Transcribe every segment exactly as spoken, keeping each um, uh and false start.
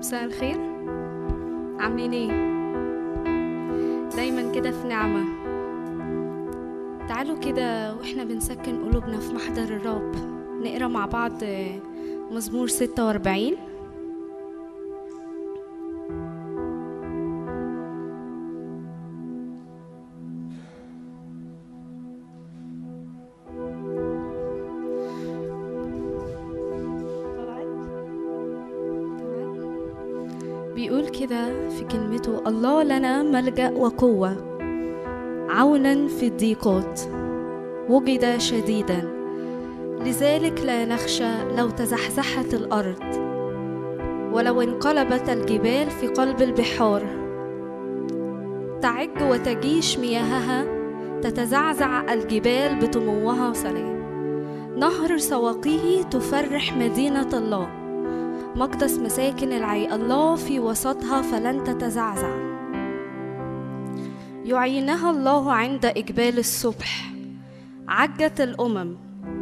مساء الخير، عاملين ايه؟ دايما كده في نعمة. تعالوا كده واحنا بنسكن قلوبنا في محضر الرب نقرا مع بعض مزمور ستة وأربعين. بيقول كده في كلمته: الله لنا ملجأ وقوة، عونا في الضيقات، وجد شديدا، لذلك لا نخشى لو تزحزحت الأرض، ولو انقلبت الجبال في قلب البحار، تعج وتجيش مياهها، تتزعزع الجبال بطموها سلام. نهر سواقيه تفرح مدينة الله، مقدس مساكن العي، الله في وسطها فلن تتزعزع. يعينها الله عند إقبال الصبح، عجت الأمم،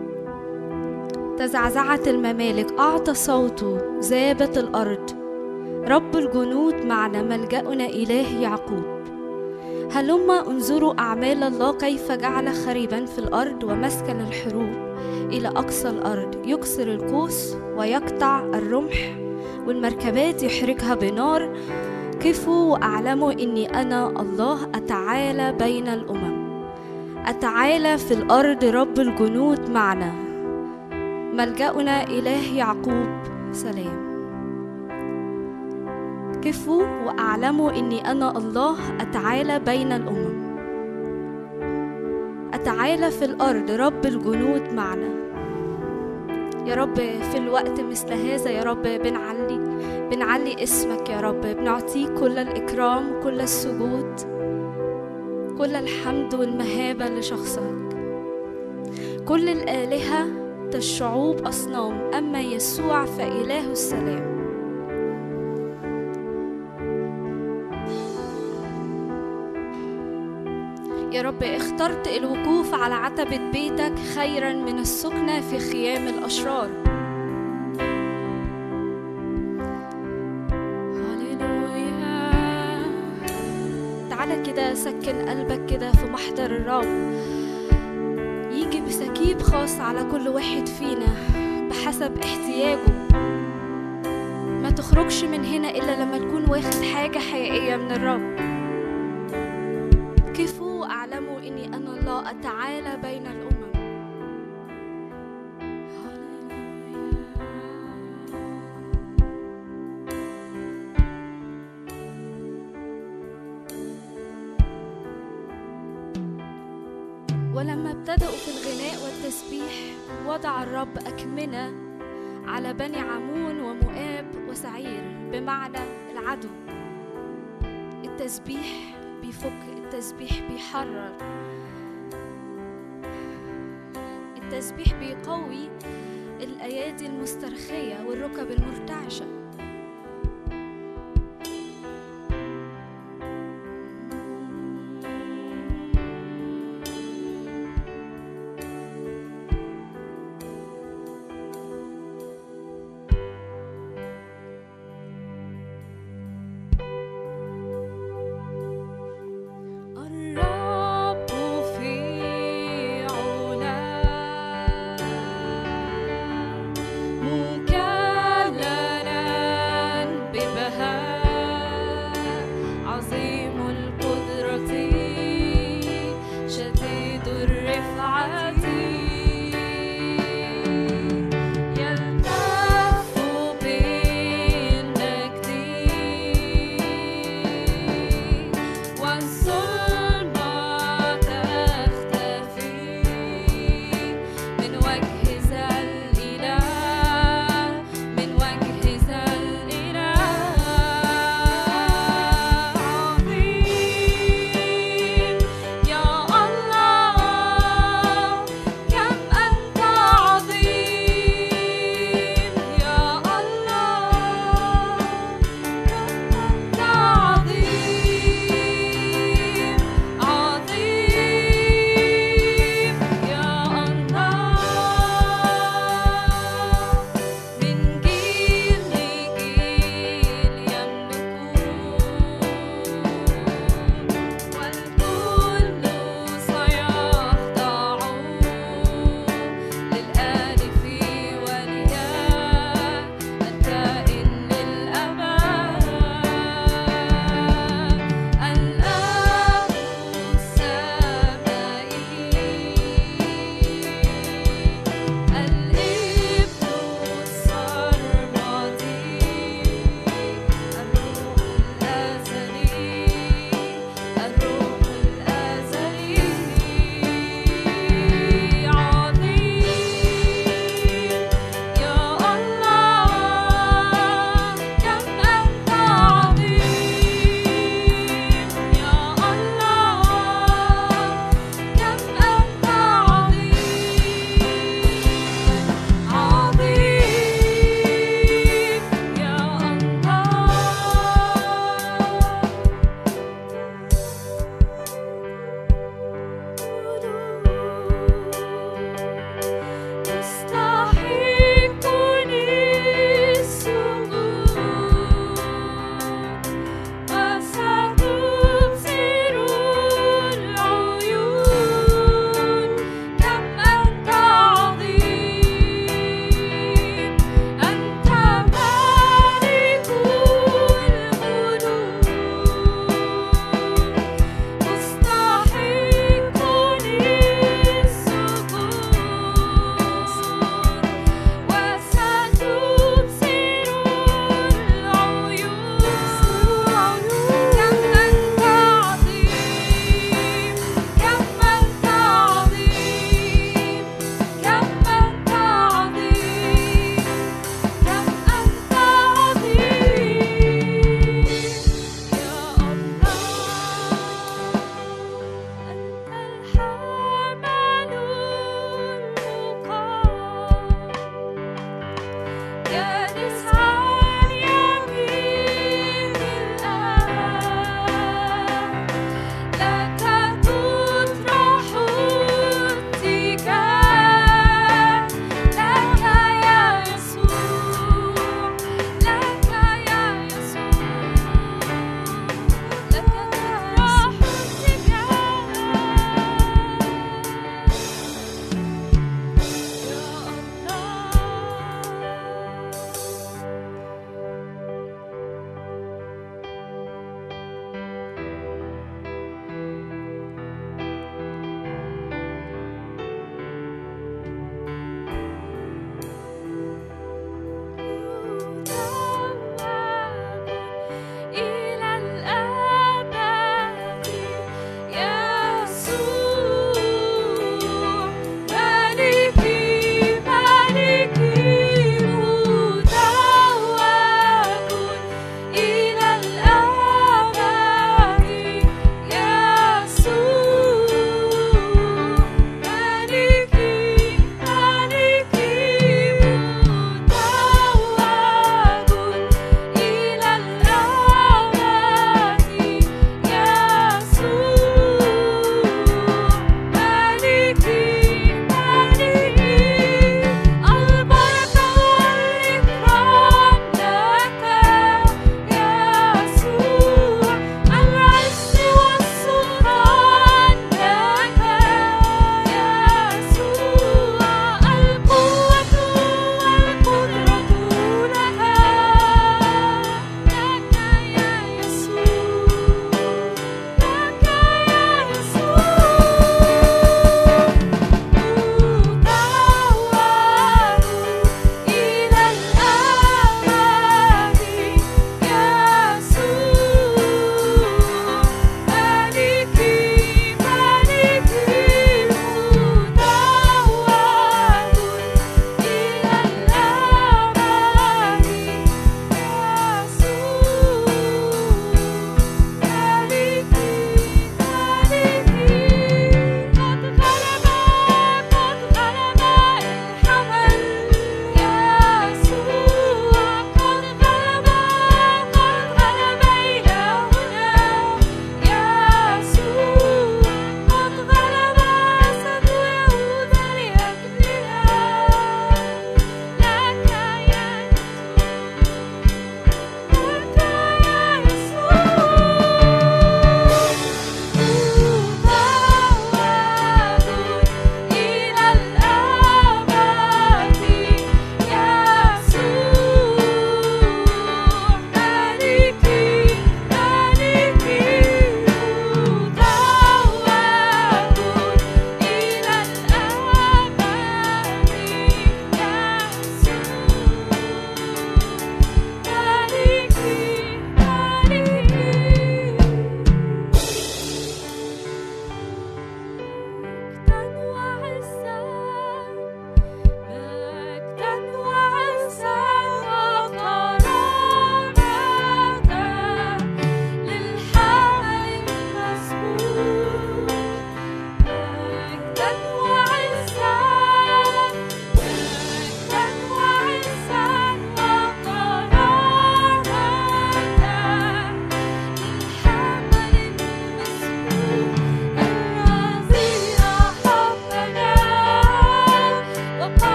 تزعزعت الممالك، أعطى صوته، ذابت الأرض. رب الجنود معنا، ملجأنا إله يعقوب. هلما انظروا أعمال الله، كيف جعل خريبا في الأرض ومسكن الحروب إلى أقصى الأرض. يكسر القوس ويقطع الرمح، والمركبات يحرقها بنار. كفوا وأعلموا إني أنا الله، أتعالى بين الأمم، أتعالى في الأرض. رب الجنود معنا، ملجأنا إله يعقوب سلام. كفوا وأعلموا إني أنا الله، أتعالى بين الأمم، أتعالى في الأرض. رب الجنود معنا. يا رب في الوقت مثل هذا يا رب بنعلي بنعلي اسمك يا رب، بنعطيك كل الإكرام، كل السجود، كل الحمد والمهابة لشخصك. كل الآلهة الشعوب أصنام، أما يسوع فإله السلام. يا رب اخترت الوقوف على عتبة بيتك خيرا من السكنة في خيام الأشرار. هاليلويا. تعالى كده سكن قلبك كده في محضر الرب، يجي بسكيب خاص على كل واحد فينا بحسب احتياجه. ما تخرجش من هنا إلا لما تكون واخد حاجة حقيقية من الرب. كفوا أعلموا إني أنا الله، أتعالى بين الأمم. ولما ابتدأوا في الغناء والتسبيح، وضع الرب أكمنة على بني عمون ومؤاب وسعير، بمعنى العدو. التسبيح بيفك، التسبيح بيحرر، التسبيح بيقوي الأيادي المسترخية والركب المرتعشة. مكلف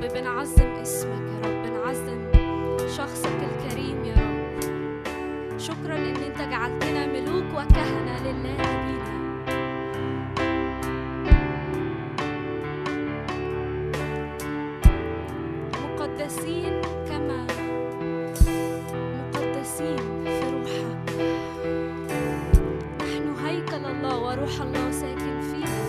بنعظم اسمك يا رب، بنعظم شخصك الكريم يا رب. شكرا ان انت جعلتنا ملوك وكهنة لله بينا. مقدسين كما مقدسين في روحك. نحن هيكل الله وروح الله ساكن فينا.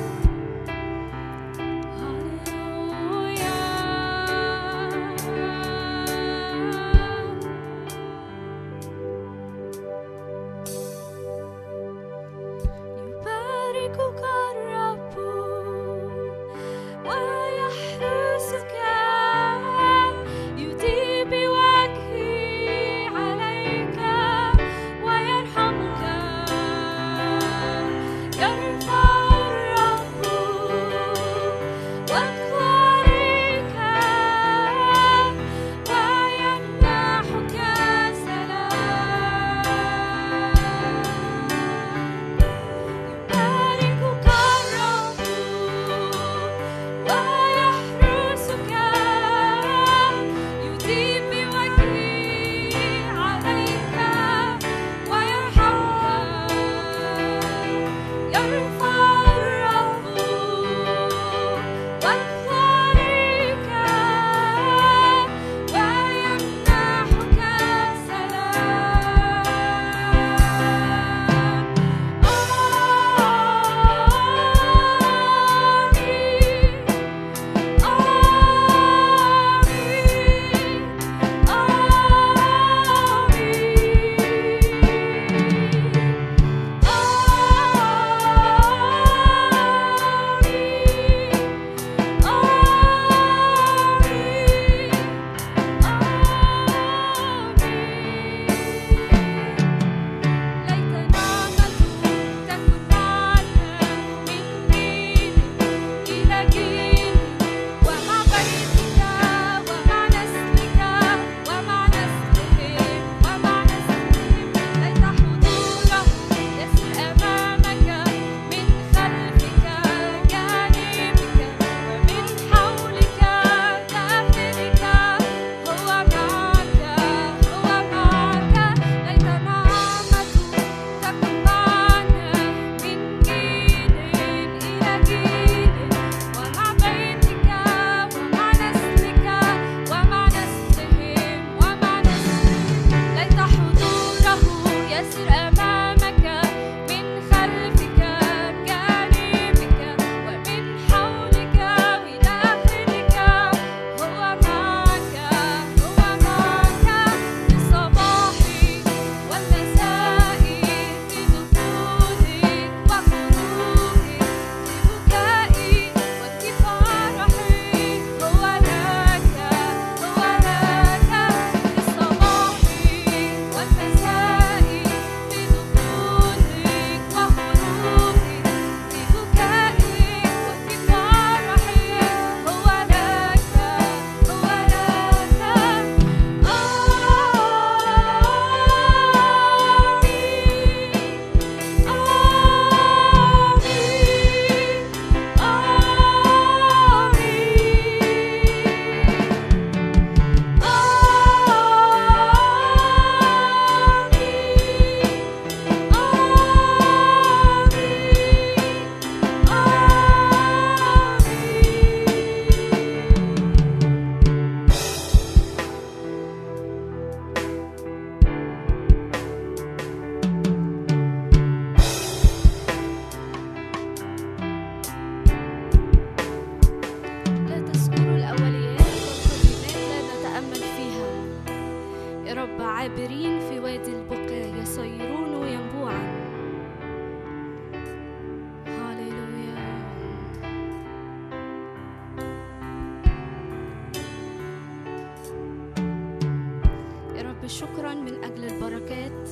شكرا من أجل البركات،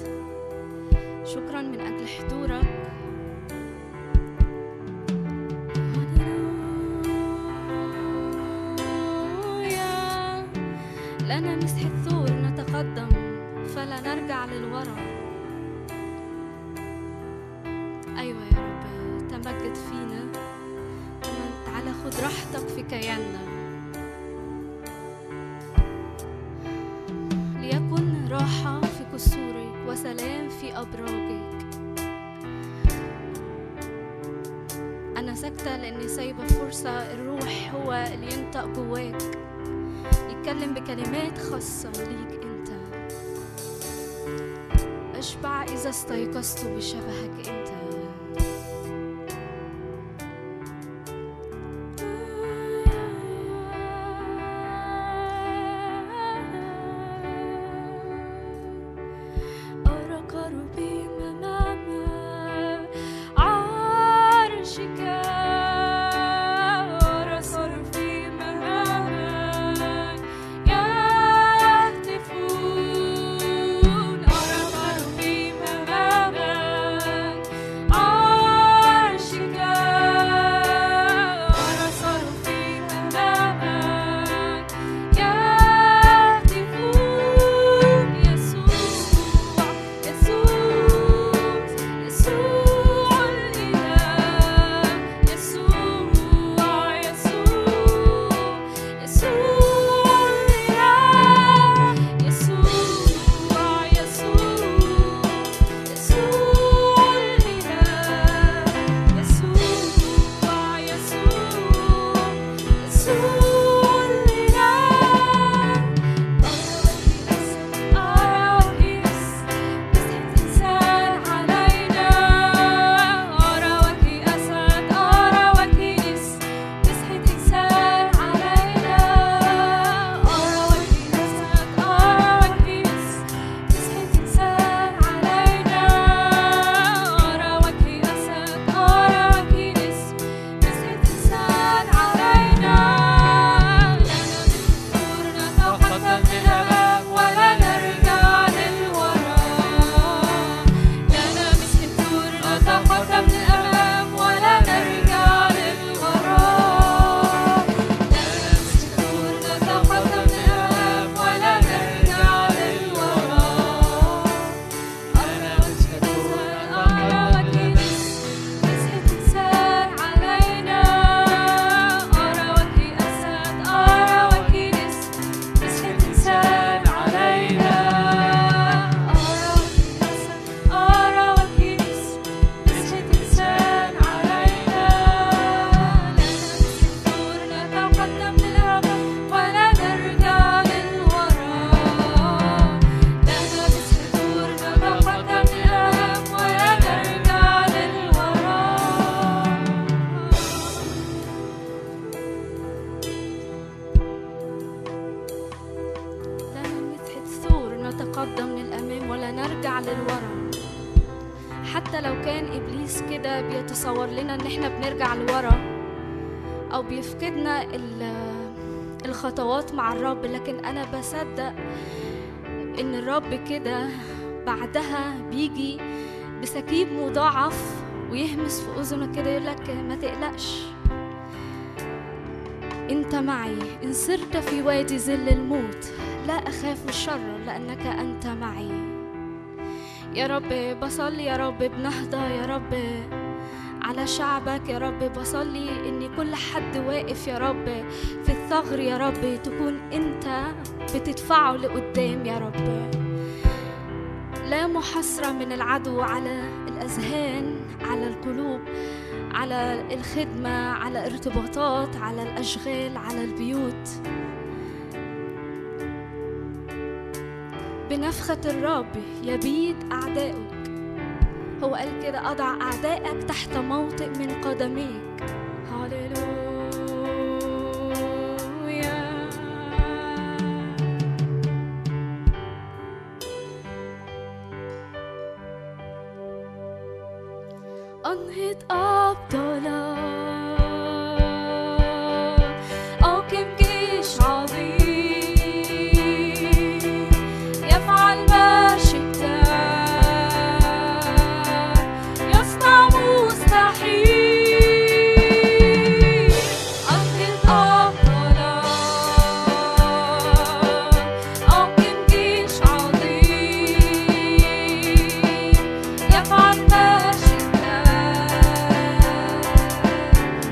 شكرا من أجل حضورك. لنا مسح الثور نتقدم فلا نرجع للورا. أيوة يا رب، تمجد فينا، تعالى خد راحتك في كياننا. في أبراجك. أنا ساكتة لأني سايبة فرصة الروح هو اللي ينطق جواك، يتكلم بكلمات خاصة ليك أنت. أشبع إذا استيقظت بشبهك أنت. الخطوات مع الرب، لكن أنا بصدق إن الرب كده بعدها بيجي بسكيب مضاعف ويهمس في أذنك كده يقولك ما تقلقش، أنت معي. إن سرت في وادي ظل الموت لا أخاف الشر لأنك أنت معي. يا رب بصلي يا رب بنهضة يا رب على شعبك يا رب، بصلي ان كل حد واقف يا رب في الثغر يا رب تكون انت بتدفعه لقدام يا رب. لا محاصرة من العدو على الأذهان، على القلوب، على الخدمة، على ارتباطات، على الأشغال، على البيوت. بنفخة الرب يبيد أعدائك. هو قال كده أضع أعدائك تحت موطئ من قدميك. هاليلويا. أنهض أبطالا، أقم جيش عظيم يفعل ما شئت، مستحيل. أنهض أبطالا، أقم جيش عظيم يفعل ما شئت،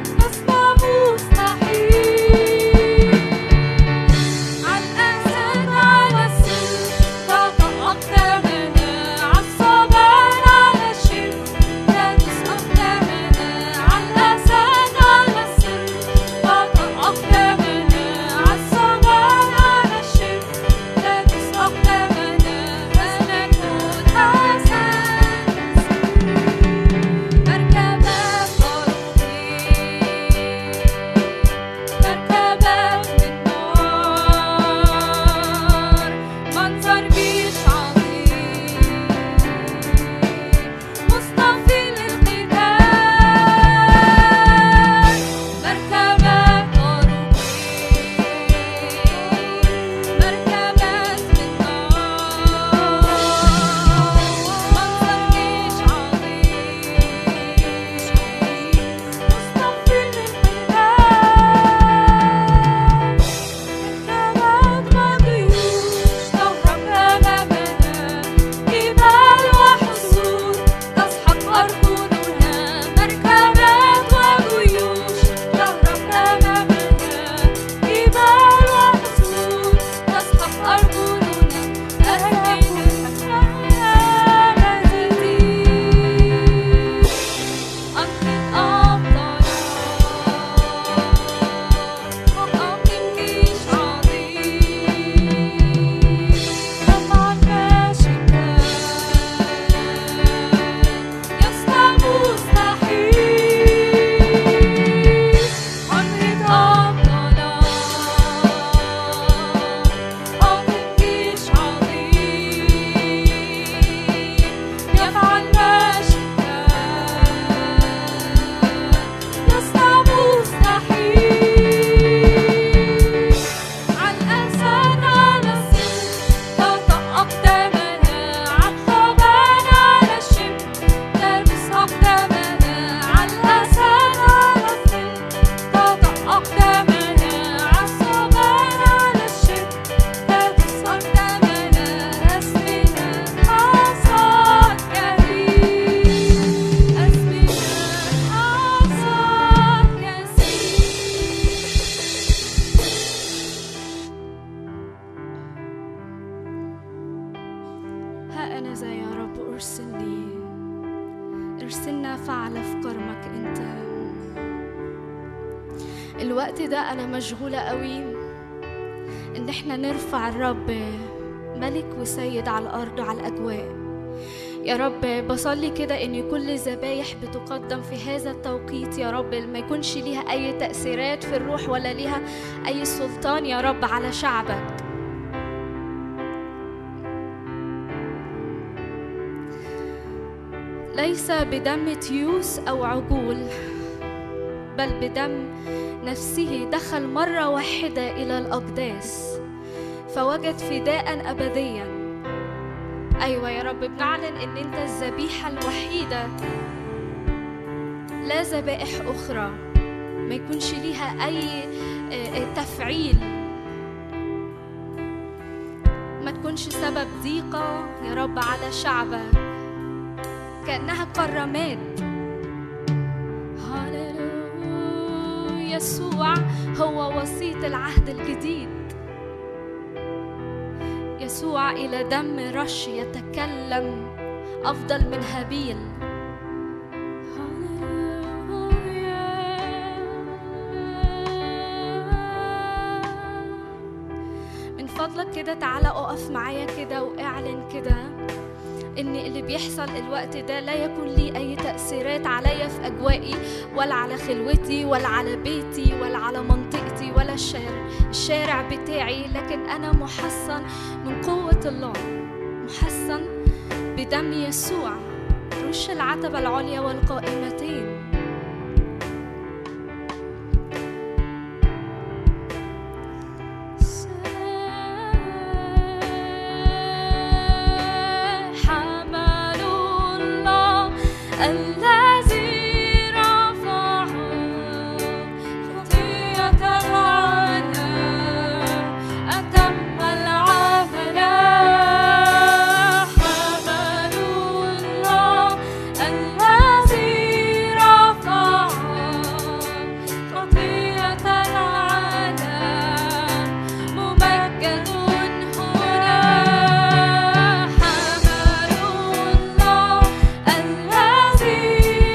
ارسلنا فعل في كرمك انت. الوقت ده انا مشغولة قوي ان احنا نرفع الرب ملك وسيد على الارض وعلى الاجواء. يا رب بصلي كده ان كل ذبايح بتقدم في هذا التوقيت يا رب ما يكونش ليها اي تأثيرات في الروح ولا ليها اي سلطان يا رب على شعبك. ليس بدم تيوس او عجول، بل بدم نفسه دخل مرة واحدة الى الاقداس فوجد فداء ابديا. أيوة يا رب بنعلن إن أنت الذبيحة الوحيدة، لا ذبائح أخرى ما يكونش ليها أي تفعيل، ما تكونش سبب ضيقة يا رب على شعبك كأنها كرامات. هاليلويا. يسوع هو وسيط العهد الجديد. يسوع إلى دم رش يتكلم أفضل من هابيل. من فضلك كده تعالى أقف معايا كده وأعلن كده إن اللي بيحصل الوقت ده لا يكون لي أي تأثيرات عليا في أجوائي ولا على خلوتي ولا على بيتي ولا على منطقتي ولا الشارع الشارع بتاعي، لكن أنا محصن من قوة الله، محصن بدم يسوع. رش العتبة العليا والقائمتين. الذي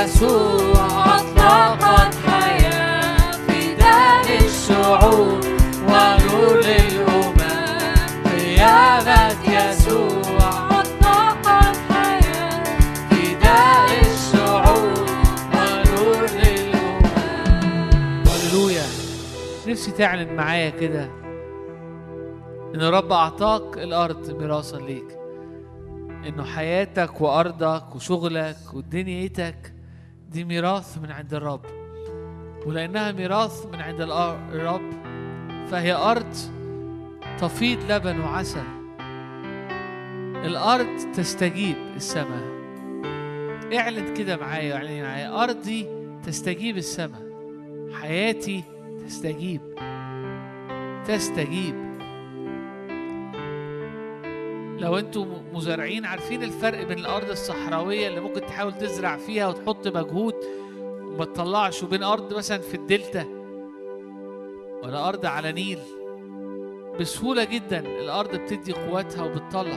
يسوع أطلقت حياة فداء الشعوب ونور للأمم. قيامة يسوع أطلقت حياة فداء الشعوب ونور للأمم. هللويا. نفسي تعلن معايا كده إن الرب أعطاك الأرض ميراثا ليك، إنه حياتك وأرضك وشغلك ودنيتك دي ميراث من عند الرب، ولأنها ميراث من عند الرب فهي أرض تفيض لبن وعسل. الأرض تستجيب السماء. اعلن كده معايا، اعلن معايا، أرضي تستجيب السماء، حياتي تستجيب تستجيب. لو انتم مزارعين عارفين الفرق بين الأرض الصحراوية اللي ممكن تحاول تزرع فيها وتحط مجهود وما تطلعش، وبين أرض مثلا في الدلتا ولا أرض على نيل بسهولة جدا الأرض بتدي قوتها وبتطلع.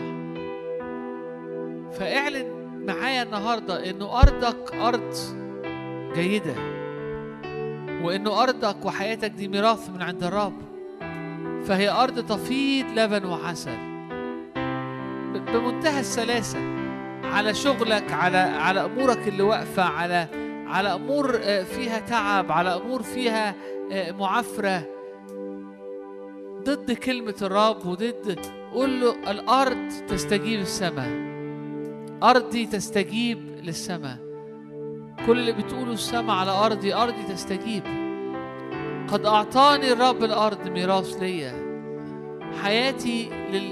فاعلن معايا النهاردة إنه أرضك أرض جيدة، وإنه أرضك وحياتك دي ميراث من عند الرب، فهي أرض تفيض لبن وعسل بمنتهى السلاسة على شغلك، على على أمورك اللي واقفة، على على أمور فيها تعب، على أمور فيها معافرة ضد كلمة الرب وضد. قول له الأرض تستجيب السماء، أرضي تستجيب للسماء. كل اللي بتقوله السماء على أرضي، أرضي تستجيب. قد أعطاني الرب الأرض ميراث ليا، حياتي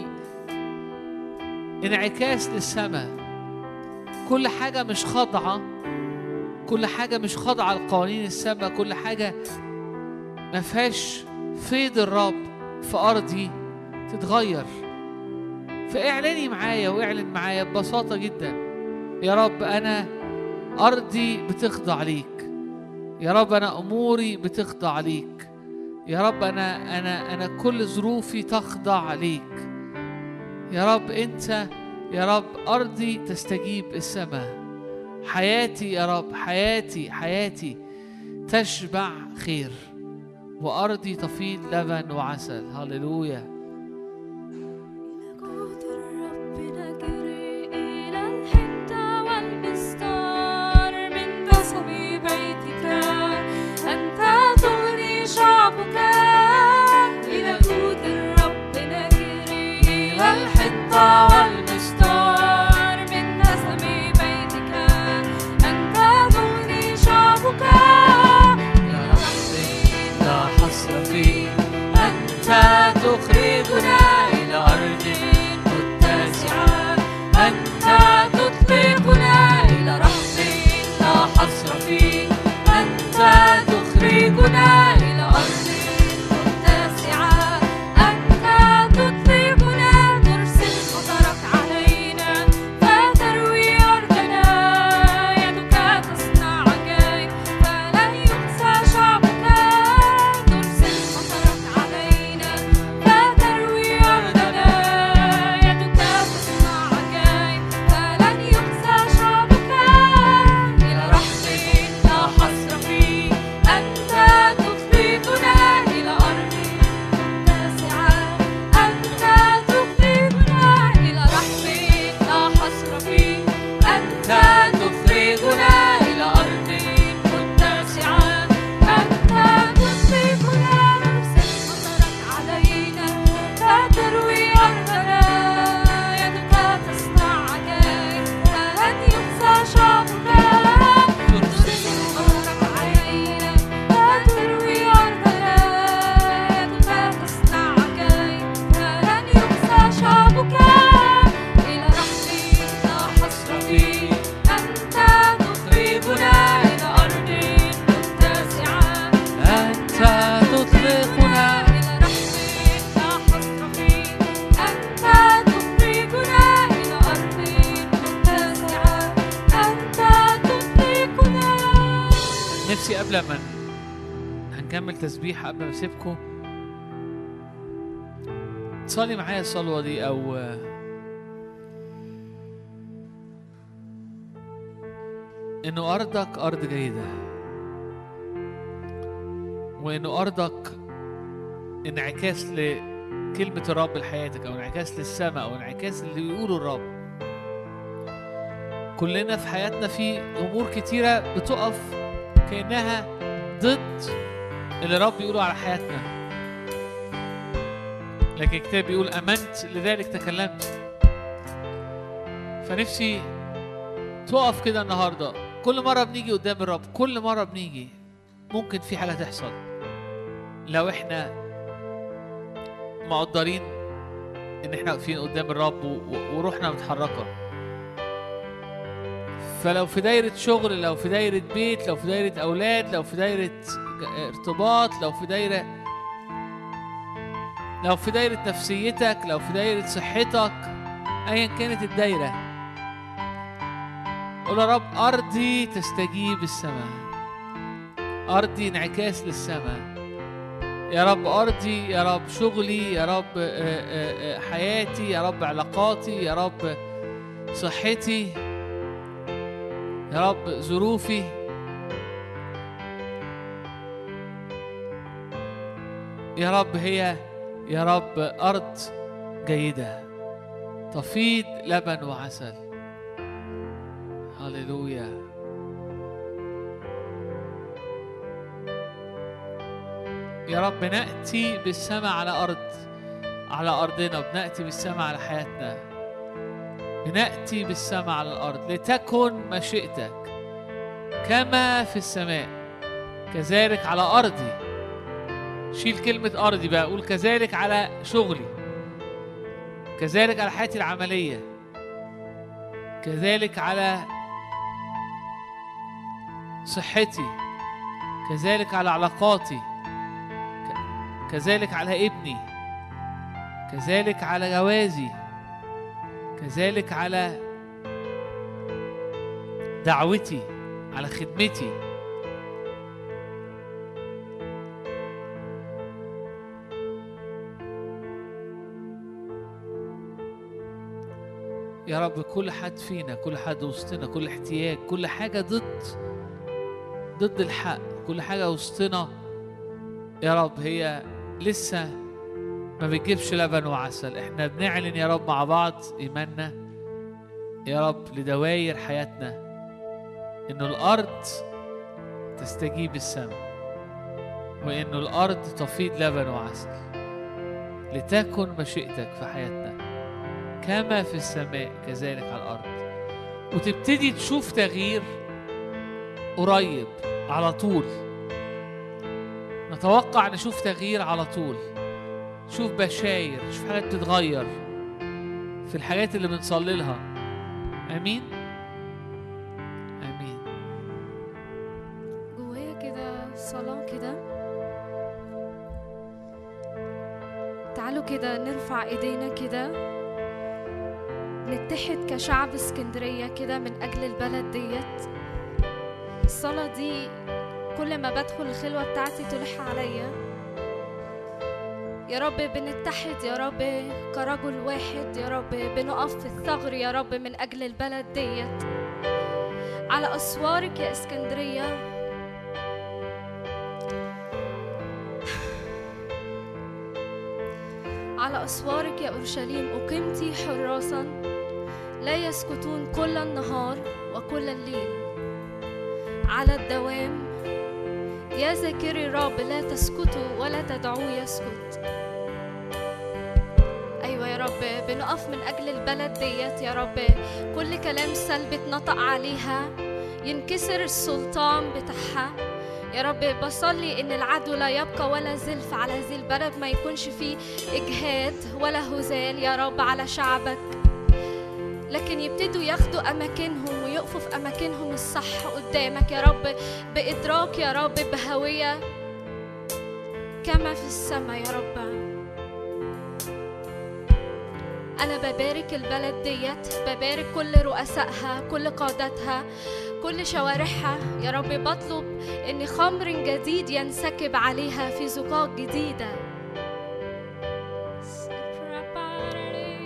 للانعكاس للسماء. كل حاجة مش خاضعة، كل حاجة مش خاضعة لقوانين السماء، كل حاجة ما فيهاش فيض الرب في أرضي تتغير. فاعلني معايا واعلن معايا ببساطة جدا، يا رب أنا أرضي بتخضع ليك، يا رب أنا أموري بتخضع ليك، يا رب أنا أنا أنا كل ظروفي تخضع ليك، يا رب أنت يا رب أرضي تستجيب السماء. حياتي يا رب، حياتي حياتي تشبع خير، وأرضي تفيض لبن وعسل. هللويا. شعبك إلى جود الرب نجري إلى الحنطة والمستار من نسم بيتك. أنت تغني شعبك إلى رحب لا حصر فيه. أنت تخرجنا إلى أرض متسعة. أنت تطلقنا إلى رحب لا حصر فيه. أنت تخرجنا إلى أرض متسعة. أنت تطلقنا ترسل مطرك علينا فتروي أرضنا. يدك تصنع عجائب فلن يخزى شعبك. ترسل مطرك علينا فتروي أرضنا. يدك تصنع عجائب فلن يخزى شعبك إلى رحب لا حصر فيه. أنت تطلقنا إلى أرض متسعة. أنت تخرجنا إلى رحب لا حصر فيه. أنت تخرجنا إلى أرض متسعة. أنت تطلقنا ترسل مطرك علينا فتروي أرضنا. يدك تصنع عجائب فلن يخزى شعبك. ترسل مطرك علينا فتروي أرضنا. يدك تصنع عجائب فلن يخزى شعبك إلى رحب لا حصر فيه. أنت تخرجنا إلى أرض متسعة. أنت تطلقنا إلى رحب لا حصر فيه. أنت تخرجنا إلى أرض متسعة. أنت تطلقنا. نفسي قبل ما هنكمل تسبيح، قبل ما اسيبكم تصلي معايا الصلوة دي، أو إنه أرضك أرض جيدة، وإنه أرضك انعكاس لكلمة الرب لحياتك، أو انعكاس للسماء، أو انعكاس اللي بيقوله الرب. كلنا في حياتنا في أمور كتيرة بتقف كأنها ضد اللي الرب بيقوله على حياتنا، لكن الكتاب بيقول آمنت لذلك تكلمت. فنفسي تقف كده النهاردة. كل مرة بنيجي قدام الرب، كل مرة بنيجي ممكن في حاجة تحصل لو احنا مقدرين ان احنا واقفين قدام الرب وروحنا متحركة. فلو في دايرة شغل، لو في دايرة بيت، لو في دايرة أولاد، لو في دايرة ارتباط، لو في دايرة لو في دايرة نفسيتك، لو في دايرة صحتك، أيا كانت الدايرة، قول يا رب أرضي تستجيب السماء، أرضي انعكاس للسماء يا رب، أرضي يا رب شغلي يا رب، حياتي يا رب، علاقاتي يا رب، صحتي يا رب، ظروفي يا رب هي يا رب أرض جيدة تفيض لبن وعسل. هللويا. يا رب نأتي بالسماء على أرض على أرضنا، بنأتي بالسماء على حياتنا، بنأتي بالسماء على الأرض. لتكن مشيئتك كما في السماء كذلك على أرضي. شيل كلمة أرضي بقى، أقول كذلك على شغلي، كذلك على حياتي العملية، كذلك على صحتي، كذلك على علاقاتي، كذلك على ابني، كذلك على جوازي، كذلك على دعوتي، على خدمتي. يا رب كل حد فينا، كل حد وسطنا، كل احتياج، كل حاجة ضد ضد الحق، كل حاجة وسطنا يا رب هي لسه ما بتجيبش لبن وعسل. احنا بنعلن يا رب مع بعض إيماننا يا رب لدواير حياتنا إنه الأرض تستجيب السماء، وإنه الأرض تفيض لبن وعسل. لتكن مشيئتك في حياتنا كما في السماء كذلك على الأرض. وتبتدي تشوف تغيير قريب على طول. نتوقع نشوف تغيير على طول، شوف بشاير، شوف حاجات تتغير في الحاجات اللي بنصلي لها. امين امين. جوايا كده صلاة كده، تعالوا كده نرفع ايدينا كده، نتحد كشعب اسكندرية كده من اجل البلد ديت. الصلاة دي كل ما بدخل الخلوة بتاعتي تلح عليا يا رب، بنتحد يا رب كرجل واحد يا رب، بنقف في الثغر يا رب من أجل البلد ديت. على أسوارك يا اسكندرية على أسوارك يا أورشليم أقمتي حراسا لا يسكتون كل النهار وكل الليل. على الدوام يا ذاكري الرب لا تسكتوا ولا تدعوه يسكت. أيوة يا رب، بنقف من أجل البلد ديت يا رب، كل كلام سلبي اتنطق عليها ينكسر السلطان بتاعها يا رب. بصلي إن العدو لا يبقى ولا زلف على هذه البلد، ما يكونش فيه إجهاد ولا هزال يا رب على شعبك، لكن يبتدوا ياخدوا أماكنهم ويقفوا في أماكنهم الصح قدامك يا رب، بإدراك يا رب، بهوية كما في السماء يا رب. أنا ببارك البلد ديت، ببارك كل رؤسائها، كل قادتها، كل شوارعها يا رب. بطلب إن خمر جديد ينسكب عليها في زقاق جديدة.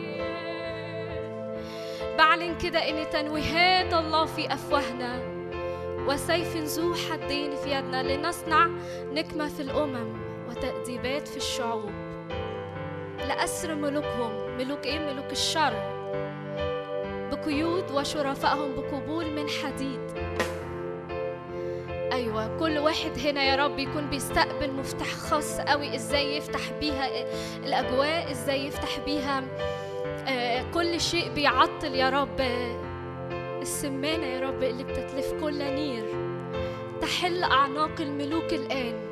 بعلن كده إن تنويهات الله في أفواهنا وسيف ذو حدين في يدنا لنصنع نكمة في الأمم وتأديبات في الشعوب، لأسر ملوكهم. ملوك إيه؟ ملوك الشر، بقيود وشرفائهم بقبول من حديد. أيوة، كل واحد هنا يا رب يكون بيستقبل مفتاح خاص قوي، إزاي يفتح بيها الأجواء، إزاي يفتح بيها كل شيء بيعطل يا رب، السمانة يا رب اللي بتتلف كل نير، تحل أعناق الملوك الآن.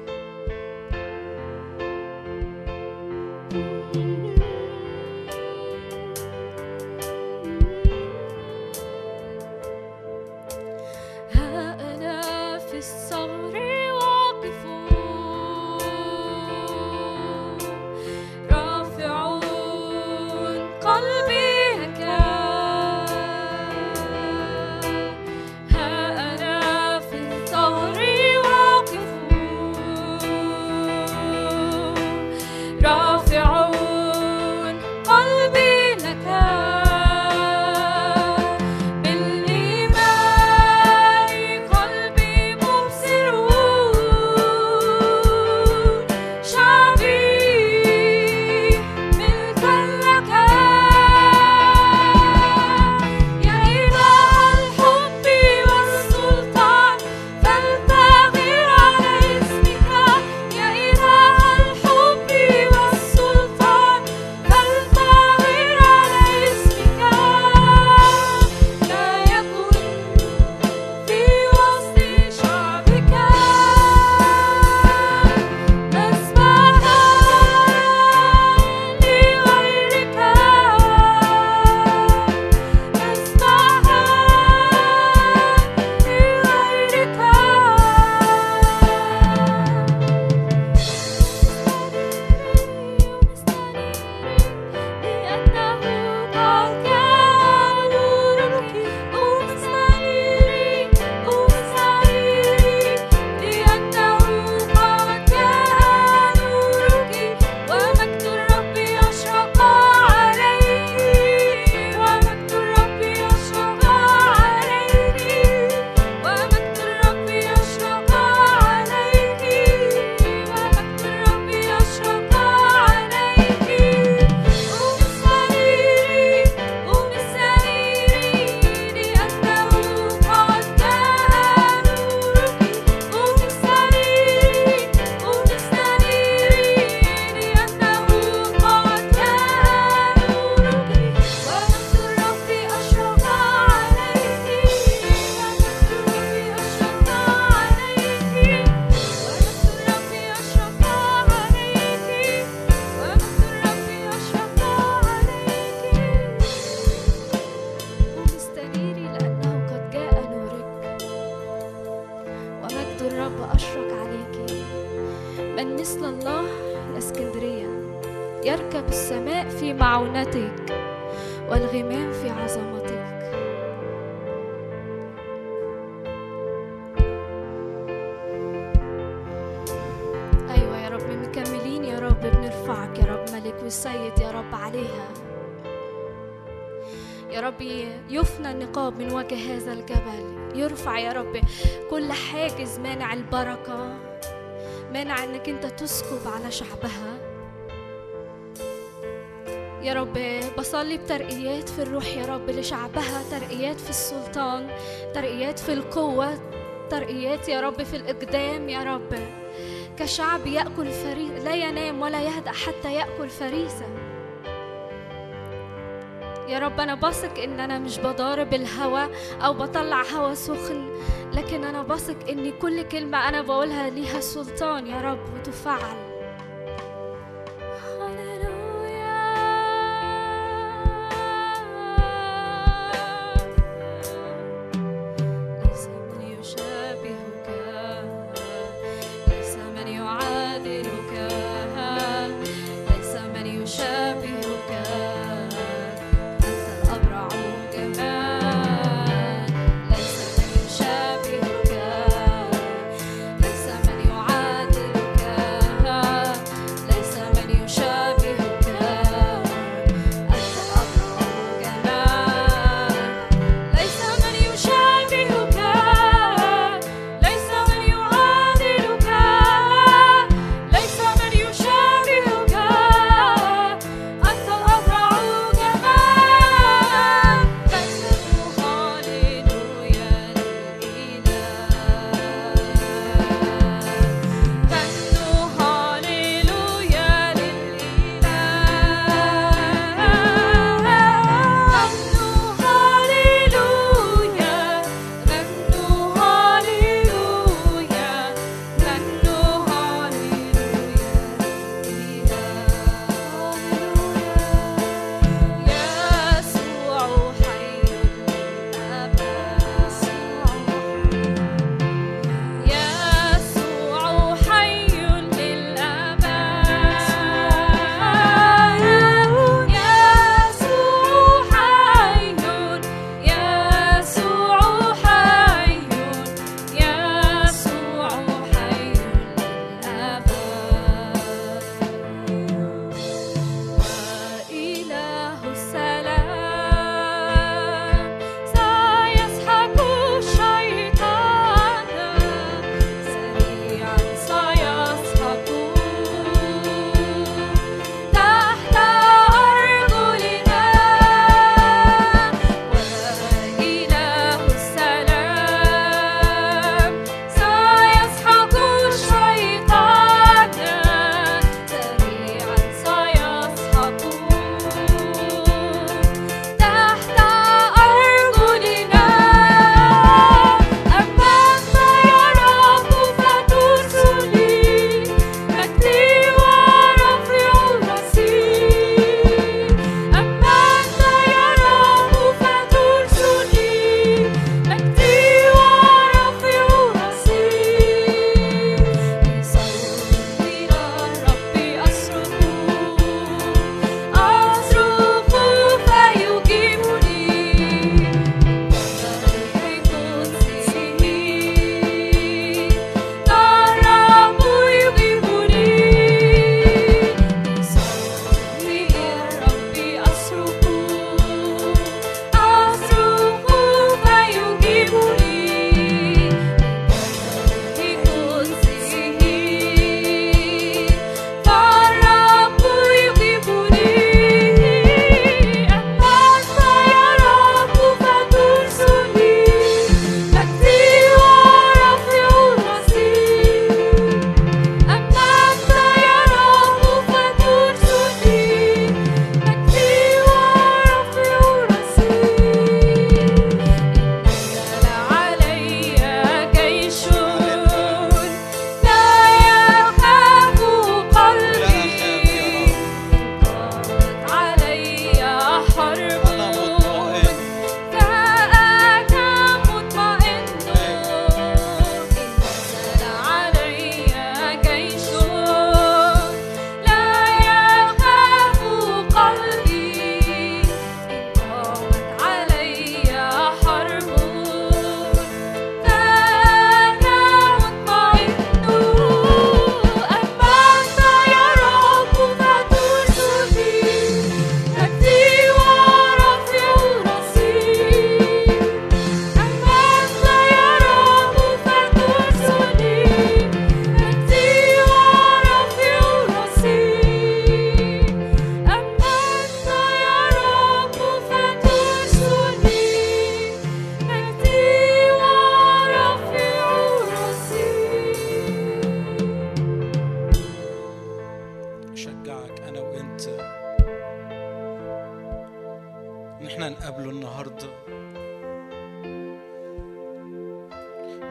يركب السماء في معونتك والغمام في عظمتك. أيوة يا رب، مكملين يا رب، بنرفعك يا رب ملك والسيد يا رب عليها يا رب. يفنى النقاب من وجه هذا الجبل، يرفع يا رب كل حاجز مانع البركة، مانع انك انت تسكب على شعبها يا رب. بصلي بترقيات في الروح يا رب لشعبها، ترقيات في السلطان، ترقيات في القوة، ترقيات يا رب في الإقدام يا رب، كشعب يأكل فريسة، لا ينام ولا يهدأ حتى يأكل فريسة يا رب. أنا بثق إن أنا مش بضارب الهوى أو بطلع هوى سخن، لكن أنا بثق إن كل كلمة أنا بقولها ليها سلطان يا رب وتفعل. ليس من يعادلك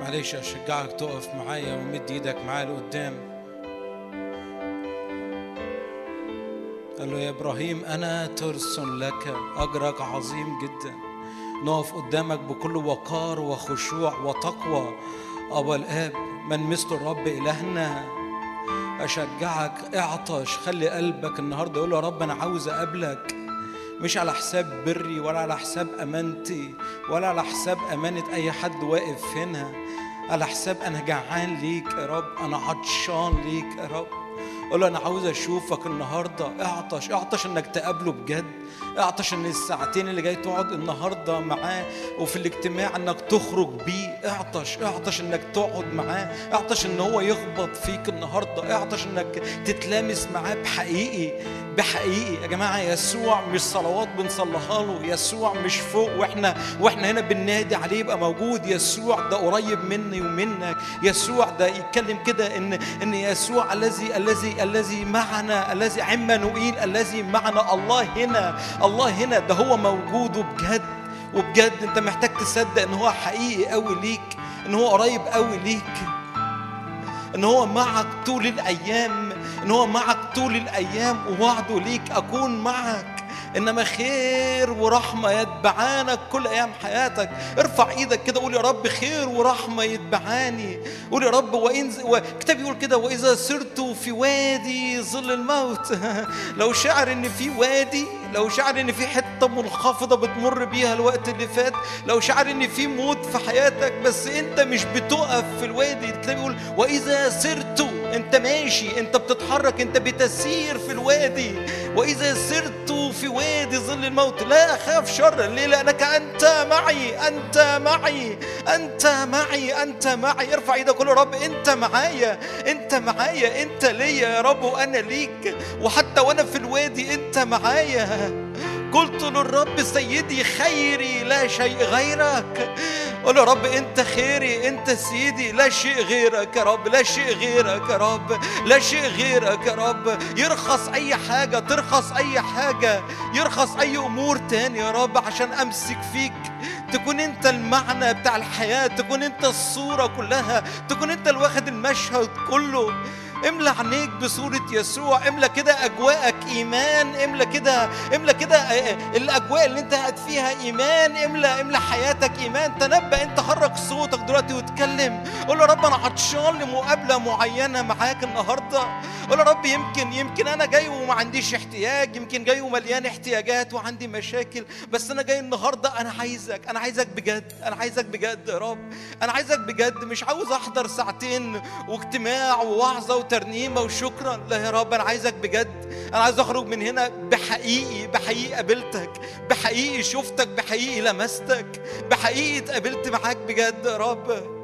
معلش أشجعك تقف معايا ومد إيدك معايا لقدام. قال له يا إبراهيم أنا ترس لك، أجرك عظيم جدا. نقف قدامك بكل وقار وخشوع وتقوى. أبا الآب من مثل الرب إلهنا. أشجعك اعطش، خلي قلبك النهاردة يقول يا رب أنا عاوز أقابلك، مش على حساب بري ولا على حساب أمانتي ولا على حساب أمانة أي حد واقف هنا، على حساب أنا جعان ليك يا رب، أنا عطشان ليك يا رب. قول له أنا عاوز أشوفك النهاردة. اعطش اعطش إنك تقابله بجد. اعطش إن الساعتين اللي جاي تقعد النهاردة معاه وفي الاجتماع إنك تخرج بيه. اعطش اعطش إنك تقعد معاه. اعطش إن هو يخبط فيك النهاردة. اعطش إنك تتلامس معاه بحقيقي بحقيقي. يا جماعة يسوع مش صلوات بنصليها له، يسوع مش فوق واحنا واحنا هنا بننادي عليه يبقى موجود. يسوع ده قريب مني ومنك. يسوع ده يتكلم كده ان ان يسوع الذي الذي الذي معنا، الذي عمانوئيل، الذي معنا. الله هنا، الله هنا، ده هو موجود وبجد وبجد. انت محتاج تصدق ان هو حقيقي قوي ليك، ان هو قريب قوي ليك، ان هو معك طول الايام، ان هو معك طول الايام ووعده ليك اكون معك. انما خير ورحمه يتبعانك كل ايام حياتك. ارفع ايدك كده قول يا رب خير ورحمه يتبعاني. قول يا رب وان الكتاب يقول كده واذا سرت في وادي ظل الموت. لو شعر ان في وادي، لو شعر ان في حته منخفضه بتمر بيها الوقت اللي فات، لو شعر ان في موت في حياتك بس انت مش بتقف في الوادي، تلاقي بيقول واذا سرت، انت ماشي، انت بتتحرك، انت بتسير في الوادي. واذا سرت في وادي ظل الموت لا اخاف شر. ليه؟ لانك انت معي، انت معي، انت معي، انت معي. ارفع ايدك قول يا رب انت معايا، انت معايا، انت ليا يا رب وانا ليك. وحتى وانا في الوادي انت معايا. قلت للرب سيدي خيري لا شيء غيرك. قول يا رب انت خيري، انت سيدي، لا شيء غيرك يا رب، لا شيء غيرك يا رب، لا شيء غيرك يا رب. يرخص اي حاجة، ترخص اي حاجة، يرخص اي امور تاني يا رب عشان امسك فيك. تكون انت المعنى بتاع الحياة، تكون انت الصورة كلها، تكون انت الواخد المشهد كله. املى عينيك بصورة يسوع. املى كده أجواءك إيمان. املى كده املى كده الأجواء اللي أنت قاعد فيها إيمان. املى املى حياتك إيمان. تنبأ أنت، حرك صوتك دلوقتي واتكلم. قول يا رب أنا عطشان لمقابلة معينة معاك النهاردة. قول يا رب يمكن يمكن أنا جاي وما عنديش احتياج، يمكن جاي ومليان احتياجات وعندي مشاكل، بس أنا جاي النهاردة أنا عايزك، أنا عايزك بجد، أنا عايزك بجد يا رب، أنا عايزك بجد. مش عاوز أحضر ساعتين واجتماع ووعظة وترنيمة وشكرا، لا يا رب أنا عايزك بجد. أنا عايز أخرج من هنا بحقيقي، بحقيقي قابلتك، بحقيقي شفتك، بحقيقي لمستك، بحقيقي اتقابلت معاك بجد يا رب.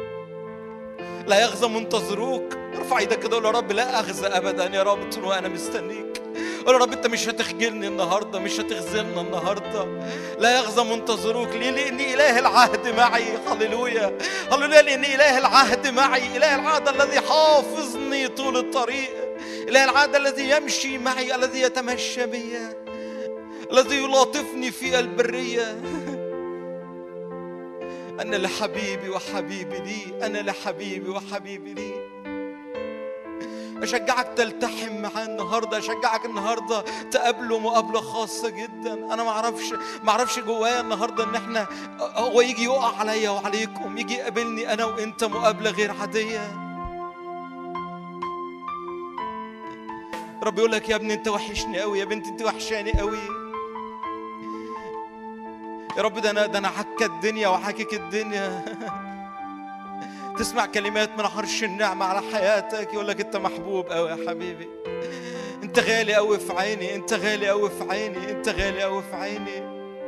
لا يغزى منتظروك. ارفع ايدك كده قول يا رب لا أغزى أبدا يا رب طول وأنا مستنيك. قول يا رب أنت مش هتخجلني النهاردة، مش هتخزلنا النهاردة. لا يغزى منتظروك. ليه؟ لأن إله العهد معي. هللويا هللويا. لأن إله العهد معي، إله العهد الذي حافظني طول الطريق، إله العهد الذي يمشي معي، الذي يتمشى بي، الذي يلاطفني في البرية. أنا لحبيبي وحبيبي لي، أنا لحبيبي وحبيبي لي. أشجعك تلتحم معاه النهاردة، أشجعك النهاردة تقابله مقابلة خاصة جدا. أنا ما أعرفش ما أعرفش جوايا النهاردة إن إحنا هو يجي يقع عليا وعليكم، يجي يقابلني أنا وإنت مقابلة غير عادية. رب يقول لك يا ابني أنت وحشني قوي، يا بنتي أنت وحشاني قوي. يا رب ده أنا ده أنا حكى الدنيا وحكيك الدنيا. تسمع كلمات من عرش النعمة على حياتك يقول لك أنت محبوب قوي يا حبيبي، أنت غالي قوي في عيني، أنت غالي قوي في عيني، أنت غالي قوي في عيني.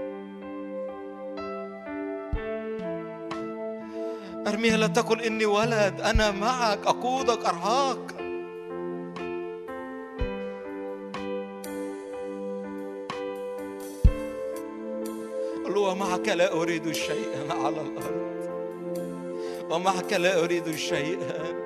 أرميها لا تقل إني ولد، أنا معك أقودك أرعاك. قل ومعك لا أريد شيئا على الأرض، ومعك لا أريد شيئا.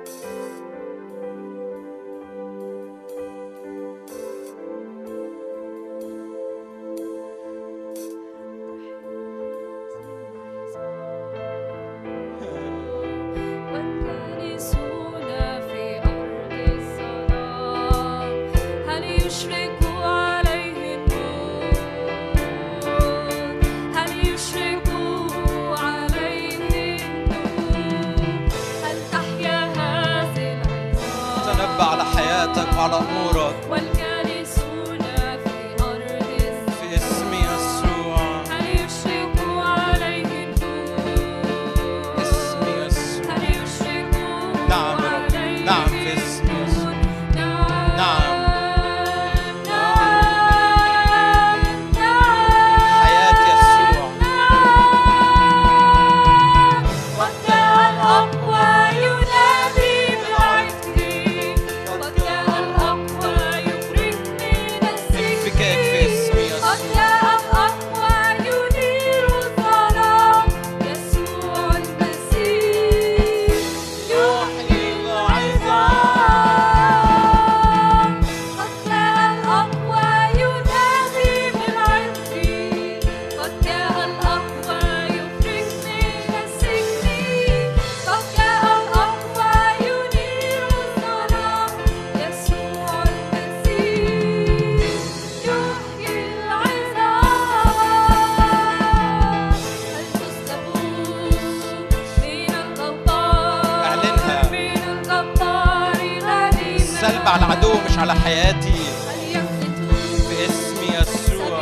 اتنبأ على العدو مش على حياتي هل يفلت في اسم يسوع.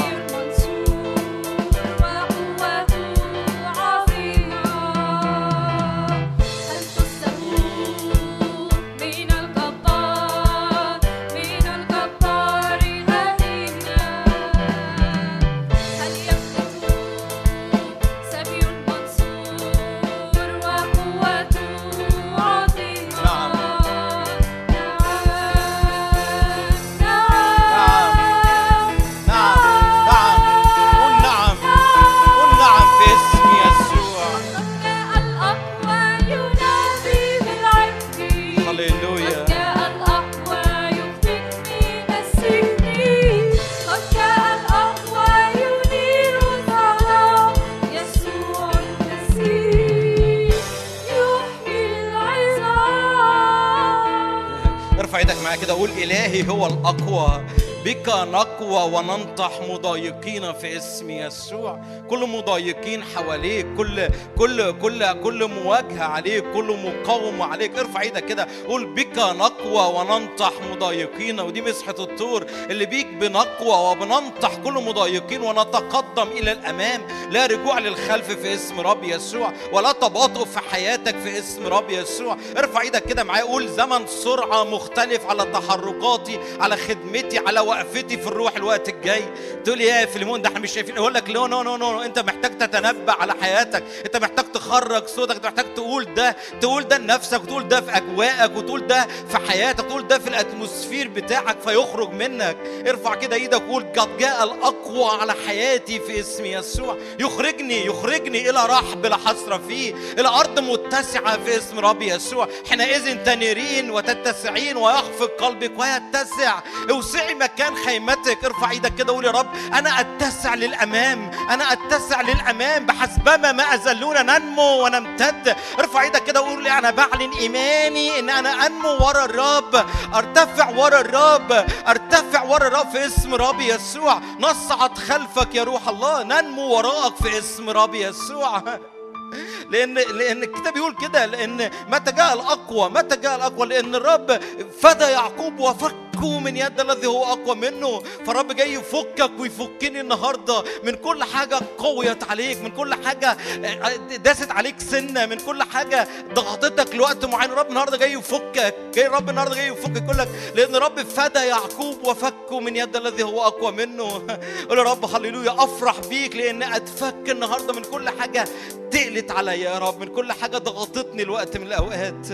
كده قول إلهي هو الأقوى، بك نقوى وننطح مضايقين في اسم يسوع. كل مضايقين حواليك، كل كل كل كل مواجهة عليك، كل مقاومة عليك، ارفع ايدك كده قول بك نقوى وننطح مضايقين. ودي مسحة الطور اللي بيك بنقوى وبننطح كل مضايقين ونتقدم إلى الأمام، لا رجوع للخلف في اسم رب يسوع، ولا تباطؤ في حياتك في اسم رب يسوع. ارفع ايدك كده معايا قول زمن سرعة مختلف على تحركاتي، على خدمتي، على وقفتي في الروح الوقت الجاي. تقول لي يا فيلمون ده احنا مش شايفين، اقول لك نو نو نو نو انت محتاج تتنبأ على حياتك، انت محتاج تخرج صوتك، انت محتاج تقول ده، تقول ده لنفسك، وتقول ده في اجواءك، وتقول ده في حياتك، تقول ده في الاتموسفير بتاعك فيخرج منك. ارفع كده ايدك قول قد جاء الاقوى على حياتي في اسم يسوع، يخرجني يخرجني الى رحب لا حصر فيه، الى ارض متسعه في اسم رب يسوع. حينئذ تنيرين وتتسعين ويخفق قلبك ويتسع. اوسعي مكان خيمتك. ارفع ايدك كده قول يا رب انا اتسع للامام، انا اتسع للامام بحسبما ما ازلونا ننمو ونمتد. ارفع ايدك كده وقول لي انا بعلن ايماني ان انا انمو ورا الرب، ارتفع ورا الرب، ارتفع ورا الرب في اسم رب يسوع. نصعد خلفك يا روح الله، ننمو وراءك في اسم رب يسوع. لأن لأن الكتاب بيقول كده، لأن متى جاء الأقوى، متى جاء الأقوى؟ لأن الرب فدى يعقوب وفكه من يد الذي هو أقوى منه. فالرب جاي يفكك ويفكني النهارده من كل حاجة قويت عليك، من كل حاجة داست عليك سنة، من كل حاجة ضغطتك لوقت معين. الرب النهارده جاي يفكك، جاي الرب النهارده جاي يفكك يقول لك لأن الرب فدى يعقوب وفكه من يد الذي هو أقوى منه. قول يا رب هللويا أفرح بيك لأن أتفك النهارده من كل حاجة تقلت عليا يا رب، من كل حاجة ضغطتني الوقت من الأوقات.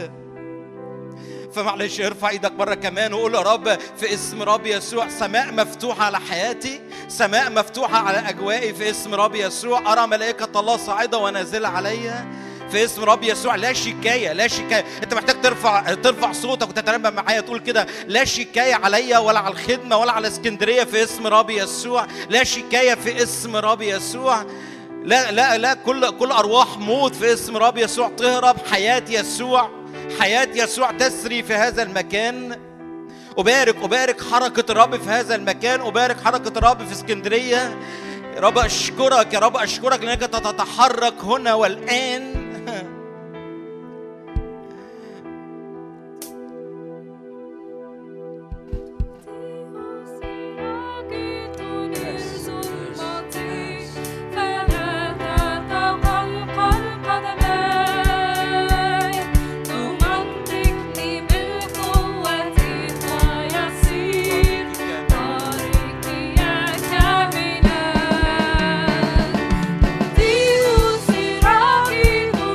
فمعلش ارفع ايدك مرة كمان وقول يا رب في اسم رب يسوع سماء مفتوحة على حياتي، سماء مفتوحة على أجوائي في اسم رب يسوع. أرى ملائكة الله صاعدة ونازلة عليا في اسم رب يسوع. لا شكاية، لا شكاية. انت محتاج ترفع ترفع صوتك وتتنبأ معايا تقول كده لا شكاية عليا ولا على الخدمة ولا على اسكندرية في اسم رب يسوع. لا شكاية في اسم رب يسوع. لا لا لا كل كل أرواح موت في اسم رب يسوع تهرب. حياة يسوع، حياة يسوع تسري في هذا المكان. أبارك أبارك حركة الرب في هذا المكان، أبارك حركة الرب في اسكندرية. يا رب أشكرك، يا رب أشكرك لأنك تتحرك هنا والآن. Dios será que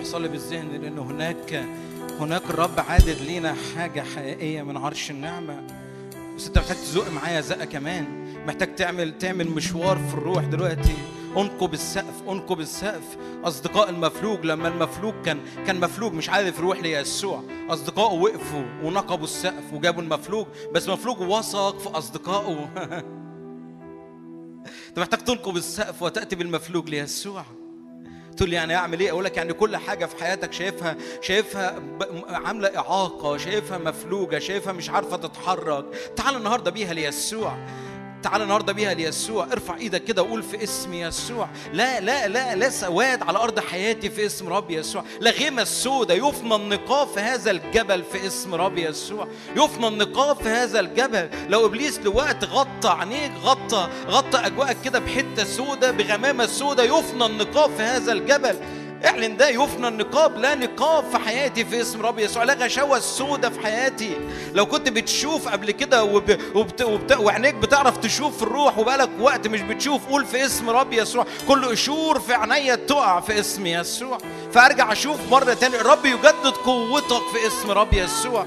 يسوع صلي بالذهن، لأنه هناك هناك الرب عادد لينا حاجة حقيقية من عرش النعمة. بس أنت محتاج تزق معايا زقة كمان، محتاج تعمل تعمل مشوار في الروح دلوقتي. انقب السقف، انقب السقف. أصدقاء المفلوج لما المفلوج كان كان مفلوج مش عارف يروح ليسوع، أصدقائه وقفوا ونقبوا السقف وجابوا المفلوج، بس مفلوج وثق في أصدقائه. أنت محتاج تنقب السقف وتأتي بالمفلوج ليسوع. تقول لي يعني اعمل ايه؟ اقول لك يعني كل حاجه في حياتك شايفها شايفها عامله اعاقه، شايفها مفلوجه، شايفها مش عارفه تتحرك، تعال النهارده بيها ليسوع. تعال النهارده بيها ليسوع. ارفع ايدك كده وقول في اسم يسوع. لا لا لا لا سواد على ارض حياتي في اسم رب يسوع. لا غيمه السودة، يفنى النقاب في هذا الجبل في اسم رب يسوع. يفنى النقاب في هذا الجبل. لو ابليس لوقت غطى عينيك، غطى غطى اجواءك كده بحته سودة، بغمامه سودة، يفنى النقاب في هذا الجبل. اعلن ده، يفنى النقاب. لا نقاب في حياتي في اسم رب يسوع. لا غشاوة السودة في حياتي. لو كنت بتشوف قبل كده وب... وبت... وبت... وعينيك بتعرف تشوف في الروح وبقالك وقت مش بتشوف، قول في اسم رب يسوع كل قشور في عينيا تقع في اسم يسوع، فارجع اشوف مرة تاني. الرب يجدد قوتك في اسم رب يسوع.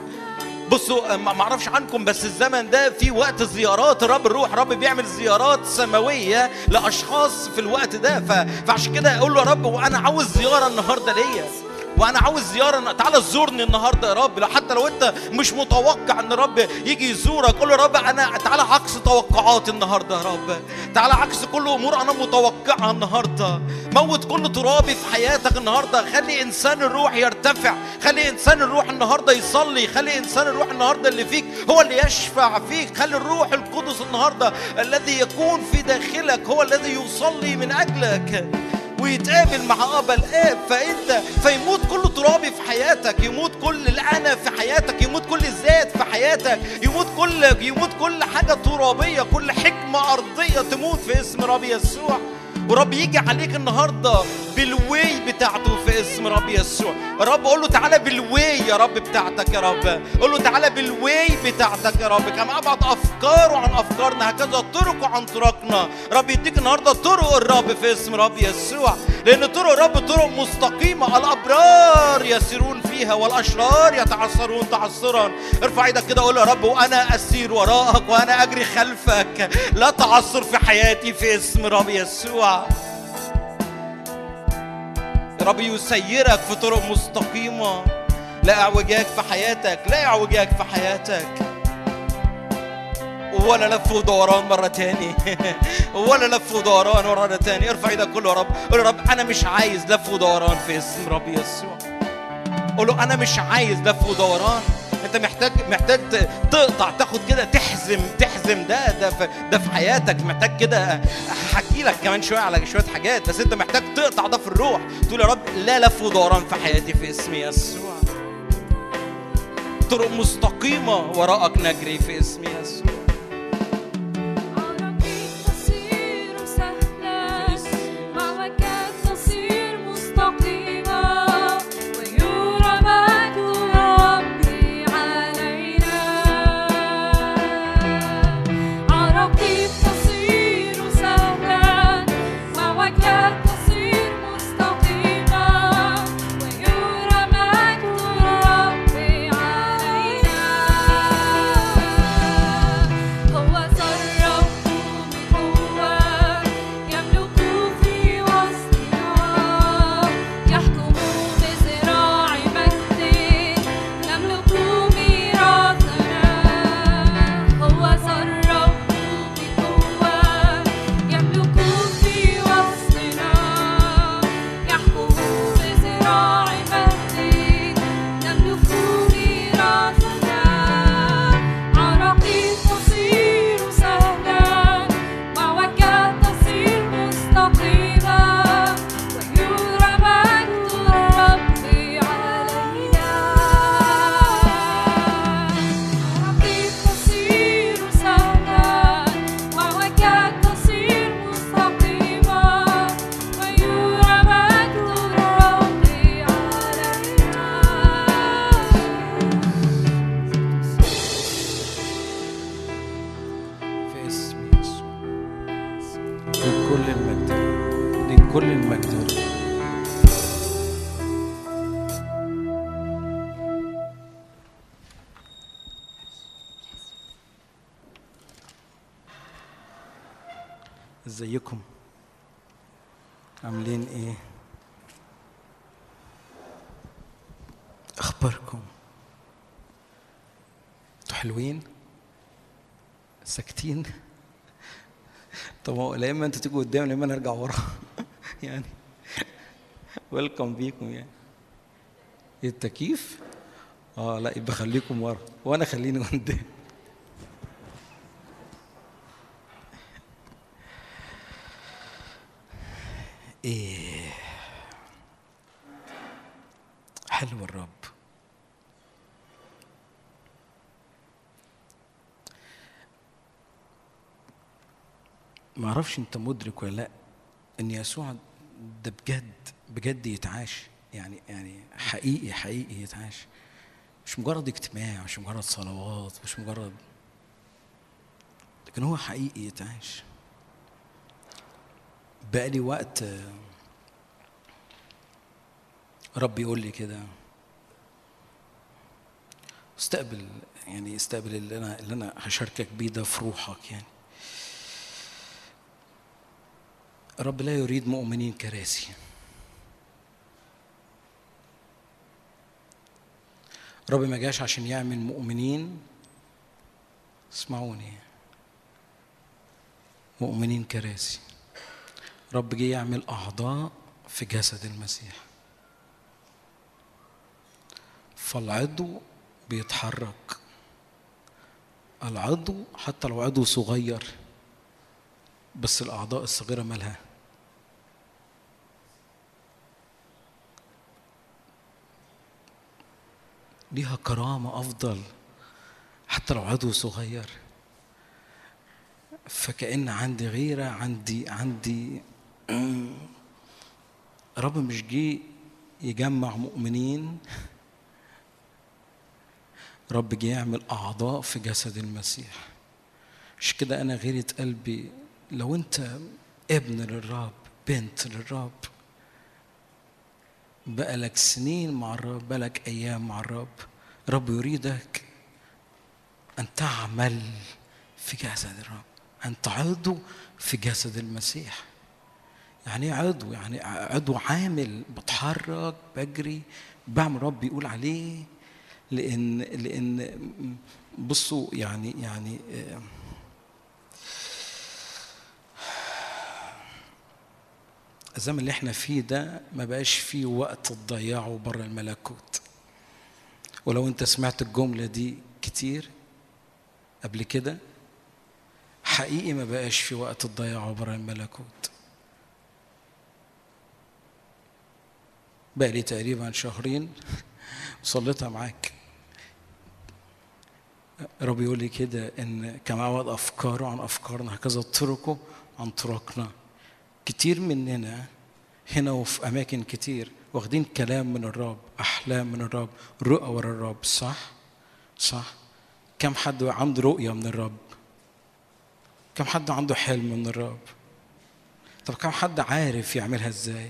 بصوا ما اعرفش عنكم بس الزمن ده في وقت زيارات الرب. الروح الرب بيعمل زيارات سماويه لاشخاص في الوقت ده. فعشان كده اقول له يا رب وانا عاوز زياره النهارده ليا، وانا عاوز زياره، تعالى زورني النهارده يا رب. لو حتى لو انت مش متوقع ان الرب يجي يزورك، قول له يا رب انا تعالى عكس توقعاتي النهارده يا رب. تعالى عكس كل امور انا متوقعها النهارده. موت كل ترابي في حياتك النهارده. خلي انسان الروح يرتفع. خلي انسان الروح النهارده يصلي. خلي انسان الروح النهارده اللي فيك هو اللي يشفع فيك. خلي الروح القدس النهارده الذي يكون في داخلك هو الذي يصلي من اجلك ويتقابل مع أبا الآب. فأنت فيموت كل ترابي في حياتك، يموت كل الأنا في حياتك، يموت كل الذات في حياتك، يموت كل يموت كل حاجة ترابية، كل حكمة أرضية تموت في اسم رب يسوع. ورب يجي عليك النهارده بالوي بتاعته في اسم رب يسوع. رب قول له تعالى بالوي يا رب بتاعتك يا رب. قول له تعالى بالوي بتاعتك يا رب. كما ابعد افكاره عن افكارنا هكذا طرقه عن طرقنا. رب يديك النهارده طرق الرب في اسم رب يسوع، لان طرق الرب طرق مستقيمه الابرار يسيرون فيها والاشرار يتعثرون تعثرا. ارفع ايدك كده قول يا رب وانا اسير وراءك وانا اجري خلفك، لا تعثر في حياتي في اسم رب يسوع. رب يسيرك في طرق مستقيمة، لا اعوجاج في حياتك، لا اعوجاج في حياتك، ولا لف ودوران مرة تاني ولا لف ودوران مرة تاني. ارفع ايدك قول له يا رب، قول يا رب انا مش عايز لف ودوران في اسم رب يسوع. قول له انا مش عايز لف ودوران. انت محتاج محتاج تقطع، تاخد كده، تحزم تحزم ده ده في ده في حياتك. محتاج كده احكي لك كمان شويه على شويه حاجات، بس انت محتاج تقطع ده في الروح. تقول يا رب لا لف ودوران في حياتي في اسم يسوع. طرق مستقيمه وراءك نجري في اسم يسوع. كل المجد ازيكم؟ عاملين ايه؟ اخباركم؟ انتوا حلوين؟ ساكتين؟ طب هو لا اما انتوا تيجوا قدام لا اما انا ارجع ورا يعني ويلكم بيكم يعني. التكييف؟ اه لا يبقى خليكم ورا وانا خليني قدام. ايه حلو الرب. ما اعرفش انت مدرك ولا لا ان يسوع ده بجد بجد يتعاش، يعني يعني حقيقي حقيقي يتعاش، مش مجرد اجتماع، مش مجرد صلوات، مش مجرد، لكن هو حقيقي يتعاش. بقى لي وقت رب يقول لي كده استقبل، يعني استقبل اللي انا اللي انا هشاركك بيه ده في روحك. يعني رب لا يريد مؤمنين كراسي. رب ما جاش عشان يعمل مؤمنين، اسمعوني، مؤمنين كراسي. رب جه يعمل أعضاء في جسد المسيح، فالعضو بيتحرك. العضو حتى لو عضو صغير، بس الأعضاء الصغيرة مالها؟ ليها كرامة أفضل حتى لو عضو صغير. فكأن عندي غيرة، عندي عندي رب مش جه يجمع مؤمنين، رب جه يعمل أعضاء في جسد المسيح. مش كده أنا غيرة قلبي لو أنت ابن للرب، بنت للرب، بقالك سنين مع الرب، بقالك أيام مع الرب، رب يريدك أن تعمل في جسد الرب، أن تعضو في جسد المسيح. يعني عضو، يعني عضو عامل، بتحرك، بجري، بعمل رب يقول عليه. لأن لأن بصوا يعني يعني الزمن اللي احنا فيه ده ما بقاش فيه وقت تضيعه بره الملكوت. ولو انت سمعت الجملة دي كتير قبل كده، حقيقي ما بقاش فيه وقت تضيعه بره الملكوت. بقى لي تقريبا شهرين وصليتها معاك. رب يقول لي كده ان كما عوض افكاره عن افكارنا هكذا طرقه عن طرقنا. كتير مننا هنا وفي اماكن كتير واخدين كلام من الرب، احلام من الرب، رؤى ورا الرب. صح صح. كم حد عنده رؤيه من الرب؟ كم حد عنده حلم من الرب؟ طب كم حد عارف يعملها ازاي؟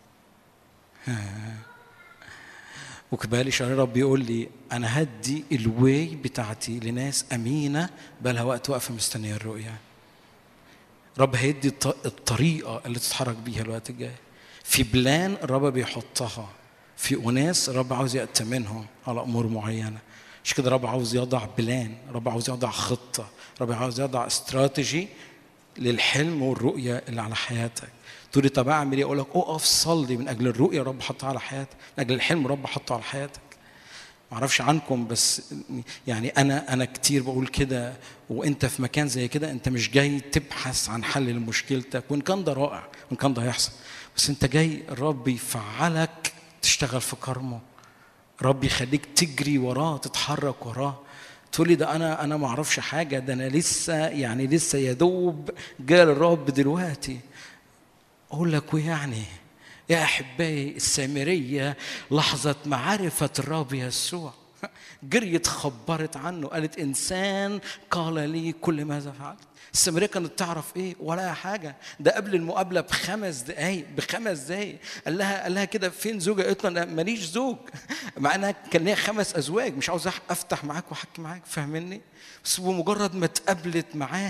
وكبالي شهر رب يقول لي انا هدي الواي بتاعتي لناس امينه بقالها وقت واقفه مستنيه الرؤيه. رب هيدي الطريقه اللي تتحرك بيها الوقت الجاي. في بلان الرب بيحطها، في أناس الرب عاوز يأتمنهم على أمور معينة. مش كده الرب عاوز يضع بلان، الرب عاوز يضع خطة، الرب عاوز يضع استراتيجي للحلم والرؤية اللي على حياتك. تقولي طب أعمل إيه؟ أقول لك أقف صلي من أجل الرؤية الرب حطها على حياتك، من أجل الحلم الرب حطه على حياتك. معرفش عنكم بس يعني أنا أنا كتير بقول كده. وأنت في مكان زي كده أنت مش جاي تبحث عن حل لمشكلتك، وإن كان ده رائع وإن كان ده هيحصل، بس أنت جاي الرب يفعلك تشتغل في كرمه. رب يخليك تجري وراه، تتحرك وراه. تقولي ده أنا أنا ما أعرفش حاجة، ده أنا لسه يعني لسه يدوب جاء الرب دلوقتي. أقول لك ويعني يا أحبائي السامرية لحظة معرفة الرب يسوع جريت خبرت عنه، قالت إنسان قال لي كل ماذا فعلت. السامرية كانت تعرف إيه ولا حاجة. ده قبل المقابلة بخمس دقايق بخمس دقايق قال لها قال لها كده فين زوجة؟ قالت له ماليش زوج، مع انها كان ليها خمس أزواج. مش عاوز أفتح معاك وأحكي معاك، فاهمني؟ بس بمجرد ما اتقابلت معاها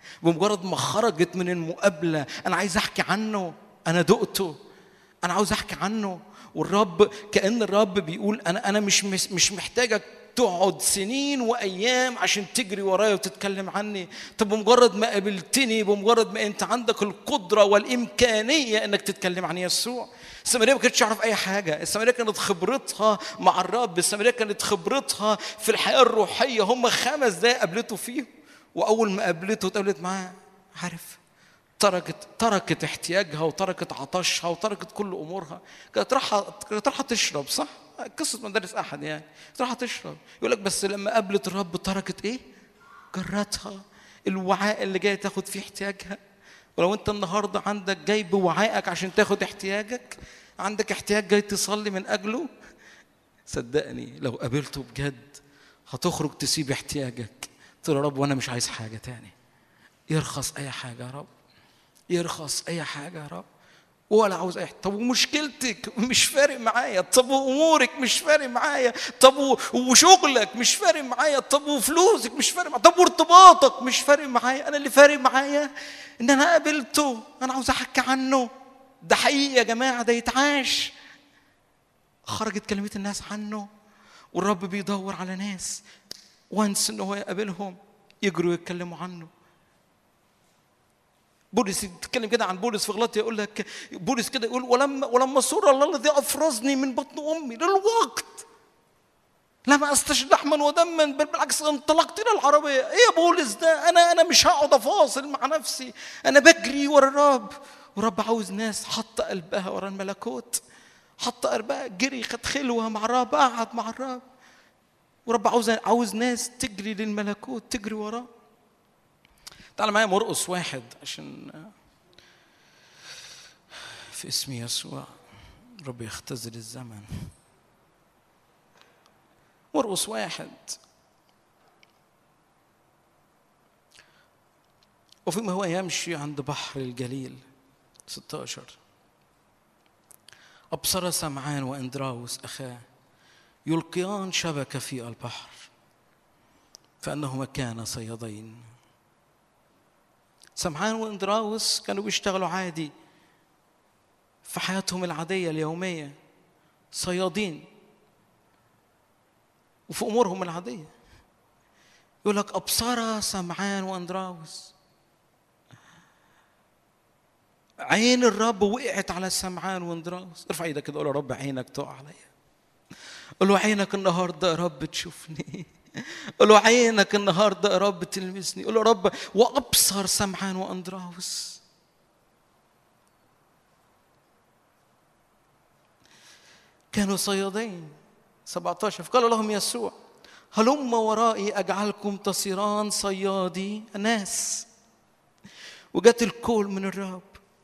بمجرد ما خرجت من المقابلة أنا عايز أحكي عنه، أنا دقته، أنا عاوز أحكي عنه. والرب كأن الرب بيقول أنا أنا مش مش محتاجك تقعد سنين وأيام عشان تجري ورايا وتتكلم عني. طب بمجرد ما قابلتني، بمجرد ما أنت عندك القدرة والإمكانية إنك تتكلم عن يسوع. السامرية ما كانتش تعرف أي حاجة، السامرية كانت خبرتها مع الرب، السامرية كانت خبرتها في الحياة الروحية هم خمس دقايق قابلته فيه، وأول ما قابلته وتقابلت معاه عارف تركت تركت احتياجها وتركت عطشها وتركت كل امورها. كانت رايحه كانت رايحه تشرب، صح؟ قصه مدارس احد يعني، كانت رايحه تشرب. يقول لك بس لما قابلت الرب تركت ايه؟ جرتها، الوعاء اللي جاي تاخد فيه احتياجها. ولو انت النهارده عندك جاي بوعائك عشان تاخد احتياجك، عندك احتياج جاي تصلي من اجله، صدقني لو قابلته بجد هتخرج تسيب احتياجك، تقول يا رب وانا مش عايز حاجه تاني، يرخص اي حاجه يا رب، يرخص اي حاجه يا رب، ولا عاوز اي حاجة. طب ومشكلتك مش فارق معايا، طب وامورك مش فارق معايا، طب وشغلك مش فارق معايا، طب وفلوسك مش فارق معايا، طب وارتباطك مش فارق معايا. انا اللي فارق معايا ان انا قابلته، انا عاوز احكي عنه. ده حقيقي يا جماعه، ده يتعاش. خرجت كلمه الناس عنه، والرب بيدور على ناس وانس ان هو يقابلهم يجروا يتكلموا عنه. بولس يتكلم كده عن بولس في غلاطيا، يقول لك بولس كده يقول ولما ولما سر الله الذي افرزني من بطن امي للوقت لم استشهد لحما ودما، بل بالعكس انطلقت الى العربيه. ايه يا بولس ده؟ انا انا مش هقعد افاصل مع نفسي، انا بجري ورا الرب. ورب عاوز ناس حط قلبها ورا الملكوت، حط قلبها، جري، خد خلوه مع الرب، قعد مع الرب. ورب عاوز عاوز ناس تجري للملكوت، تجري وراه. تعال معايا مرقس واحد عشان في اسم يسوع رب يختزل الزمن. مرقس واحد. وفيما هو يمشي عند بحر الجليل ستة عشر أبصر سمعان وإندراوس أخاه يلقيان شبكة في البحر فأنهما كانا صيادين. سمعان وإندراوس كانوا بيشتغلوا عادي في حياتهم العادية اليومية، صيادين وفي أمورهم العادية. يقول لك أبصر سمعان وإندراوس، عين الرب وقعت على سمعان وإندراوس. ارفع ايدك كده، قول يا رب عينك تقع عليا. قول له عينك النهارده يا رب تشوفني. قول له عينك النهارده يا رب تلمسني. قول له يا رب وابصر سمعان واندراوس. كانوا صيادين. سبعة عشر فقال لهم يسوع هلم ورائي اجعلكم تصيران صيادي الناس. وجت الكول من الرب،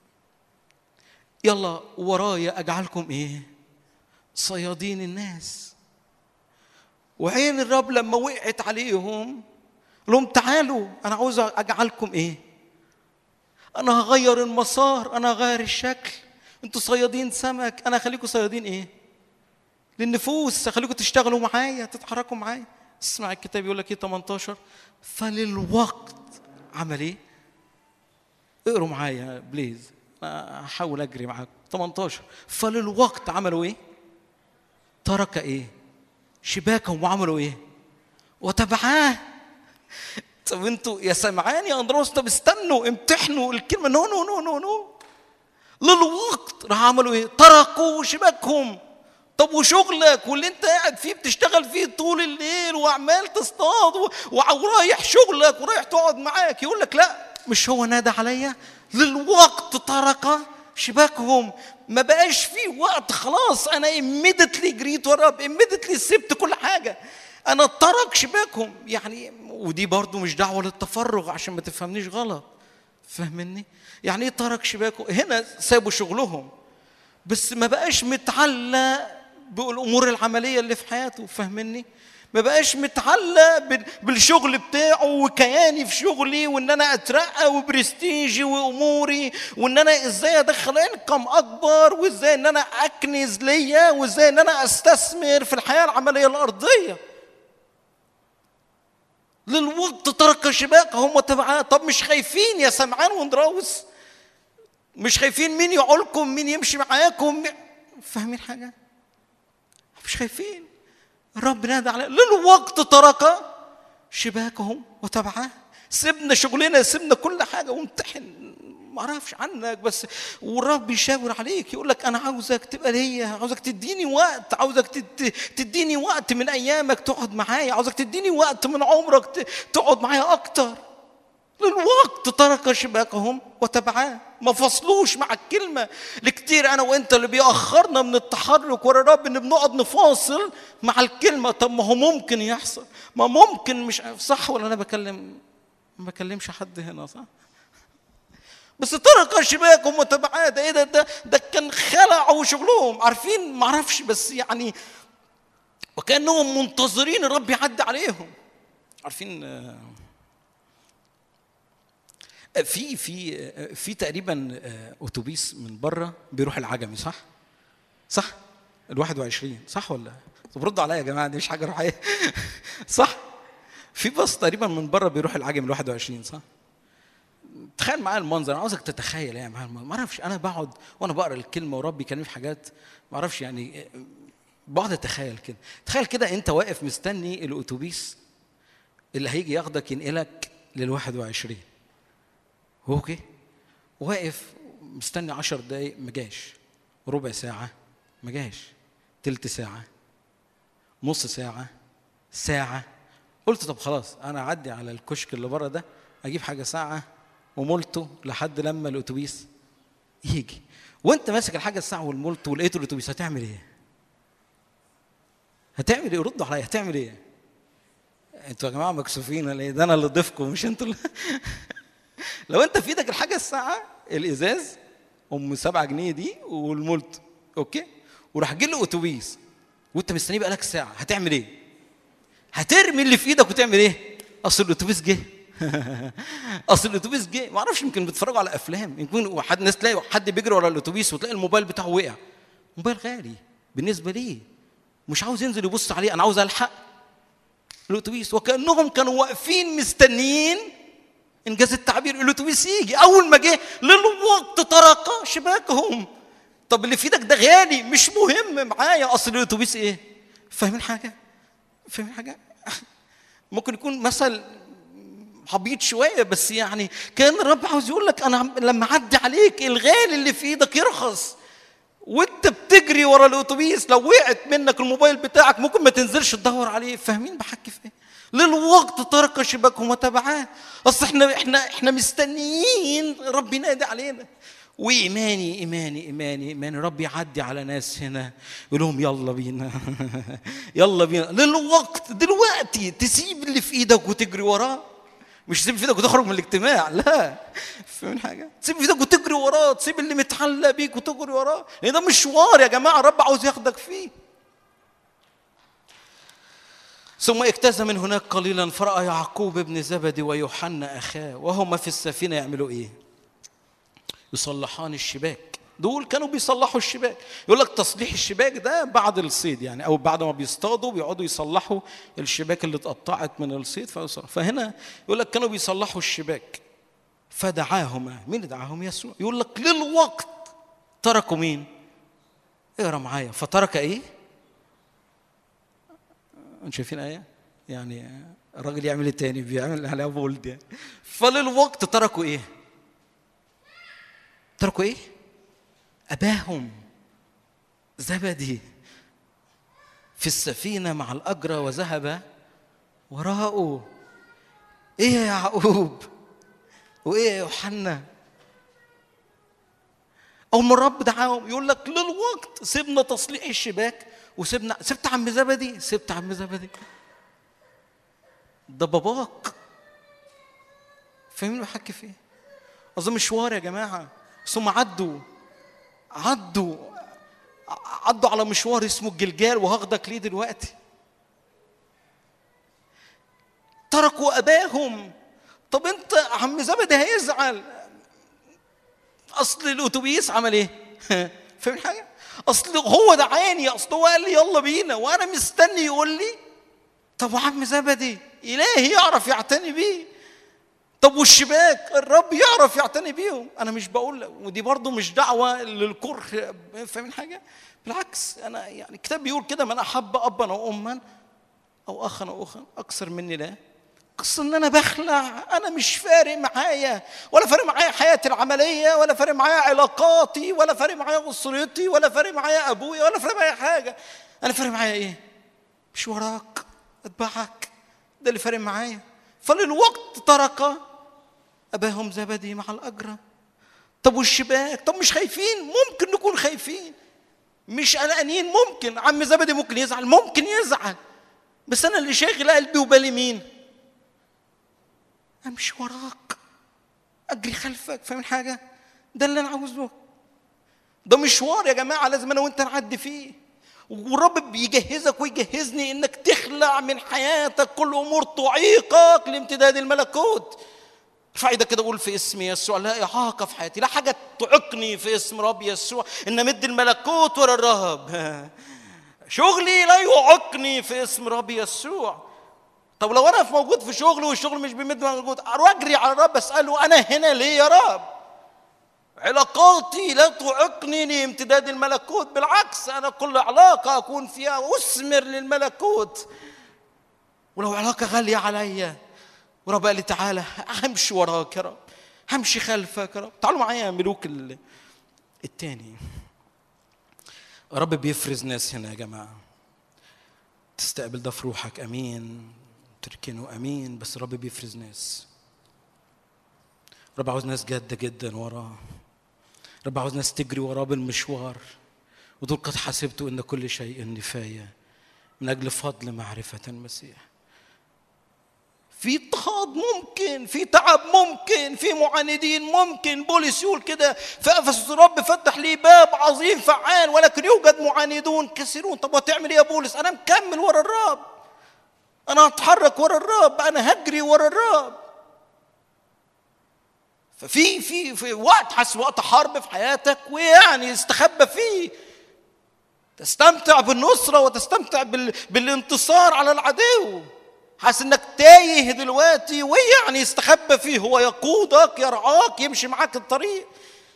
يلا ورايا اجعلكم ايه؟ صيادين الناس. وعين الرب لما وقعت عليهم لهم تعالوا انا عاوز اجعلكم ايه؟ انا هغير المسار، انا هغير الشكل. انتوا صيادين سمك، انا هخليكم صيادين ايه؟ للنفوس، هخليكم تشتغلوا معايا، تتحركوا معايا. اسمع الكتاب يقول لك ايه ثمانية عشر فللوقت عمل ايه؟ اقروا معايا بليز، هحاول اجري معاكم. ثمانية عشر فللوقت عملوا ايه؟ ترك ايه؟ شباكهم وعملوا ايه؟ وتبعاه. طب انتوا يا سمعان يا اندراوس، طب استنوا امتحنوا الكلمه. نو نو نو نو نو للوقت راح عملوا ايه؟ تركوا شباكهم. طب وشغلك واللي انت قاعد فيه بتشتغل فيه طول الليل وعمال تصطاد ورايح شغلك ورايح تقعد معاك، يقول لك لا مش هو نادى عليا؟ للوقت ترك شباكهم. ما بقاش فيه وقت، خلاص انا immediately جريت ورا، immediately سبت كل حاجه، انا ترك شباكهم. يعني ودي برضو مش دعوه للتفرغ عشان ما تفهمنيش غلط، فهمني؟ يعني ايه ترك شباكهم؟ هنا سابوا شغلهم بس ما بقاش متعلق بالامور العمليه اللي في حياته، فهمني؟ ما بقاش متعلق بالشغل بتاعه وكياني في شغلي وان انا اترقى وبرستيجي واموري وان انا ازاي ادخل انكم اكبر وازاي ان انا اكنز ليا وازاي ان انا استثمر في الحياه العمليه الارضيه. للوقت ترك شباكهم وتبعاه. طب مش خايفين يا سمعان وندراوس؟ مش خايفين مين يعولكم، مين يمشي معاكم؟ فاهمين حاجة؟ مش خايفين. الرب نادى عليه للوقت ترك شباكهم وتبعاه. سيبنا شغلنا، سيبنا كل حاجة وامتحن، ما اعرفش عنك بس، والرب يشاور عليك يقول لك انا عاوزك تبقى ليا، عاوزك تديني وقت، عاوزك تديني وقت من ايامك تقعد معايا، عاوزك تديني وقت من عمرك تقعد معايا اكتر. للوقت ترك شباكهم وتبعاه. ما فصلوش مع الكلمة. لكتير أنا وإنت اللي بيأخرنا من التحرك ورا الرب إن بنقعد نفاصل مع الكلمة. طب ما هو ممكن يحصل، ما ممكن، مش صح ولا أنا بكلم ما بكلمش حد هنا صح؟ بس ترك شباكهم وتبعاه. ده إيه ده ده ده كان خلعوا شغلهم، عارفين ما أعرفش بس يعني، وكأنهم منتظرين الرب يعدي عليهم. عارفين في في في تقريبا اتوبيس من بره بيروح العجمي صح؟ صح؟ الواحد وعشرين صح ولا؟ طب ردوا عليا يا جماعه، دي مش حاجه روحيه صح؟ في باص تقريبا من بره بيروح العجمي الواحد وعشرين صح؟ تخيل معايا المنظر، انا عاوزك تتخيل يعني معايا المنظر. ما اعرفش، انا بقعد وانا بقرا الكلمه وربي يكلمني في حاجات ما اعرفش يعني، بقعد اتخيل كده. تخيل كده انت واقف مستني الاتوبيس اللي هيجي ياخدك ينقلك للواحد وعشرين، اوكي؟ واقف مستني عشر دقايق ما جاش، ربع ساعة ما جاش، تلت ساعة، نص ساعة، ساعة. قلت طب خلاص أنا أعدي على الكشك اللي بره ده أجيب حاجة ساعة ومولته لحد لما الأتوبيس يجي. وأنت ماسك الحاجة الساعة والمولته ولقيت الأتوبيس، هتعمل إيه؟ هتعمل إيه؟ ردوا عليا، هتعمل إيه؟ أنتوا يا جماعة مكسوفين ولا إيه؟ ده أنا اللي ضيفكم مش أنتوا اللي لو انت في ايدك الحاجه الساعه الازاز ام سبعة جنيه دي والمولت اوكي، وراح جه له اتوبيس وانت مستنيه بقالك ساعه، هتعمل ايه؟ هترمي اللي في ايدك وتعمل ايه؟ اصل الاتوبيس جه اصل الاتوبيس جه. ما اعرفش، يمكن بتتفرجوا على افلام، يمكن حد ناس تلاقي حد بيجري ورا الاتوبيس وتلاقي الموبايل بتاعه وقع. موبايل غالي بالنسبه ليه، مش عاوز ينزل يبص عليه، انا عاوز الحق الاتوبيس. وكانهم كانوا واقفين مستنيين انجاز التعبير الاتوبيس يجي. اول ما جه للوقت ترك شباكهم. طب اللي في ايدك ده غالي، مش مهم معايا، اصل الاتوبيس ايه؟ فاهمين حاجه؟ فاهمين حاجه؟ ممكن يكون مثل عبيط شويه بس يعني كان الرب عاوز يقول لك انا لما اعدي عليك الغالي اللي في ايدك يرخص، وانت بتجري ورا الاتوبيس لو وقعت منك الموبايل بتاعك ممكن ما تنزلش تدور عليه. فاهمين بحكي في ايه؟ للوقت ترك شباكهم وتبعاه. اصل احنا احنا احنا مستنيين رب ينادي علينا. وايماني ايماني ايماني ايماني رب يعدي على ناس هنا يقول لهم يلا بينا يلا بينا. للوقت دلوقتي تسيب اللي في ايدك وتجري وراه، مش تسيب في ايدك وتخرج من الاجتماع، لا. فاهمين حاجه؟ تسيب في ايدك وتجري وراه، تسيب اللي متعلق بيك وتجري وراه، لان ده مشوار يا جماعه الرب عاوز ياخدك فيه. ثم اجتاز من هناك قليلا فرأى يعقوب ابن زبدي ويوحنا أخاه وهما في السفينة يعملوا إيه؟ يصلحان الشباك. دول كانوا بيصلحوا الشباك. يقول لك تصليح الشباك ده بعد الصيد يعني، أو بعد ما بيصطادوا بيقعدوا يصلحوا الشباك اللي اتقطعت من الصيد. فهنا يقول لك كانوا بيصلحوا الشباك. فدعاهما، مين اللي دعاهم؟ يسوع. يقول لك للوقت تركوا مين؟ اقرا معايا. فترك إيه؟ انتوا شايفين آية؟ يعني الراجل يعمل التاني بيعمل عليها بولد يعني. فللوقت تركوا إيه؟ تركوا إيه؟ أباهم زبدي في السفينة مع الأجرة وذهب وراءه. إيه يا يعقوب؟ وإيه يا يوحنا؟ أول ما الرب دعاهم يقول لك للوقت سيبنا تصليح الشباك وسيبنا، سبت عم زبدي، سبت عم زبدي، ده باباك. فاهمين بحكي في ايه؟ اظن مشوار يا جماعه. ثم عدوا عدوا عدوا على مشوار اسمه الجلجال وهاخدك ليه دلوقتي. تركوا اباهم. طب انت عم زبدي هيزعل، اصل الاتوبيس عمل ايه؟ فاهمين حاجه؟ اصل هو دعاني، اصل هو قال لي يلا بينا وانا مستني يقول لي طب عم زبدي إلهي يعرف يعتني بيه. طب والشباك الرب يعرف يعتني بيهم. أنا مش بقول، ودي برضو مش دعوة للكره، فاهمين حاجة؟ بالعكس، أنا يعني الكتاب بيقول كده: من أحب أبا أو أما أو أخا أو أخا أكثر مني لا. قصة إن أنا بخلع، أنا مش فارق معايا، ولا فارق معايا حياتي العملية، ولا فارق معايا علاقاتي، ولا فارق معايا أسرتي، ولا فارق معايا أبويا، ولا فارق معايا حاجة. أنا فارق معايا إيه؟ مش وراك، أتبعك، ده اللي فارق معايا. فللوقت ترك أباهم زبدي مع الأجرة. طب والشباك؟ طب مش خايفين؟ ممكن نكون خايفين، مش قلقانين. ممكن عم زبدي ممكن يزعل، ممكن يزعل، بس أنا اللي شاغل قلبي وبالي مين؟ أمشي وراك، أجري خلفك. فاهم حاجة؟ ده اللي أنا عاوزه. ده مشوار يا جماعة لازم أنا وأنت نعدي فيه، والرب بيجهزك ويجهزني إنك تخلع من حياتك كل أمور تعيقك لامتداد الملكوت. ارفع ايدك كده وقول: في اسم يسوع لا إعاقة في حياتي، لا حاجة تعيقني في اسم رب يسوع، إن مد الملكوت ورا الرهب. شغلي لا يعيقني في اسم رب يسوع. طب لو أنا موجود في شغل والشغل مش بيمد ملكوت، أروح أجري على الرب أسأله: أنا هنا ليه يا رب؟ علاقاتي لا تعيقني لامتداد الملكوت، بالعكس أنا كل علاقة أكون فيها أثمر للملكوت. ولو علاقة غالية عليا ورب قال لي: تعالى همشي وراك يا رب، همشي خلفك يا رب. تعالوا معايا ملوك التاني. رب بيفرز ناس هنا يا جماعة، تستقبل ده في روحك. أمين، تركنه أمين. بس الرب بيفرز ناس. رب عاوز ناس جادة جدا وراه. رب عاوز ناس تجري وراه بالمشوار، ودول قد حسبتوا إن كل شيء نفاية من أجل فضل معرفة المسيح. في اضطهاد ممكن، في تعب ممكن، في معاندين ممكن. بولس يقول كده في أفسس: الرب فتح لي باب عظيم فعال ولكن يوجد معاندون كثيرون. طب وتعمل ايه يا بولس؟ انا مكمل ورا الرب، انا هتحرك ورا الرب، انا هجري ورا الرب. ففي في في وقت حس وقت حرب في حياتك، ويعني استخبى فيه، تستمتع بالنصرة وتستمتع بالانتصار على العدو. حاسس انك تايه دلوقتي، ويعني استخبى فيه، هو يقودك يرعاك يمشي معاك الطريق.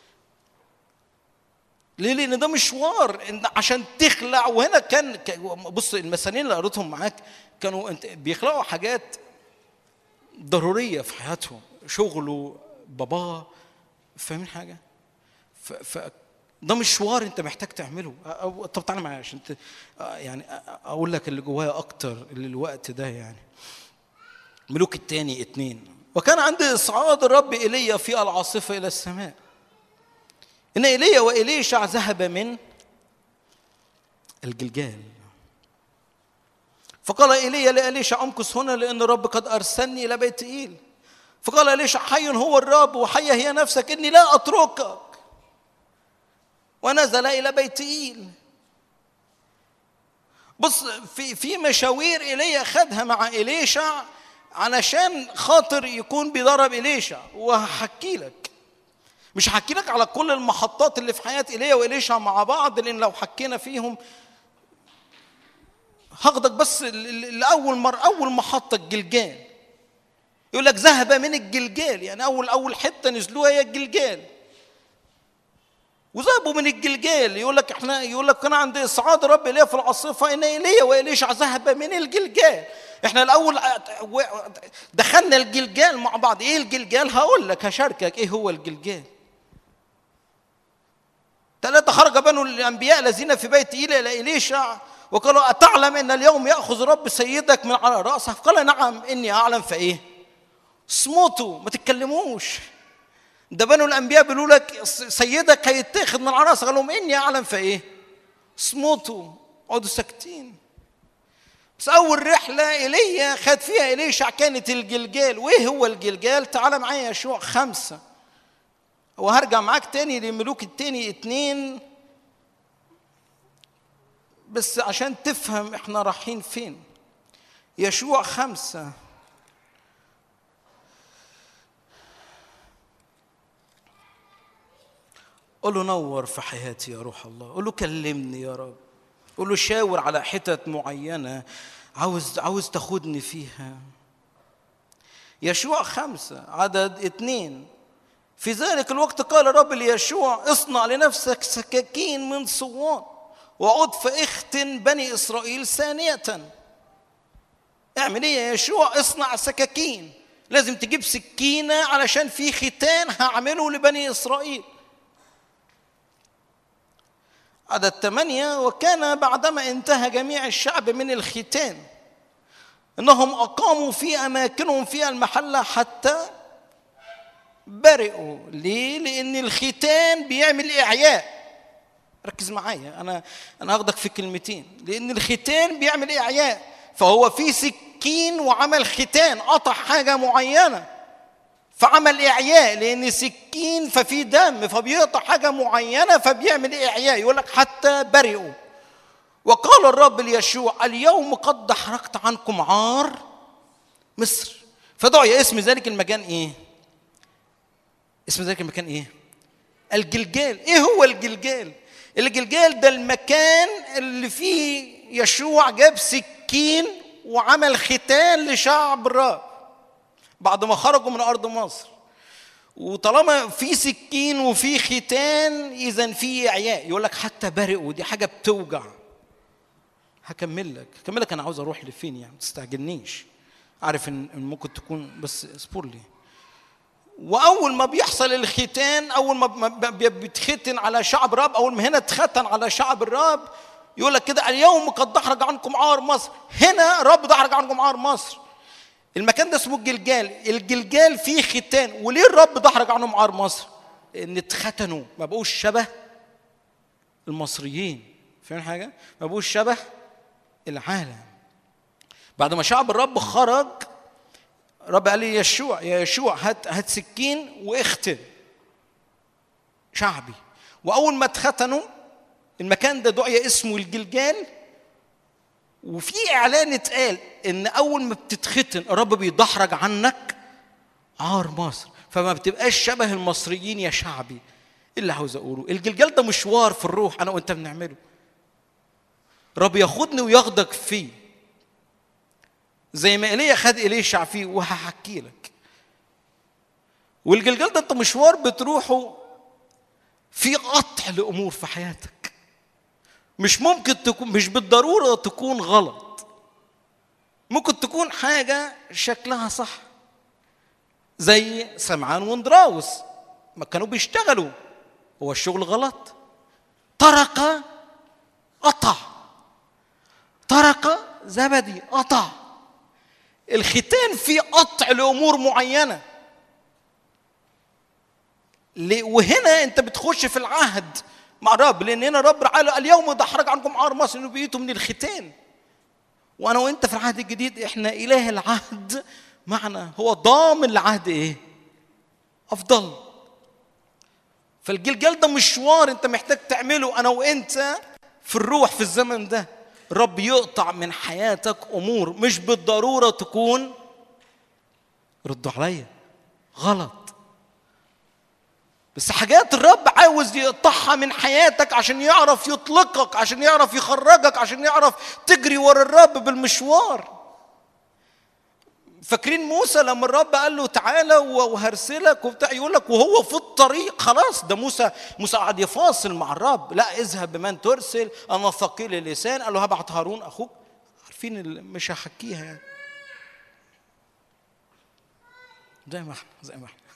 ليه؟ لان ده مشوار عشان تخلع. وهنا كان بص، المثالين اللي قريتهم معاك كانوا بيخلقوا حاجات ضروريه في حياتهم، شغله، باباه، فاهمين حاجه؟ ف ده مشوار انت محتاج تعمله. طب تعالى معايا عشان انت يعني اقول لك اللي جوايا اكتر للوقت ده. يعني ملوك الثاني اتنين: وكان عند إصعاد الرب إيليا في العاصفة إلى السماء، إن إيليا وإليشع ذهب من الجلجال. فقال إيليا لإليشع: أمكث هنا لأن الرب قد أرسلني إلى بيت إيل. فقال إليشع: حي هو الرب وحية هي نفسك، إني لا أتركك. ونزل إلى بيت إيل. بص، في في مشاوير إيليا خدها مع إليشع علشان خاطر يكون بيضرب إليشع. وهحكي لك، مش هحكي لك على كل المحطات اللي في حياة إيليا وإليشع مع بعض، لأن لو حكينا فيهم هاخدك بس لأول مرة. أول محطة الجلجال. يقول لك ذهب من الجلجال، يعني أول أول حتة نزلوها هي الجلجال. وذهبوا من الجلجال. يقول لك احنا يقول لك كان عند إصعاد رب إيليا في العاصفة إن إيليا وإليشع ذهب من الجلجال. احنا الأول دخلنا الجلجال مع بعض. إيه الجلجال؟ هقول لك، هشاركك إيه هو الجلجال. ثلاثة: خرج بنو الأنبياء الذين في بيت إيليا إلى إليشع وقالوا: أتعلم أن اليوم يأخذ رب سيدك من على رأسه؟ قال: نعم إني أعلم. فإيه؟ اصمتوا، ما تتكلموش. ده بنو الأنبياء بيقولوا لك سيدك هيتاخذ من على رأسه. قال لهم: إني أعلم. فإيه؟ اصمتوا، اقعدوا ساكتين. بس أول رحلة إيليا خد فيها إليشع كانت الجلجال. وإيه هو الجلجال؟ تعال معايا يشوع خمسة، وهرجع معاك تاني لملوك التاني اتنين بس عشان تفهم احنا رايحين فين. يشوع خمسة قل له: نور في حياتي يا روح الله. قل له: كلمني يا رب. قل له: شاور على حتت معينة عاوز عاوز تاخدني فيها. يشوع خمسة عدد اتنين. في ذلك الوقت قال الرب ليشوع اصنع لنفسك سكاكين من صوان وعد فاختن بني إسرائيل ثانية. اعمل ايه يا يشوع؟ اصنع سكاكين. لازم تجيب سكينة علشان في ختان هعمله لبني إسرائيل. عدد ثمانية. وكان بعدما انتهى جميع الشعب من الختان انهم اقاموا في اماكنهم في المحله حتى برئوا. ليه؟ لان الختان بيعمل اعياء. ركز معايا، انا انا هاخدك في كلمتين. لان الختان بيعمل اعياء، فهو في سكين وعمل ختان، قطع حاجه معينه فعمل اعياء. لان سكين ففي دم فبيقطع حاجه معينه فبيعمل اعياء. يقول لك حتى برئوا. وقال الرب ليشوع اليوم قد دحرجت عنكم عار مصر. فدعي اسم ذلك المكان ايه؟ اسم ذلك المكان ايه؟ الجلجال. ايه هو الجلجال؟ الجلجال ده المكان اللي فيه يشوع جاب سكين وعمل ختان لشعب الرب بعد ما خرجوا من ارض مصر. وطالما في سكين وفي ختان اذا في اعياء. يقول لك حتى برئوا، دي حاجه بتوجع. هكمل لك هكمل لك انا عاوز اروح لفين يعني، ما تستعجلنيش. عارف ان ممكن تكون، بس اصبر لي. واول ما بيحصل الختان، اول ما بيتختن على شعب الرب، اول ما هنا اتختن على شعب الرب، يقول لك كده اليوم قد دحرج عنكم عار مصر. هنا رب دحرج عنكم عار مصر. المكان ده اسمه الجلجال. الجلجال فيه ختان. وليه الرب دحرج عنهم عار مصر؟ ان اتختنوا، ما بقوش شبه المصريين. فاهم حاجه؟ ما بقوش شبه العالم. بعد ما شعب الرب خرج، الرب قال لي يشوع يا يشوع هات هات سكين واختن شعبي. واول ما اتختنوا المكان ده دعي اسمه الجلجال. وفي اعلان اتقال ان اول ما بتتختن الرب بيدحرج عنك عار مصر، فما بتبقاش شبه المصريين يا شعبي. اللي عاوز اقوله الجلجال ده مشوار في الروح انا وانت بنعمله. رب ياخدني وياخدك فيه زي ما ايليا خد إليشع فيه، وهحكي لك. والجلجال ده انت مشوار بتروحه في قطع لامور في حياتك. مش ممكن تكون، مش بالضروره تكون غلط، ممكن تكون حاجه شكلها صح. زي سمعان وندراوس ما كانوا بيشتغلوا، هو الشغل غلط، طرق قطع، طرق زبدي قطع. الختان فيه قطع لامور معينه. وهنا انت بتخش في العهد مع الرب، لان هنا الرب قال اليوم دحرج عنكم عار مصر انه بيتوا من الختان. وانا وانت في العهد الجديد احنا اله العهد معنا، هو ضامن العهد ايه؟ افضل. فالجلجال ده مشوار انت محتاج تعمله انا وانت في الروح في الزمن ده. الرب يقطع من حياتك امور مش بالضروره تكون، ردوا عليا، غلط، بس حاجات الرب عاوز يقطعها من حياتك عشان يعرف يطلقك، عشان يعرف يخرجك، عشان يعرف تجري ورا الرب بالمشوار. فاكرين موسى لما الرب قال له تعالى وهرسلك وبتاع، يقول لك وهو في الطريق خلاص، ده موسى موسى قعد يفاصل مع الرب، لا اذهب بمن ترسل انا ثقيل اللسان، قال له هبعت هارون اخوك. عارفين مش هحكيها يعني، زي ما احنا زي ما احنا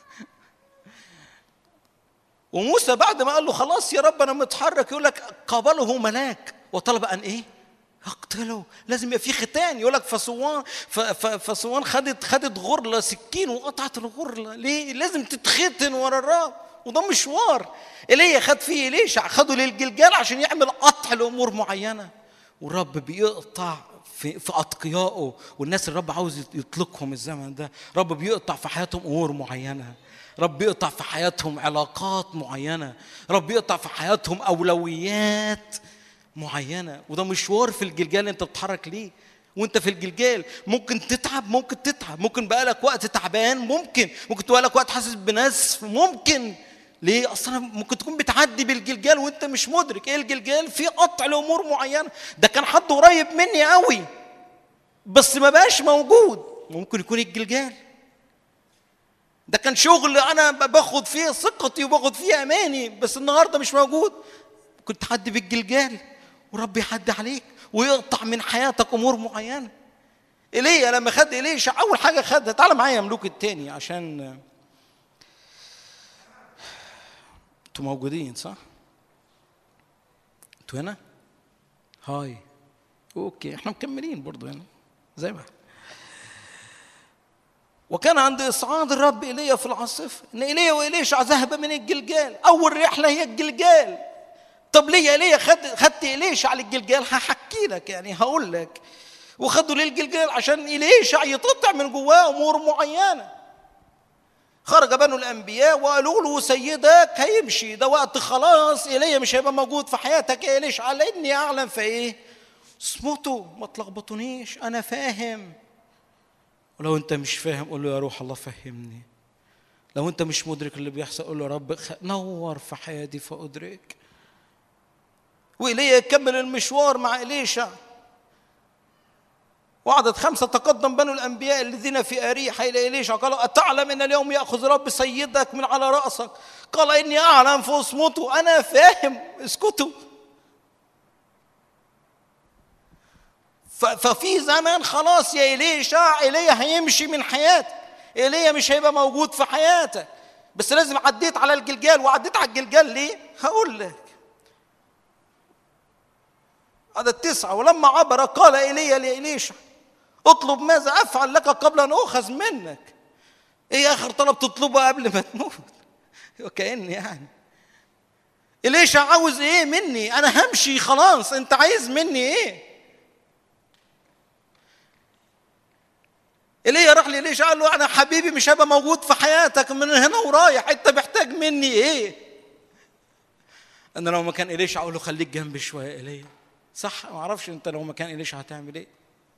وموسى بعد ما قال له خلاص يا رب انا متحرك، يقول لك قابله ملاك وطلب ان ايه؟ اقتله. لازم يبقى في ختان. يقول لك فصوان فصوان خدت خدت غرله سكين وقطعت الغرله. ليه؟ لازم تتختن ورا الرب، وده مشوار. ايليا خد فيه إليشع، خده للجلجال عشان يعمل قطع لامور معينه. والرب بيقطع في في اتقيائه والناس الرب عاوز يطلقهم الزمن ده. رب بيقطع في حياتهم امور معينه، رب يقطع في حياتهم علاقات معينه، رب يقطع في حياتهم اولويات معينه. وده مشوار في الجلجال انت بتتحرك ليه. وانت في الجلجال ممكن تتعب، ممكن تتعب ممكن بقالك وقت تعبان، ممكن ممكن بقالك وقت حاسس بنسف، ممكن. ليه؟ اصلا ممكن تكون بتعدي بالجلجال وانت مش مدرك ايه الجلجال فيه قطع لامور معينه. ده كان حد قريب مني قوي بس ما بقاش موجود، ممكن يكون الجلجال ده كان شغل انا باخد فيه ثقتي وباخد فيه اماني، بس النهارده مش موجود. كنت حد بالجلجال وربي يحد عليك ويقطع من حياتك امور معينه. ايليا لما خد إليشع اول حاجه خدها، تعال معايا ملوك التاني عشان انتوا موجودين صح؟ انتوا هنا؟ هاي اوكي، احنا مكملين برضه هنا زي ما وكان عند إصعاد الرب إيليا في العاصفة إن إيليا وإليشع ذهب من الجلجال. أول رحلة هي الجلجال. طب ليه يا إيليا خد خدت إليشع للجلجال؟ هحكي لك يعني هقول لك. وخدوا للجلجال عشان إليشع يتقطع من جواه أمور معينة. خرج بنو الأنبياء وقالوا له سيدك هيمشي، ده وقت خلاص إيليا مش هيبقى موجود في حياتك يا إليشع، لأني أعلم في إيه؟ اصمتوا ما تلخبطونيش، أنا فاهم. ولو انت مش فاهم قول له يا روح الله فهمني. لو انت مش مدرك اللي بيحصل قول له يا رب نور في حياتي فأدرك. وإيليا يكمل المشوار مع إليشع. وعدد خمسة تقدم بنو الأنبياء الذين في أريحة إلى إليشع قالوا أتعلم أن اليوم يأخذ رب سيدك من على رأسك؟ قال إني أعلم فاصمتوا، أنا فاهم اسكتوا. ففي زمان خلاص يا إليشع إيليا هيمشي من حياتك، إيليا مش هيبقى موجود في حياتك، بس لازم عديت على الجلجال. وعديت على الجلجال ليه؟ هقول لك. عدد تسعة ولما عبر قال إيليا لإليشع اطلب ماذا أفعل لك قبل أن أخذ منك. إيه آخر طلب تطلبه قبل ما تموت؟ وكأن يعني إليشع عاوز إيه مني؟ أنا همشي خلاص، أنت عايز مني إيه؟ إيليا راح لإليشع قال له أنا حبيبي مش هبقى موجود في حياتك من هنا ورايح، أنت محتاج مني إيه؟ أنا لو مكان إليشع أقول له خليك جنبي شوية إيليا، صح؟ ما أعرفش أنت لو مكان إليشع هتعمل إيه؟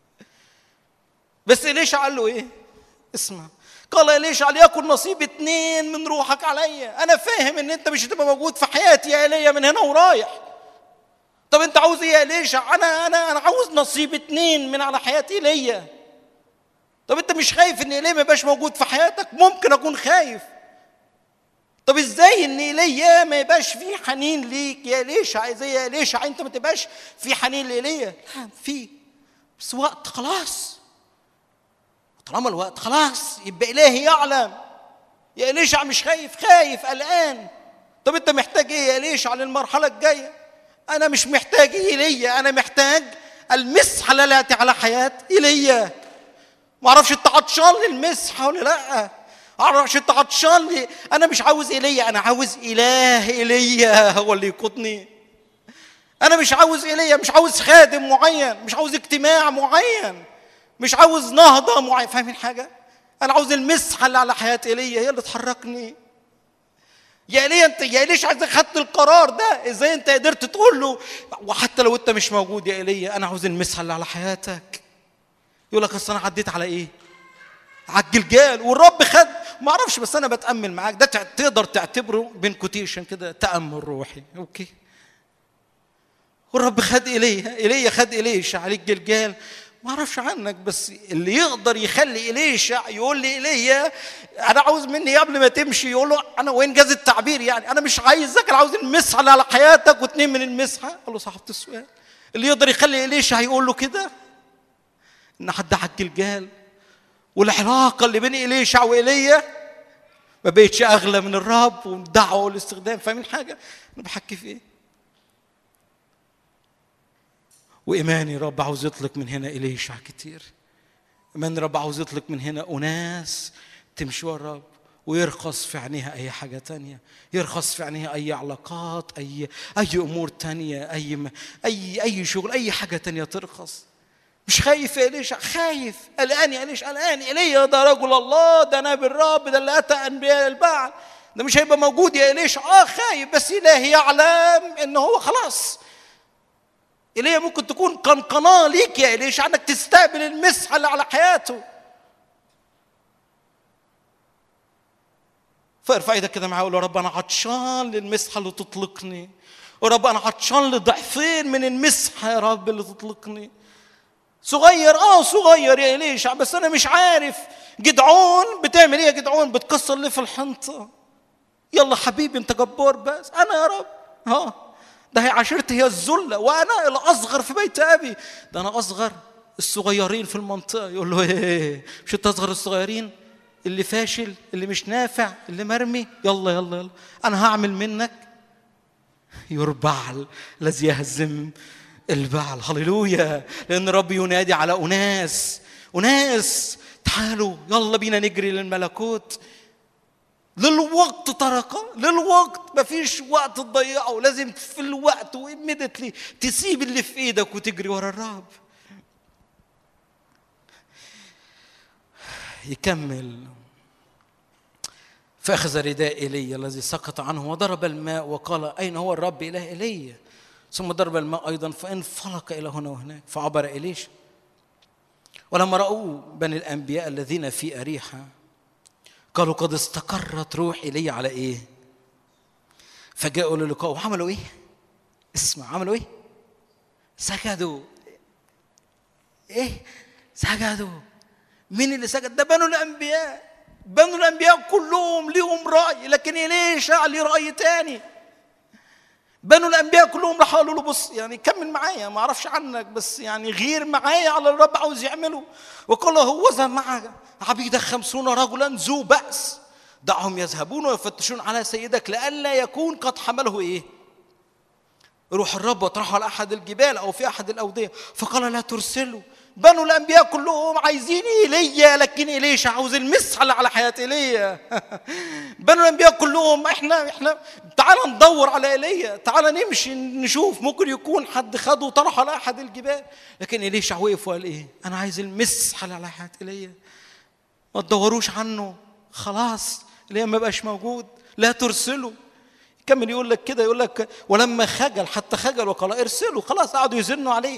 بس إليشع قال له إيه؟ اسمع، قال إليشع ليكن نصيب اتنين من روحك عليا. أنا فاهم إن أنت مش هتبقى موجود في حياتي يا إيليا من هنا ورايح. طب أنت عاوز إيه يا إليشع؟ أنا أنا أنا عاوز نصيب اتنين من على حياة إيليا. طب انت مش خايف ان ايليا ما يبقاش موجود في حياتك؟ ممكن اكون خايف. طب ازاي ان ايليا ما يبقاش فيه حنين ليك يا إليشع؟ زي يا إليشع انت ما تبقاش في حنين لايليا؟ لا في، بس وقت خلاص. طالما الوقت خلاص يبقى إلهي يعلم. يا إليشع مش خايف، خايف قلقان. طب انت محتاج ايه يا إليشع للمرحله الجايه؟ انا مش محتاج ايليا، انا محتاج المسحه التي على حياه ايليا. ما اعرفش انت عطشان للمسحه ولا لا، ما اعرفش انت عطشان لي. انا مش عاوز ايليا، انا عاوز اله ايليا هو اللي يقودني. انا مش عاوز ايليا، مش عاوز خادم معين، مش عاوز اجتماع معين، مش عاوز نهضه معين. فاهمين حاجه؟ انا عاوز المسحه اللي على حياه ايليا هي اللي تحركني. يا ايليا انت يا ليش عايز خدت القرار ده؟ ازاي انت قدرت تقول له وحتى لو انت مش موجود يا ايليا انا عاوز المسحه اللي على حياتك؟ يقول لك اصل انا عديت على ايه؟ على الجلجال والرب خد. ما اعرفش، بس انا بتامل معاك. ده تقدر تعتبره بين كوتيشن كده تامل روحي، اوكي؟ والرب خد ايليا، ايليا خد إليشع على الجلجال. ما اعرفش عنك، بس اللي يقدر يخلي إليشع يقول لي ايليا انا عاوز مني قبل ما تمشي، يقول له انا وين جاز التعبير يعني انا مش عايزك، انا عاوز المسحه اللي على حياتك واتنين من المسحه. قال له صاحبت السؤال. اللي يقدر يخلي إليشع يقول له كده ان حد على الجلجال، والعلاقه اللي بين إليشع وإيليا ما بقتش اغلى من الرب والدعوه والاستخدام. فاهمين حاجه انا بحكي في ايه؟ وإيماني رب عاوز يطلق من هنا إليشع كتير. إيمان رب عاوز يطلق من هنا أناس تمشي ورا الرب ويرخص في عينيها أي حاجة تانية، يرخص في عينيها أي علاقات، أي أي أمور تانية، أي أي أي شغل، أي حاجة تانية ترخص. مش خايف يا إليشع؟ خايف قلقان يا إليشع قلقان. إيليا ده رجل الله، ده نبي الرب، ده اللي أتى أنبياء البعل، ده مش هيبقى موجود يا إليشع. آه خايف، بس إلهي يعلم إن هو خلاص. إيليا ممكن تكون كان قناة ليك يا إليشع انك تستقبل المسحة اللي على حياته. فارفع ايدك كده معايا وقول يا رب انا عطشان للمسحة اللي تطلقني، يا رب انا عطشان لضعفين من المسحة يا رب اللي تطلقني. صغير اه صغير يا إليشع، بس انا مش عارف. جدعون بتعمل ايه يا جدعون؟ بتكسر ليه في الحنطه؟ يلا حبيبي انت جبار، بس انا يا رب ها ده هي عشيرتي هي الذله وانا الاصغر في بيت ابي، ده انا اصغر الصغيرين في المنطقه. يقول له ايه؟ مش انت اصغر الصغيرين؟ اللي فاشل، اللي مش نافع، اللي مرمي، يلا يلا يلا انا هعمل منك يربعل الذي يهزم البعل. هللويا. لان رب ينادي على اناس اناس تعالوا يلا بينا نجري للملكوت. للوقت طرقة، للوقت، مفيش وقت تضيعه، لازم في الوقت وإميدتلي تسيب اللي في ايدك وتجري ورا الرب. يكمل: فأخذ رداء إيليا الذي سقط عنه وضرب الماء وقال أين هو الرب إله إيليا؟ ثم ضرب الماء أيضا فانفلق إلى هنا وهناك فعبر إليشا. ولما رأوا بني الأنبياء الذين في أريحة قالوا قد استقرت روح إيليا على إيه؟ فجاءوا للقاء وعملوا إيه؟ اسمع عملوا إيه؟ سجدوا. إيه؟ سجدوا. مين اللي سجد؟ ده بنو الأنبياء. بنو الأنبياء كلهم ليهم رأي، لكن إليشع ليه رأي تاني. بنو الأنبياء كلهم راحوا قالوا له بص يعني كمل معايا، ما أعرفش عنك بس يعني غير معايا على الرب عاوز يعمله. وقال هو ذا مع عبيدك خمسون رجلا ذو بأس دعهم يذهبون ويفتشون على سيدك لئلا يكون قد حمله إيه؟ روح الرب وطرحه على أحد الجبال أو في أحد الأودية. فقال لا ترسلوا. بنو الأنبياء كلهم عايزين إيليا، لكن إليشع عاوز المسحل على حياة إيليا. بنو الأنبياء كلهم إحنا إحنا تعال ندور على إيليا، تعال نمشي نشوف ممكن يكون حد خده وطرحه على أحد الجبال. لكن إليشع وقف وقال إيه؟ أنا عايز المسحل على حياة إيليا، ما تدوروش عنه، خلاص إيليا ما بقاش موجود، لا ترسله. كمل يقول لك كده، يقول لك ولما خجل حتى خجل وقال ارسلوا، خلاص قعدوا يزنوا عليه.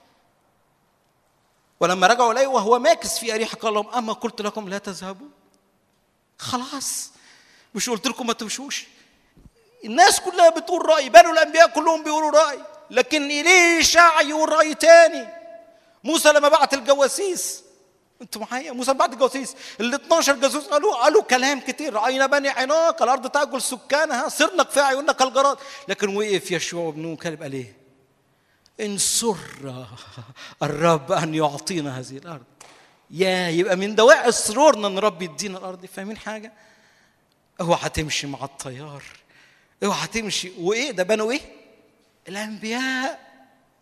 ولما رجعوا إليه وهو ماكث في أريحة قال لهم أما قلت لكم لا تذهبوا؟ خلاص مش قلت لكم ما تمشوش؟ الناس كلها بتقول رأي، بنو الأنبياء كلهم بيقولوا رأي، لكن إليشع يقول رأي تاني. موسى لما بعت الجواسيس، انتوا معايا؟ موسى بعت الجواسيس، ال اثناشر جاسوس قالوا قالوا كلام كتير، رأينا بني عناق الأرض تأكل سكانها صرنا في أعيننا كالجراد. لكن وقف يشوع بن كالب قال إيه؟ إن سر الرب أن يعطينا هذه الأرض. يا يبقى من دواعي سرورنا أن رب يدينا الأرض. فاهمين حاجة؟ اوعى تمشي مع التيار، اوعى تمشي. وإيه ده بنو إيه؟ الأنبياء.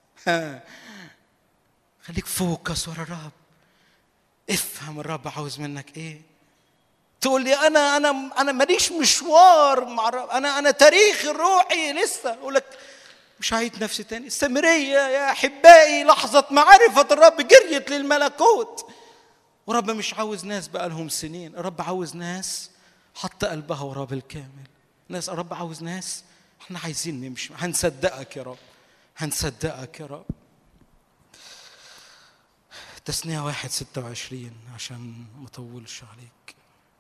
خليك فوكس ورا الرب، افهم الرب عاوز منك إيه. تقول لي أنا أنا أنا ماليش مشوار مع الرب، أنا أنا تاريخي الروحي لسه. أقول لك مش هعيد نفسي تاني. السامرية يا أحبائي لحظة معرفة الرب جريت للملكوت. ورب مش عاوز ناس بقى لهم سنين، الرب عاوز ناس حط قلبها وراه بالكامل. ناس الرب عاوز ناس احنا عايزين نمشي. هنصدقك يا رب، هنصدقك يا رب. تثنية واحد ستة وعشرين عشان ما اطولش عليك.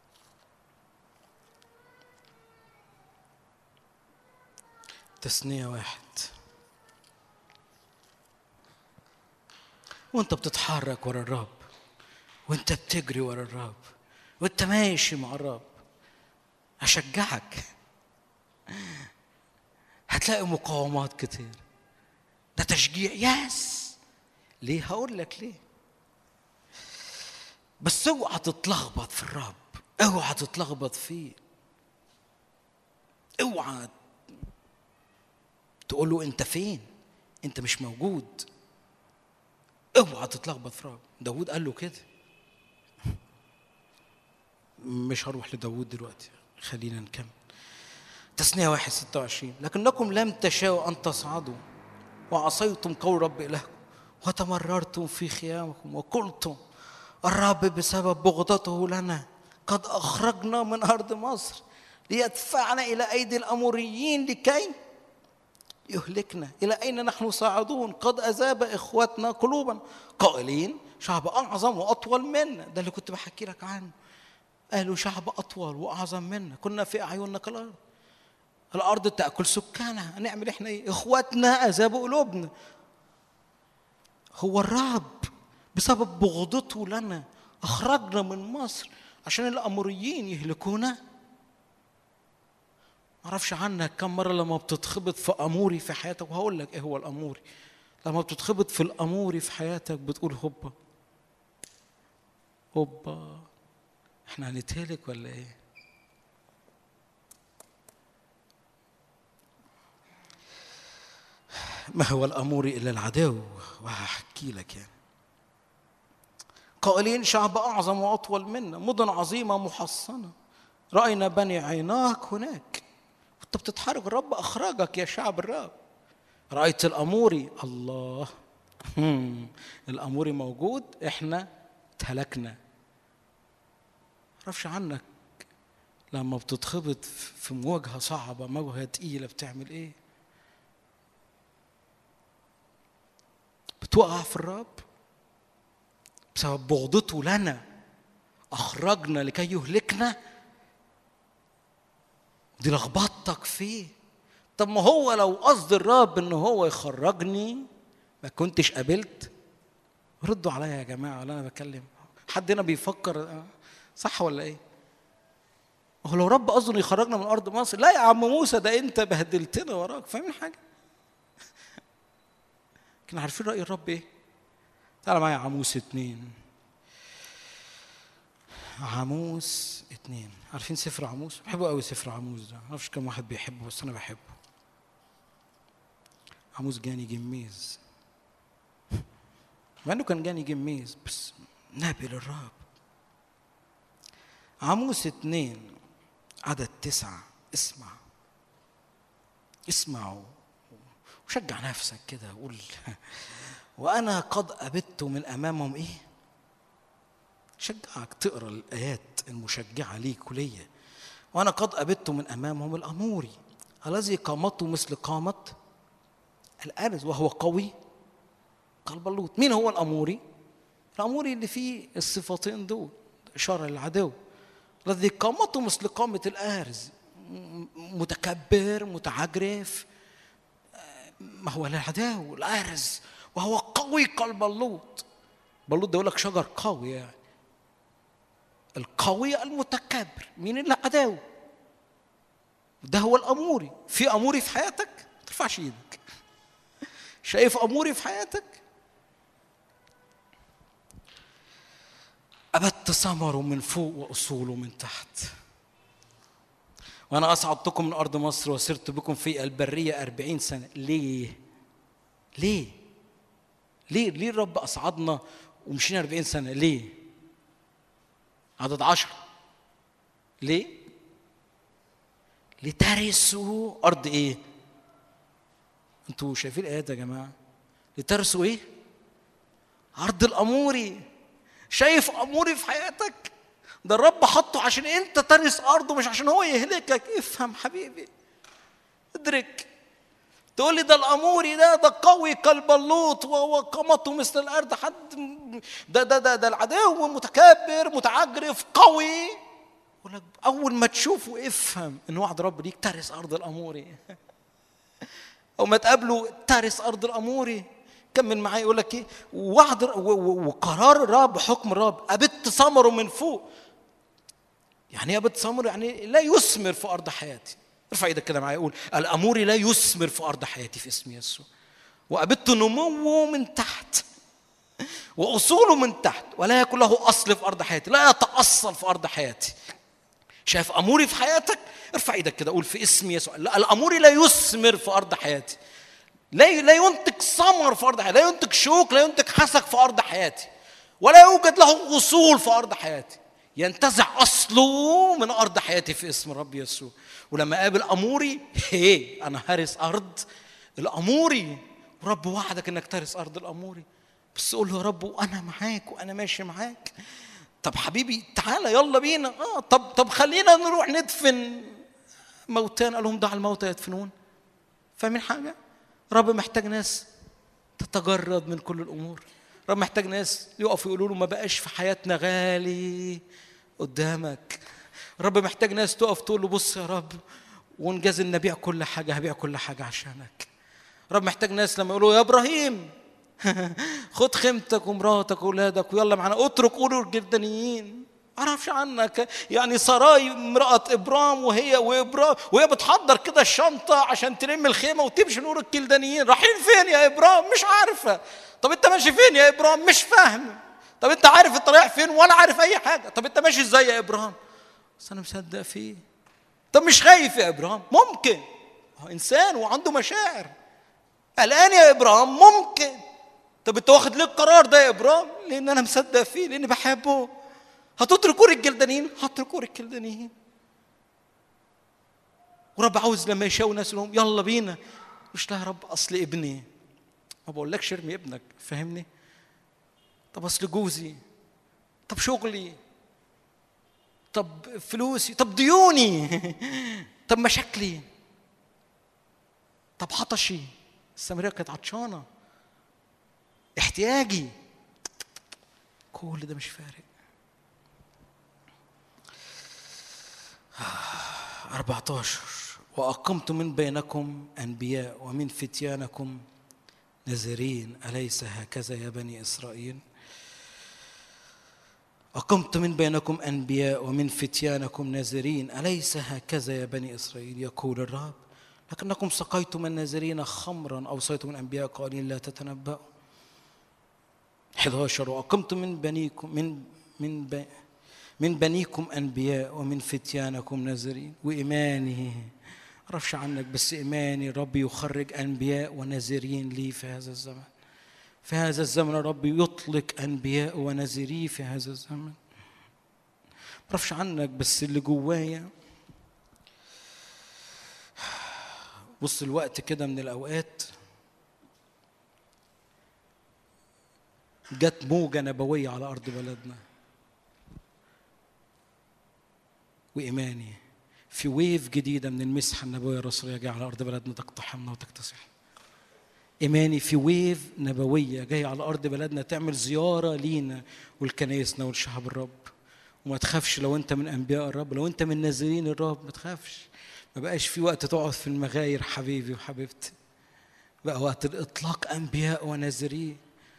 تثنية واحد. وانت بتتحرك ورا الرب، وانت بتجري ورا الرب، وانت ماشي مع الرب، أشجعك هتلاقي مقاومات كتير. ده تشجيع ياس. ليه؟ هقول لك ليه. بس اوعى تتلخبط في الرب، اوعى تتلخبط فيه، اوعى تقول له انت فين؟ انت مش موجود. اوعى تتلخبط في الرب. داود قال له كده. مش هروح لداود دلوقتي، خلينا نكمل. تثنية واحد ستة وعشرين. لكنكم لم تشاءوا أن تصعدوا وعصيتم قول رب إلهكم وتمررتم في خيامكم وقلتم الرب بسبب بغضته لنا قد أخرجنا من أرض مصر ليدفعنا إلى أيدي الأموريين لكي يهلكنا. إلى أين نحن صاعدون؟ قد أذاب إخوتنا قلوبا قائلين شعب أعظم وأطول منا. ده اللي كنت بحكي لك عنه. قالوا شعب أطول وأعظم منا، كنا في أعيننا كالأرض، الأرض تأكل سكانها. هنعمل إحنا إيه؟ إخوتنا أذابوا قلوبنا. هو الرب بسبب بغضته لنا أخرجنا من مصر عشان الأموريين يهلكونا. معرفش عنك كم مرة لما بتتخبط في أموري في حياتك، وهقول لك إيه هو الأموري. لما بتتخبط في الأموري في حياتك بتقول هوبا هوبا إحنا هنتهلك ولا إيه؟ ما هو الأموري إلا العدو، وهحكي لك يعني. قائلين شعب أعظم وأطول منا، مدن عظيمة محصنة، رأينا بني عيناك هناك. وأنت بتتحرك، الرب أخرجك يا شعب الرب. رأيت الأموري، الله الأموري موجود، إحنا اتهلكنا. معرفش عنك لما بتتخبط في مواجهة صعبة، مواجهة تقيلة، بتعمل إيه؟ بتوقع في الرب بسبب بغضته لنا أخرجنا لكي يهلكنا. دي لخبطتك فيه. طب ما هو لو قصد الرب إنه هو يخرجني ما كنتش قابلت. ردوا عليا يا جماعة ولا أنا بكلم حد هنا بيفكر صح ولا إيه؟ هو لو رب قصده إنه يخرجنا من أرض مصر، لا يا عم موسى ده أنت بهدلتنا وراك. فاهمين حاجة؟ كنا عارفين رأي الرب إيه؟ تعالى معايا عاموس اتنين. عاموس اتنين، عارفين سفر عاموس؟ بحبه قوي سفر عاموس ده، معرفش كم واحد بيحبه بس أنا بحبه. عاموس جاني جميز، مع إنه كان جاني جميز بس نبي للرب. عاموس اتنين عدد تسعة. اسمع اسمعوا وشجع نفسك كده، قول وأنا قد أبت من أمامهم. إيه؟ شجعك تقرأ الآيات المشجعة ليك وليا. وأنا قد أبت من أمامهم الأموري الذي قامته مثل قامة الأرز وهو قوي كالبلوط. مين هو الأموري؟ الأموري اللي فيه الصفتين دول، إشارة للعدو. الذي قامته مثل قامة الأرز، متكبر متعجرف، ما هو العدو الأرز، وهو قوي كالبلوط. بلوط ده يقول لك شجر قوي يعني. القوي المتكبر مين؟ العدو. ده هو الأموري. في أموري في حياتك؟ ما ترفعش ايدك. شايف أموري في حياتك؟ أبت ثمره من فوق وأصوله من تحت. وأنا أصعدتكم من أرض مصر وسرت بكم في البرية أربعين سنة. ليه؟ ليه؟ ليه؟ ليه الرب أصعدنا ومشينا أربعين سنة؟ ليه؟ عدد عشرة. ليه؟ لترثوا أرض إيه؟ أنتوا شايفين الآيات يا جماعة؟ لترثوا إيه؟ أرض الأموري. شايف أموري في حياتك؟ ده الرب حطه عشان أنت ترث أرضه، مش عشان هو يهلكك. افهم حبيبي، ادرك. تقول لي ده الأموري ده ده قوي كالبلوط وهو قامته مثل الأرض. حد ده ده ده, ده العدو متكبر متعجرف قوي. أقول لك أول ما تشوفه افهم إن وعد رب ليك ترث أرض الأموري. أو ما تقابله ترث أرض الأموري. كمل معايا يقول لك إيه؟ وعد وقرار الرب، حكم الرب، أبت ثمره من فوق. يعني أبت ثمره يعني لا يثمر في أرض حياتي. ارفع ايدك كده معايا يقول الأموري لا يثمر في أرض حياتي في اسم يسوع. وأبت نموه من تحت وأصوله من تحت، ولا يكون له أصل في أرض حياتي، لا يتأصل في أرض حياتي. شايف أموري في حياتك؟ ارفع ايدك كده قول في اسم يسوع الأموري لا يثمر في أرض حياتي، لا لا ينتج ثمر في أرض حياتي، لا ينتج شوك، لا ينتج حسك في أرض حياتي، ولا يوجد له أصول في أرض حياتي. ينتزع أصله من أرض حياتي في اسم الرب يسوع. ولما قابل أموري هي أنا هارس أرض الأموري. رب وعدك إنك ترث أرض الأموري، بس قول له يا رب وأنا معاك وأنا ماشي معاك. طب حبيبي تعالى يلا بينا. آه طب طب خلينا نروح ندفن موتان. قال لهم دع الموتى يدفنون. فاهمين حاجة؟ رب محتاج ناس تتجرد من كل الأمور. رب محتاج ناس يقفوا يقولوا له ما بقاش في حياتنا غالي قدامك. رب محتاج ناس تقف تقول له بص يا رب ونجاز نبيع كل حاجة، هبيع كل حاجة عشانك. رب محتاج ناس لما يقولوا يا إبراهيم خد خيمتك ومراتك واولادك ويلا معنا، اترك أور الجلدانيين. معرفش عنك يعني سراي امرأة إبرام وهي وإبرام وهي بتحضر كده الشنطة عشان تلم الخيمة وتمشي نور الكلدانيين. رايحين فين يا إبرام؟ مش عارفة. طب أنت ماشي فين يا إبرام؟ مش فاهم. طب أنت عارف أنت رايح فين ولا عارف أي حاجة؟ طب أنت ماشي إزاي يا إبرام؟ بس أنا مصدق فيه. طب مش خايف يا إبرام؟ ممكن، هو إنسان وعنده مشاعر. قلقان يا إبرام؟ ممكن. طب أنت واخد ليه القرار ده يا إبرام؟ لأن أنا مصدق فيه، لأني بحبه. هتتركوا الجلدانيين؟ هتركوا الجلدانيين. ورب عاوز لما يشاور ناس لهم يلا بينا، مش لا يا رب اصل ابني، ما بقولكش ارمي ابنك، فهمني؟ طب اصل جوزي، طب شغلي، طب فلوسي، طب ديوني، طب مشاكلي، طب عطشي. السامرية كانت عطشانة، احتياجي، كل ده مش فارق. أربعة عشر وأقمت من بينكم أنبياء ومن فتيانكم نذرين، أليس هكذا يا بني إسرائيل؟ أقمت من بينكم أنبياء ومن فتيانكم نذرين، أليس هكذا يا بني إسرائيل يقول الرب؟ لكنكم سقيتم النذرين خمرا، أوصيتم الأنبياء قائلين لا تتنبأوا. أحد عشر وأقمت من بنيكم من من بي من بنيكم أنبياء ومن فتيانكم نذرين. وإيماني أعرفش عنك بس إيماني ربي يخرج أنبياء ونذرين لي في هذا الزمن. في هذا الزمن ربي يطلق أنبياء ونذرين في هذا الزمن. أعرفش عنك بس اللي جوايا. بص الوقت كده من الأوقات جت موجة نبوية على أرض بلدنا، وإيماني في ويف جديدة من المسحة النبوية الرسولية جاية على أرض بلدنا تقتحمنا وتكتسح. إيماني في ويف نبوية جاية على أرض بلدنا تعمل زيارة لينا ولكنايسنا ولشعب الرب. وما تخافش لو أنت من أنبياء الرب، لو أنت من ناذرين الرب ما تخافش. ما بقاش في وقت تقعد في المغاير حبيبي وحبيبتي، بقى وقت الإطلاق أنبياء وناذرين.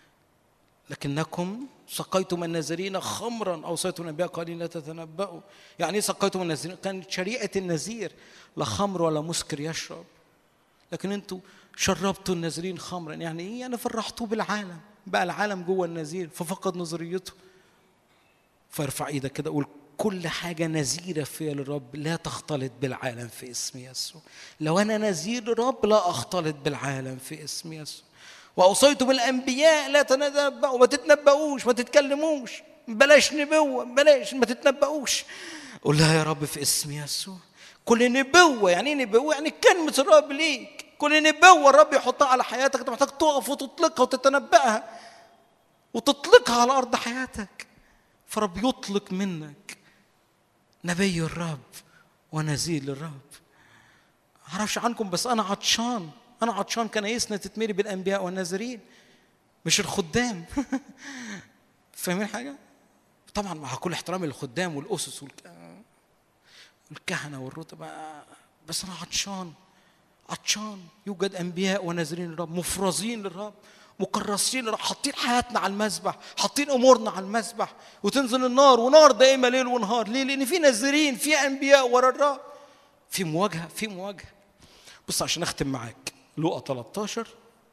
لكنكم سقيتم الناذرين خمرا، أوصيتم الأنبياء قائلين لا تتنبأوا. يعني إيه سقيتم الناذرين؟ كانت شريعة النذير لا خمر ولا مسكر يشرب، لكن أنتوا شربتوا الناذرين خمرا. يعني إيه؟ يعني فرحتوه بالعالم، بقى العالم جوه النذير ففقد نظريته. فارفع إيدك كده قول كل حاجة نذيرة فيها للرب لا تختلط بالعالم في اسم يسوع. لو أنا نذير للرب لا أختلط بالعالم في اسم يسوع. وأوصيتم الأنبياء لا تتنبأوا، ما تتنبأوش، ما تتكلموش، بلاش نبوة، بلاش ما تتنبأوش. قول لها يا رب في اسم يسوع كل نبوة. يعني ايه نبوة؟ يعني كلمة الرب ليك. كل نبوة الرب يحطها على حياتك انت محتاج تقف وتطلقها وتتنبأها وتطلقها على أرض حياتك. فرب يطلق منك نبي الرب ونذير الرب. معرفش عنكم بس أنا عطشان، أنا عطشان كنايسنا تتملي بالأنبياء والناذرين مش الخدام. فاهمين حاجة؟ طبعا مع كل احترامي للخدام والأسس والكهنة والرتبة، بس أنا عطشان عطشان يوجد أنبياء وناذرين للرب مفرزين للرب مكرسين للرب، حاطين حياتنا على المذبح، حاطين أمورنا على المذبح، وتنزل النار ونار دائما ليل ونهار. ليه؟ لأن في ناذرين، في أنبياء ورا الرب، في مواجهة في مواجهة. بص عشان أختم معاك لوقا ثلاثة عشر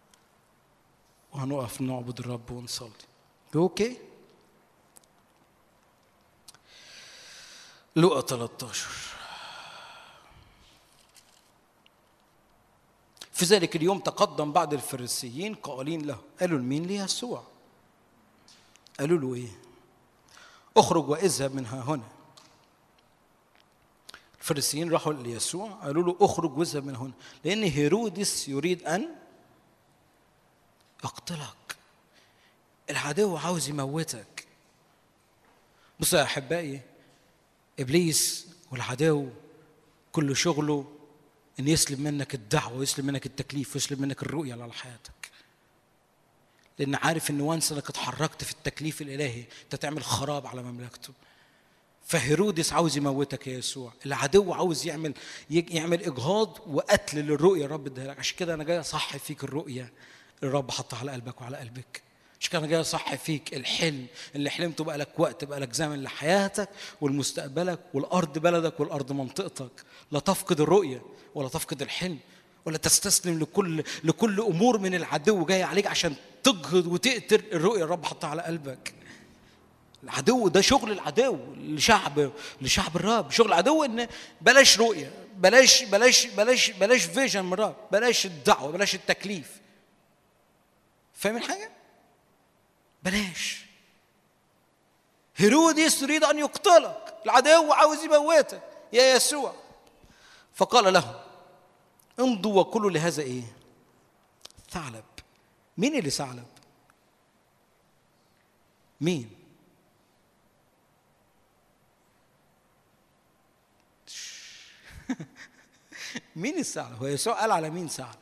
وهنقف نعبد الرب ونصلي. اوكي؟ لوقا ثلاثة عشر. في ذلك اليوم تقدم بعض الفريسيين قائلين له، قالوا لمين؟ ليسوع. قالوا له ايه؟ اخرج واذهب من ها هنا. الفريسيين راحوا ليسوع قالوا له اخرج واذهب من هنا، لان هيرودس يريد ان يقتلك. العدو عاوز يموتك. بصوا يا احبائي، ابليس والعدو كل شغله ان يسلب منك الدعوه ويسلب منك التكليف ويسلب منك الرؤيه على حياتك، لان عارف ان وانس انك اتحركت في التكليف الالهي انت تعمل خراب على مملكته. فهيرودس عاوز يموتك يا يسوع، العدو عاوز يعمل يعمل اجهاض وقتل للرؤيه الرب اداها لك. عشان كده انا جاي اصحي فيك الرؤيه الرب حطها على قلبك وعلى قلبك. مش كان جاي صح فيك الحلم اللي حلمته بقى لك وقت، بقى لك زمن لحياتك والمستقبلك والأرض بلدك والأرض منطقتك. لا تفقد الرؤية ولا تفقد الحلم ولا تستسلم لكل لكل أمور من العدو جاي عليك عشان تجهد وتقتل الرؤية الرب حطها على قلبك. العدو ده شغل العدو لشعب لشعب الرب، شغل العدو ان بلاش رؤية، بلاش بلاش بلاش بلاش فيجن من الرب، بلاش الدعوة، بلاش التكليف. فاهمين حاجة؟ بلاش. هيرودس يريد أن يقتلك، العدو عاوز يموتك يا يسوع. فقال له امضوا وكلوا لهذا ايه؟ ثعلب. مين اللي ثعلب؟ مين؟ مين الثعلب؟ هو يسوع قال على مين ثعلب؟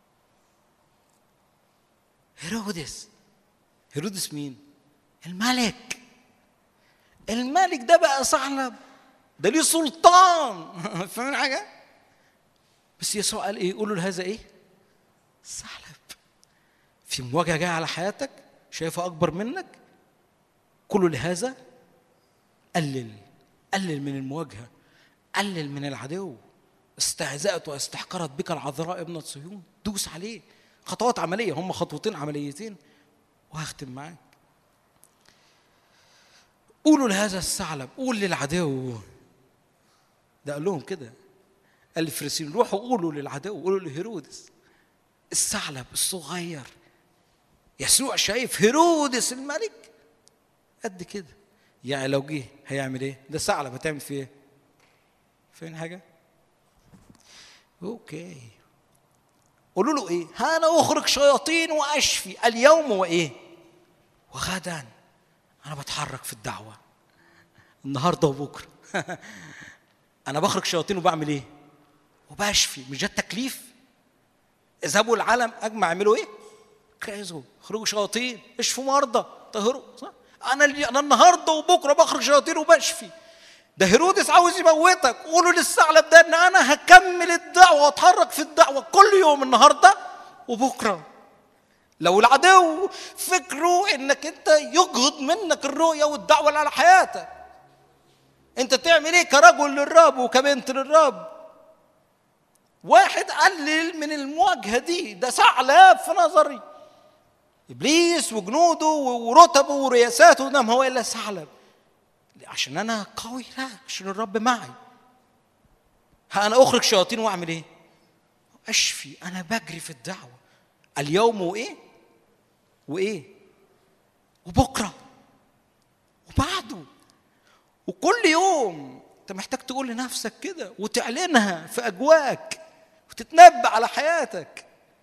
هيرودس. هيرودس مين؟ الملك. الملك ده بقى ثعلب، ده ليه سلطان. فاهمين حاجه؟ بس يسوع قال ايه؟ قولوا لهذا ايه؟ ثعلب. في مواجهه جايه على حياتك شايفها اكبر منك، كله لهذا قلل قلل من المواجهه، قلل من العدو. استهزأت واستحقرت بك العذراء ابنة صهيون. دوس عليه. خطوات عمليه، هم خطوتين عمليتين وهختم معاك. قولوا لهذا الثعلب، قول للعدو ده. قال لهم كده، قال للفريسيين روحوا قولوا للعدو، قولوا لهيرودس الثعلب الصغير. يسوع شايف هيرودس الملك قد كده، يعني لو جه هيعمل ايه؟ ده ثعلب، هتعمل فيه ايه؟ فين حاجه؟ اوكي. قولوا له ايه؟ ها انا اخرج شياطين واشفي اليوم وايه؟ وغدا. انا بتحرك في الدعوه النهارده وبكره. انا بخرج شياطين وبعمل ايه؟ وبشفي. مش ده التكليف؟ اذهبوا العالم اجمع، اعملوا ايه؟ كرزوا، اخرجوا شياطين، اشفوا مرضى، طهروا. صح؟ انا انا النهارده وبكره بخرج شياطين وبشفي. ده هيرودس عاوز يموتك. قولوا للثعلب ده ان انا هكمل الدعوه واتحرك في الدعوه كل يوم النهارده وبكره. لو العدو فكره انك انت يجهض منك الرؤيه والدعوه اللي على حياتك، انت تعمل ايه كرجل للرب وكبنت للرب؟ واحد قلل من المواجهه دي، ده ثعلب في نظري. ابليس وجنوده ورتبه ورياساته ده ما هو الا ثعلب. عشان انا قوي؟ لا، عشان الرب معي. ها انا اخرج شياطين واعمل ايه؟ اشفي. انا بجري في الدعوه اليوم وايه؟ وايه؟ وبكره وبعده وكل يوم. انت محتاج تقول لنفسك كده وتعلنها في اجواك وتتنبأ على حياتك.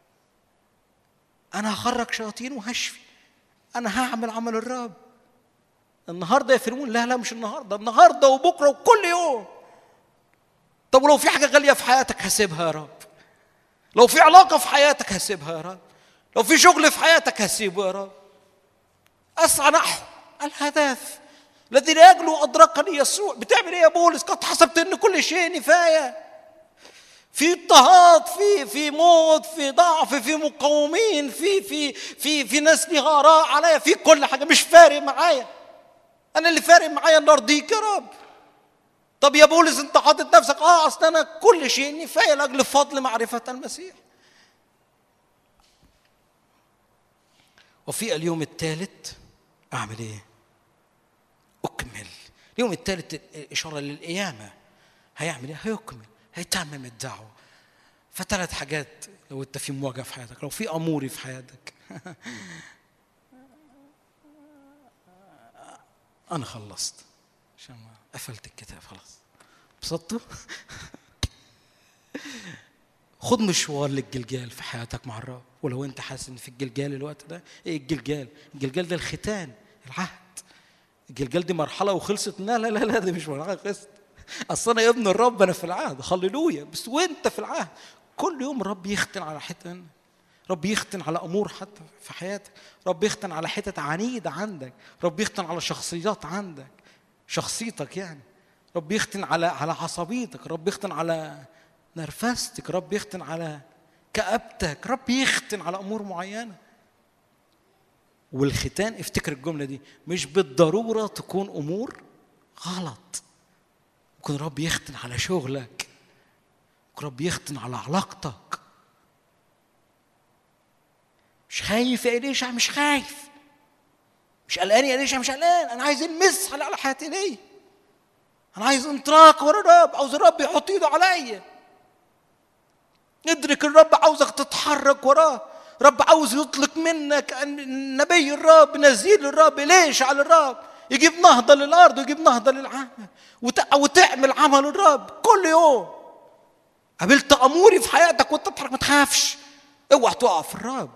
انا هخرج شياطين وهشفي، انا هعمل عمل الرب. النهارده يا فرمون؟ لا لا مش النهارده، النهارده وبكره وكل يوم. طب ولو في حاجه غاليه في حياتك هسيبها يا رب. لو في علاقه في حياتك هسيبها يا رب. لو في شغل في حياتك هسيبه يا رب. اسعى نحو الهدف الذي لا يجلو أدركني يسوع. بتعمل ايه يا بولس؟ قد حسبت ان كل شيء نفايه. في اضطهاد، في في موت، في ضعف، في مقاومين، في في في في ناس ليها آراء عليا، في كل حاجه مش فارق معايا. انا اللي فارق معايا ان ارضيك يا رب. طب يا بولس انت حاطط نفسك اه اصل انا كل شيء نفايه لاجل فضل معرفه المسيح. وفي اليوم الثالث اعمل ايه؟ اكمل. اليوم الثالث اشاره للقيامه. هيعمل ايه؟ هيكمل، هيتمم الدعوه. فثلاث حاجات لو انت في مواجهه في حياتك، لو في اموري في حياتك. انا خلصت عشان قفلت الكتاب خلاص. بسطته. خد مشوار للجلجال في حياتك مع الرب. ولو انت حاسس ان في الجلجال الوقت ده، ايه الجلجال؟ الجلجال ده الختان، العهد. الجلجال دي مرحله وخلصت؟ لا لا لا لا دي مش مرحله خلصت. اصل انا يا ابن الرب انا في العهد، هللويا. بس وانت في العهد كل يوم الرب يختن على حته، رب يختن على امور حتى في حياتك، رب يختن على حتت عنيده عندك، رب يختن على شخصيات عندك، شخصيتك يعني، رب يختن على على عصبيتك، رب يختن على نرفستك، رب يختن على كآبتك. رب يختن على أمور معينة. والختان افتكر الجملة دي، مش بالضرورة تكون أمور غلط. ممكن رب يختن على شغلك، ممكن رب يختن على علاقتك. مش خايف يا إليشع؟ مش خايف. مش قلقان يا إليشع؟ مش قلقان. أنا عايز المس على حياتي. ليه؟ أنا عايز انطلاق ورا الرب، عاوز الرب يحط إيده عليا. ادرك الرب عاوزك تتحرك وراه. رب عاوز يطلق منك نبي الرب، نزيل الرب، ليش على الرب، يجيب نهضة للأرض ويجيب نهضة للعالم، وتعمل عمل الرب كل يوم. قابلت أموري في حياتك وانت تتحرك، ما تخافش. اوعى تقع في الرب،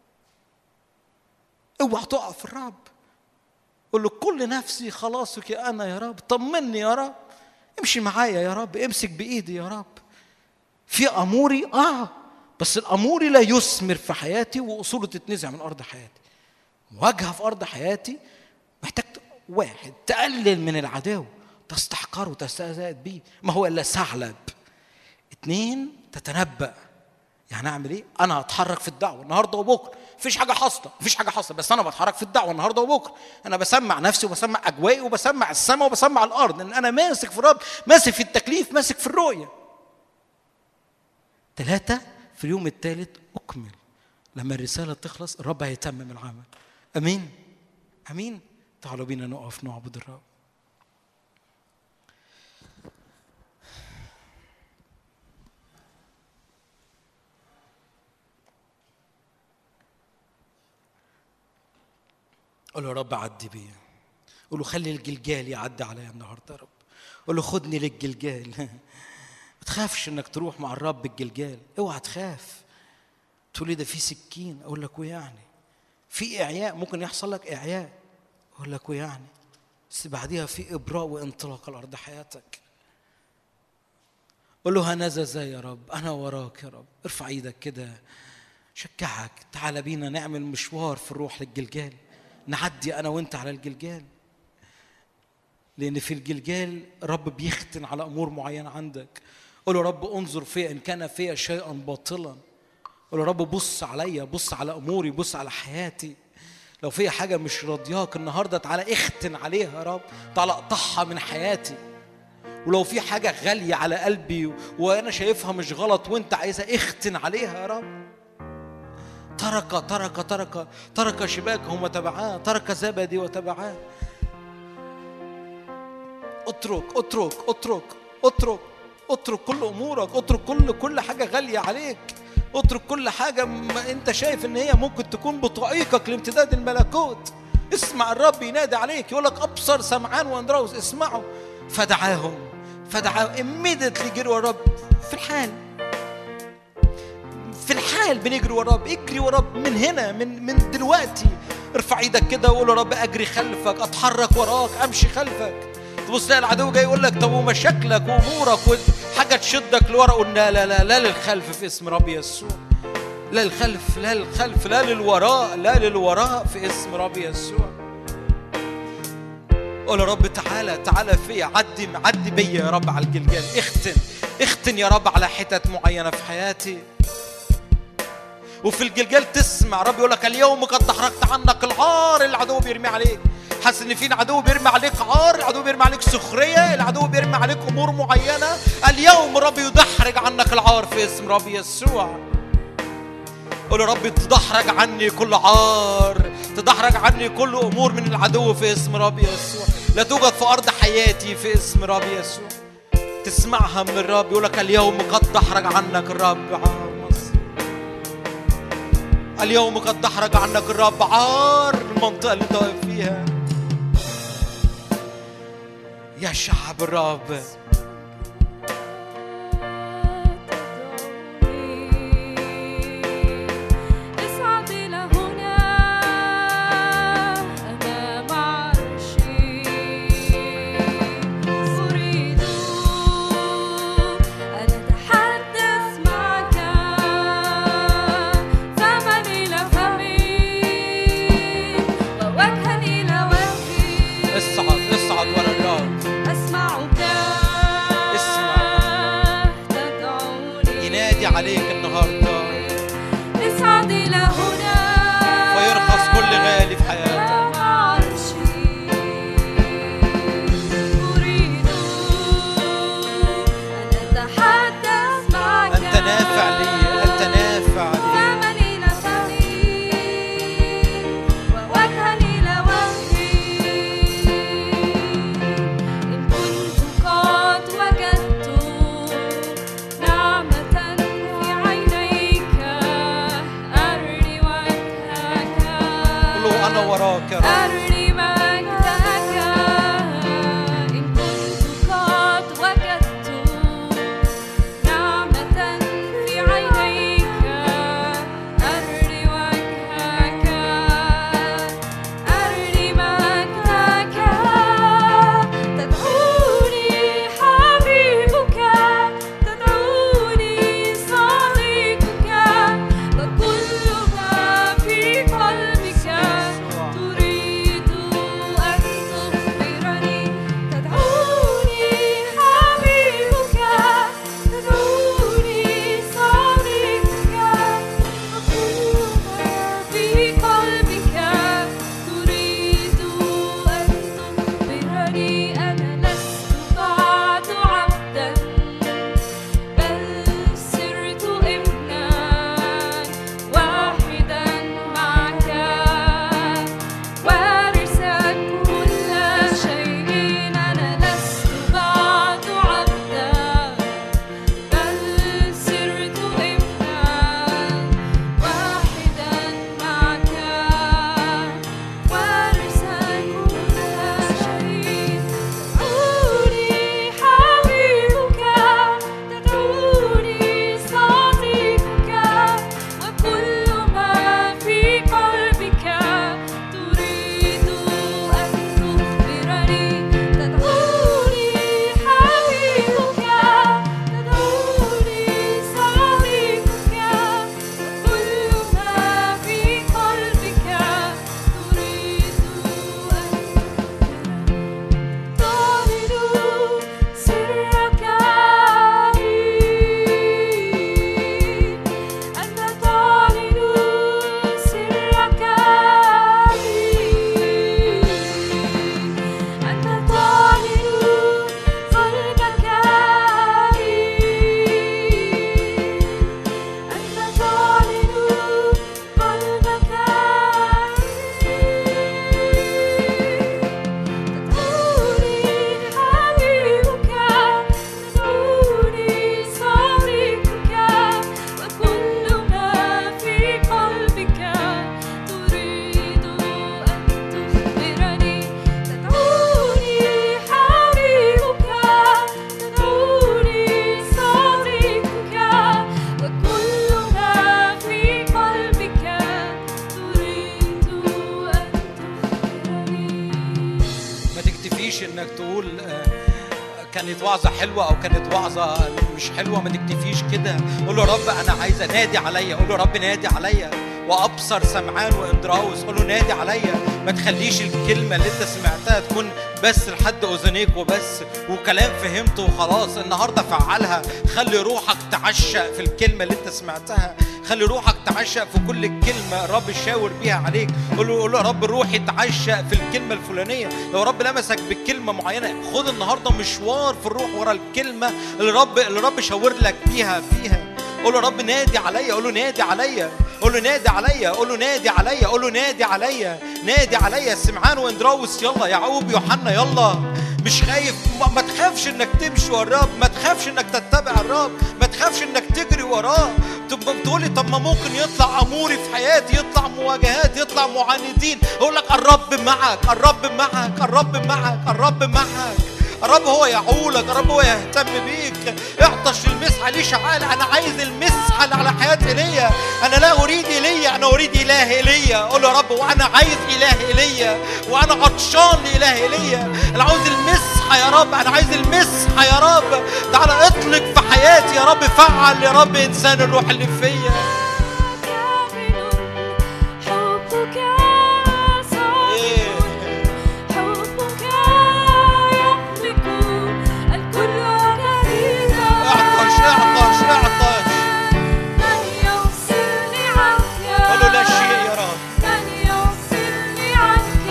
اوعى تقع في الرب. قل له كل نفسي خلاصك يا أنا يا رب، طمني يا رب، امشي معايا يا رب، امسك بإيدي يا رب. في أموري آه بس الأموري لا يثمر في حياتي وأصوله تتنزع من أرض حياتي. مواجهة في أرض حياتي محتاج واحد تقلل من العدو، تستحقره وتستزاد بيه، ما هو إلا ثعلب. اتنين تتنبأ. يعني أعمل إيه؟ أنا أتحرك في الدعوة النهاردة وبكرة. مفيش حاجة حاصلة، مفيش حاجة حاصلة، بس أنا بتحرك في الدعوة النهاردة وبكرة. أنا بسمع نفسي وبسمع أجوائي وبسمع السماء وبسمع الأرض، لأن أنا ماسك في الرب، ماسك في التكليف، ماسك في الرؤية. ثلاثة، في اليوم الثالث أكمل. لما الرسالة تخلص الرب هيتمم العمل. أمين أمين. تعالوا بينا نقف نعبد الرب. قول له رب عدي بيا. قول له خلي الجلجال يعدي عليا النهارده يا رب. قول له خدني للجلجال. ما تخافش انك تروح مع الرب الجلجال، اوعى تخاف. تقول لي ده في سكين، اقول لك ويعني في اعياء، ممكن يحصل لك اعياء، اقول لك ويعني بس بعديها في ابراء وانطلاق الارض حياتك. قول له هنذا زي يا رب، انا وراك يا رب. ارفع ايدك كده، شجعك، تعال بينا نعمل مشوار في الروح للجلجال، نعدي انا وانت على الجلجال. لان في الجلجال رب بيختن على امور معينه عندك. قول له رب انظر فيا ان كان فيا شيئا باطلا. قول له رب بص عليا، بص على اموري، بص على حياتي. لو فيا حاجه مش راضياك النهارده تعالى اختن عليها يا رب، تعالى اقطعها من حياتي. ولو في حاجه غاليه على قلبي وانا شايفها مش غلط وانت عايزها، اختن عليها يا رب. ترك ترك ترك ترك شباكهم وتبعاه، ترك زبدي وتبعاه. اترك اترك اترك اترك اترك كل امورك، اترك كل كل حاجه غاليه عليك، اترك كل حاجه ما انت شايف ان هي ممكن تكون بطريقك لامتداد الملكوت. اسمع الرب ينادي عليك، يقول لك ابصر سمعان واندراوس اسمعوا. فدعاهم فدعاهم immediately جروا الرب في الحال في الحال بنجري ورا الرب. اجري ورا الرب من هنا، من من دلوقتي. ارفع ايدك كده وقول يا رب اجري خلفك، اتحرك وراك، امشي خلفك. تبص تلاقي العدو جاي يقول لك طب ومشاكلك وامورك وحاجه تشدك لورا، قلنا لا لا لا للخلف في اسم رب يسوع. لا للخلف لا للخلف لا للوراء لا للوراء في اسم رب يسوع. قول يا رب تعالى تعالى فيا، عدي عدي بيا يا رب على الجلجال. اختن اختن يا رب على حتت معينه في حياتي. وفي الجلجال تسمع رب يقول لك اليوم قد دحرجت عنك العار اللي العدو بيرمي عليك. حاسس ان في عدو بيرمي عليك عار، العدو بيرمي عليك سخريه، العدو بيرمي عليك امور معينه. اليوم رب يدحرج عنك العار في اسم رب يسوع. قول يا رب تدحرج عني كل عار، تدحرج عني كل امور من العدو في اسم رب يسوع. لا توجد في ارض حياتي في اسم رب يسوع. تسمعها من الرب يقول لك اليوم قد دحرج عنك الرب عار مصر. اليوم قد دحرج عنك الرب عار المنطقه اللي انت واقف فيها يا شعب الرب. أسمعك كلنا وراك يا رب. أرني مجدك إن كنت قد وجدت نعمة في عينيك. أرني وجهك أرني مجدك تدعوني حبيبك تدعوني صديقك وكل ما في قلبك تريد أن تخبرني. تدعوني حبيبك تدعوني صديقك وكل ما في قلبك تريد أن تخبرني. أنا لست بعد عبدا بل صرت ابنا واحدا معك وارثا كل شيء. أنا لست بعد عبدا بل صرت ابنا واحدا معك وارثا كل شيء. تدعوني حبيبك تدعوني صديقك وكل ما في قلبك تريد أن تخبرني. تدعوني حبيبك تدعوني صديقك وكل ما في قلبك تريد أن تعلن سرك لي. أنت تعلن سرك لي. أنت تعلن قلبك لي. أنت تعلن قلبك تدعوني حبيبك تدعوني صديقك وكل ما في قلبك تريد أن تخبرني. تدعوني حبيبك تدعوني صديقك وكل ما في قلبك تريد أن تخبرني. ما تكتفيش انك تقول آه، كانت وعظة حلوة او كانت وعظة مش حلوة. ما تكتفيش كده. قول له رب انا عايز نادي عليا. قول له رب نادي عليا. وابصر سمعان واندراوس قول له نادي عليا. ما تخليش الكلمة اللي انت سمعتها تكون بس لحد اذنيك وبس وكلام فهمته وخلاص. النهارده فعلها. خلي روحك تعشق في الكلمة اللي انت سمعتها. خلي روحك تعشق في كل كلمة الرب شاور بيها عليك. قول له قول له يا رب روحي تعشق في الكلمة الفلانية. لو رب لمسك بكلمة معينة خد النهارده مشوار في الروح ورا الكلمة اللي رب اللي رب شاور لك بيها فيها. قول له رب نادي عليا. قول له نادي عليا. قول له نادي عليا. قول له نادي عليا. قول له نادي عليا. نادي عليا. سمعان واندراوس يلا. يعقوب يوحنا يلا. مش خايف. ما, ما تخافش انك تمشي ورا الرب. ما تخافش انك تتبع الرب. ما تخافش انك تجري وراه. تبقى بتقولي طب ما ممكن يطلع اموري في حياتي يطلع مواجهات يطلع معاندين. اقول لك الرب معك. الرب معك. الرب معك. الرب معك. الرب هو يعولك. الرب هو يهتم بيك. اعطش المسحة ليه شعال. انا عايز المسحة اللي على حياة ايليا. انا لا اريد ايليا انا اريد اله ايليا. قول له يا رب وانا عايز اله ايليا وانا عطشان لاله ايليا. انا عاوز المسحة يا رب. انا عايز المسحة يا رب. تعالى اطلق في حياتي يا رب. فعل يا رب انسان الروح اللي فيا. حبك إيه. حبك يملك الكل جديدا. اعطش اعطش اعطش. من يفصلني عنك. قول له لا شيء يا رب. من يفصلني عنك.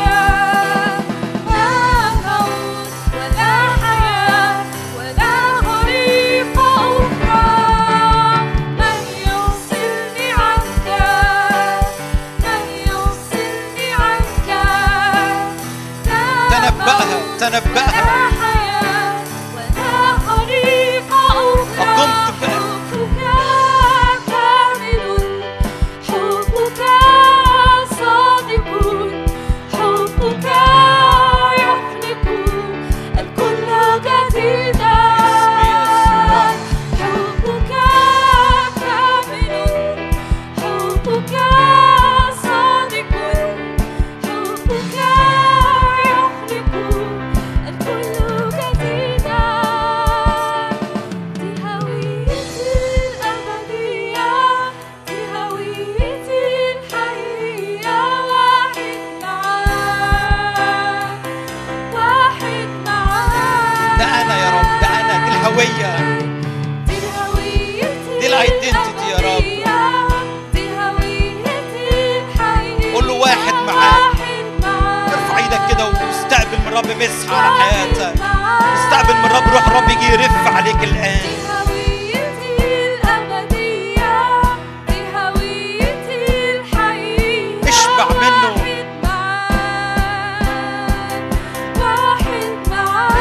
لا موت ولا حياة ولا غريق أخرى. من يفصلني الهوية، دي هويتي دي الايدنتيتي يا رب. دي هويتي الحقيقية. قول له واحد معاك. ارفع ايدك كده واستقبل من الرب مسحة على حياتك. استقبل من الرب، روح الرب يجي يرف عليك الآن. دي هويتي الأبدية، دي هويتي الحقيقية. اشبع منه. واحد معاك،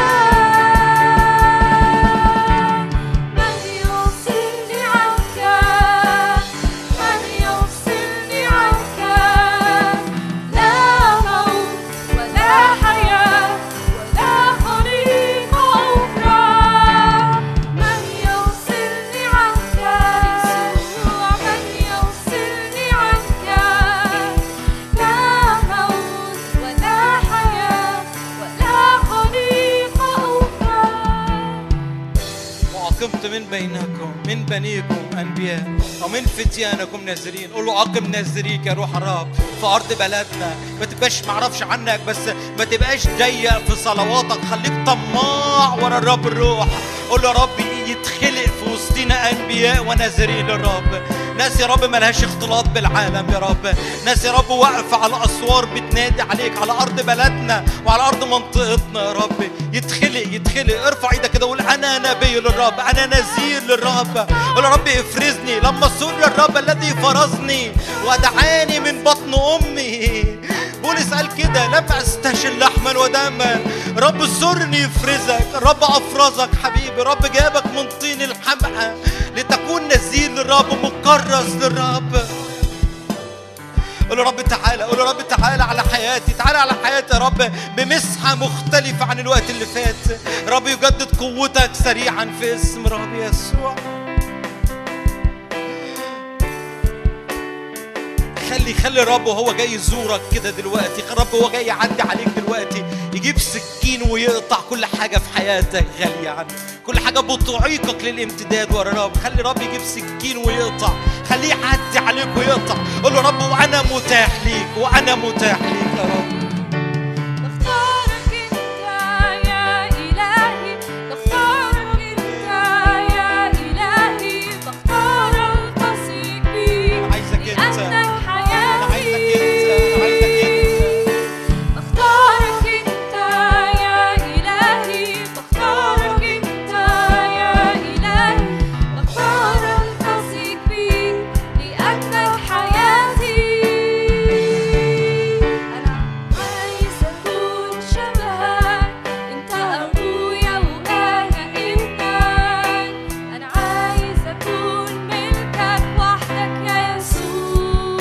من يفصلني عنك، من يفصلني عنك. لا موت ولا حياة ولا خليقة أخرى، من يفصلني عنك. يسوع من يفصلني عنك. لا موت ولا حياة ولا خليقة أخرى. وعقمت من بينكم من بنيكم أنبياء ومن فتيانكم ناذرين. قول له عقم ناذريك يا روح الرب في أرض بلدنا. ما تبقاش معرفش عنك، بس ما تبقاش ضيق في صلواتك، خليك طماع ورا الرب الروح. قول له يا رب يتخلق في وسطنا أنبياء وناذرين للرب، ناس يا رب ملهاش اختلاط بالعالم يا رب، ناس يا رب واقفة على الأسوار بتنادي عليك على أرض بلدنا وعلى أرض منطقتنا يا رب. يتخلق يتخلق. ارفع ايدك كده وقول أنا نبي للرب، أنا نذير للرب. قول يا رب افرزني لما سر الرب الذي فرزني ودعاني من بطن أمي. بولس قال كده لما استشل لحما ودما. رب سرني يفرزك، رب أفرزك حبيبي، رب جابك من طين الحمقى لتكون نذير للرب ومكرس للرب. قول يا رب تعالى، قول يا رب تعالى على حياتي، تعالى على حياتي يا رب بمسحة مختلفة عن الوقت اللي فات. رب يجدد قوتك سريعا في اسم رب يسوع. خلي خلي الرب وهو جاي يزورك كده دلوقتي، الرب وهو جاي يعدي عليك دلوقتي يجيب سكين ويقطع كل حاجة في حياتك غالية عنك، كل حاجة بتعيقك للامتداد ورا الرب. خلي الرب يجيب سكين ويقطع، خليه يعدي عليك ويقطع. قول له رب وأنا متاح ليك، وأنا متاح ليك يا رب. بختارك انت يا إلهي، بختارك انت يا إلهي، بختار التصيق بيك عايزك انت، لأنك أنا عايزك حياتي. انت، أنا عايزك انت. بختارك انت يا إلهي، بختارك انت يا إلهي، بختار التصيق بيك لأنك حياتي. أنا عايز أكون شبهك، أنت أبويا وأنا ابنك. أنا عايز أكون ملكك وحدك يا يسوع.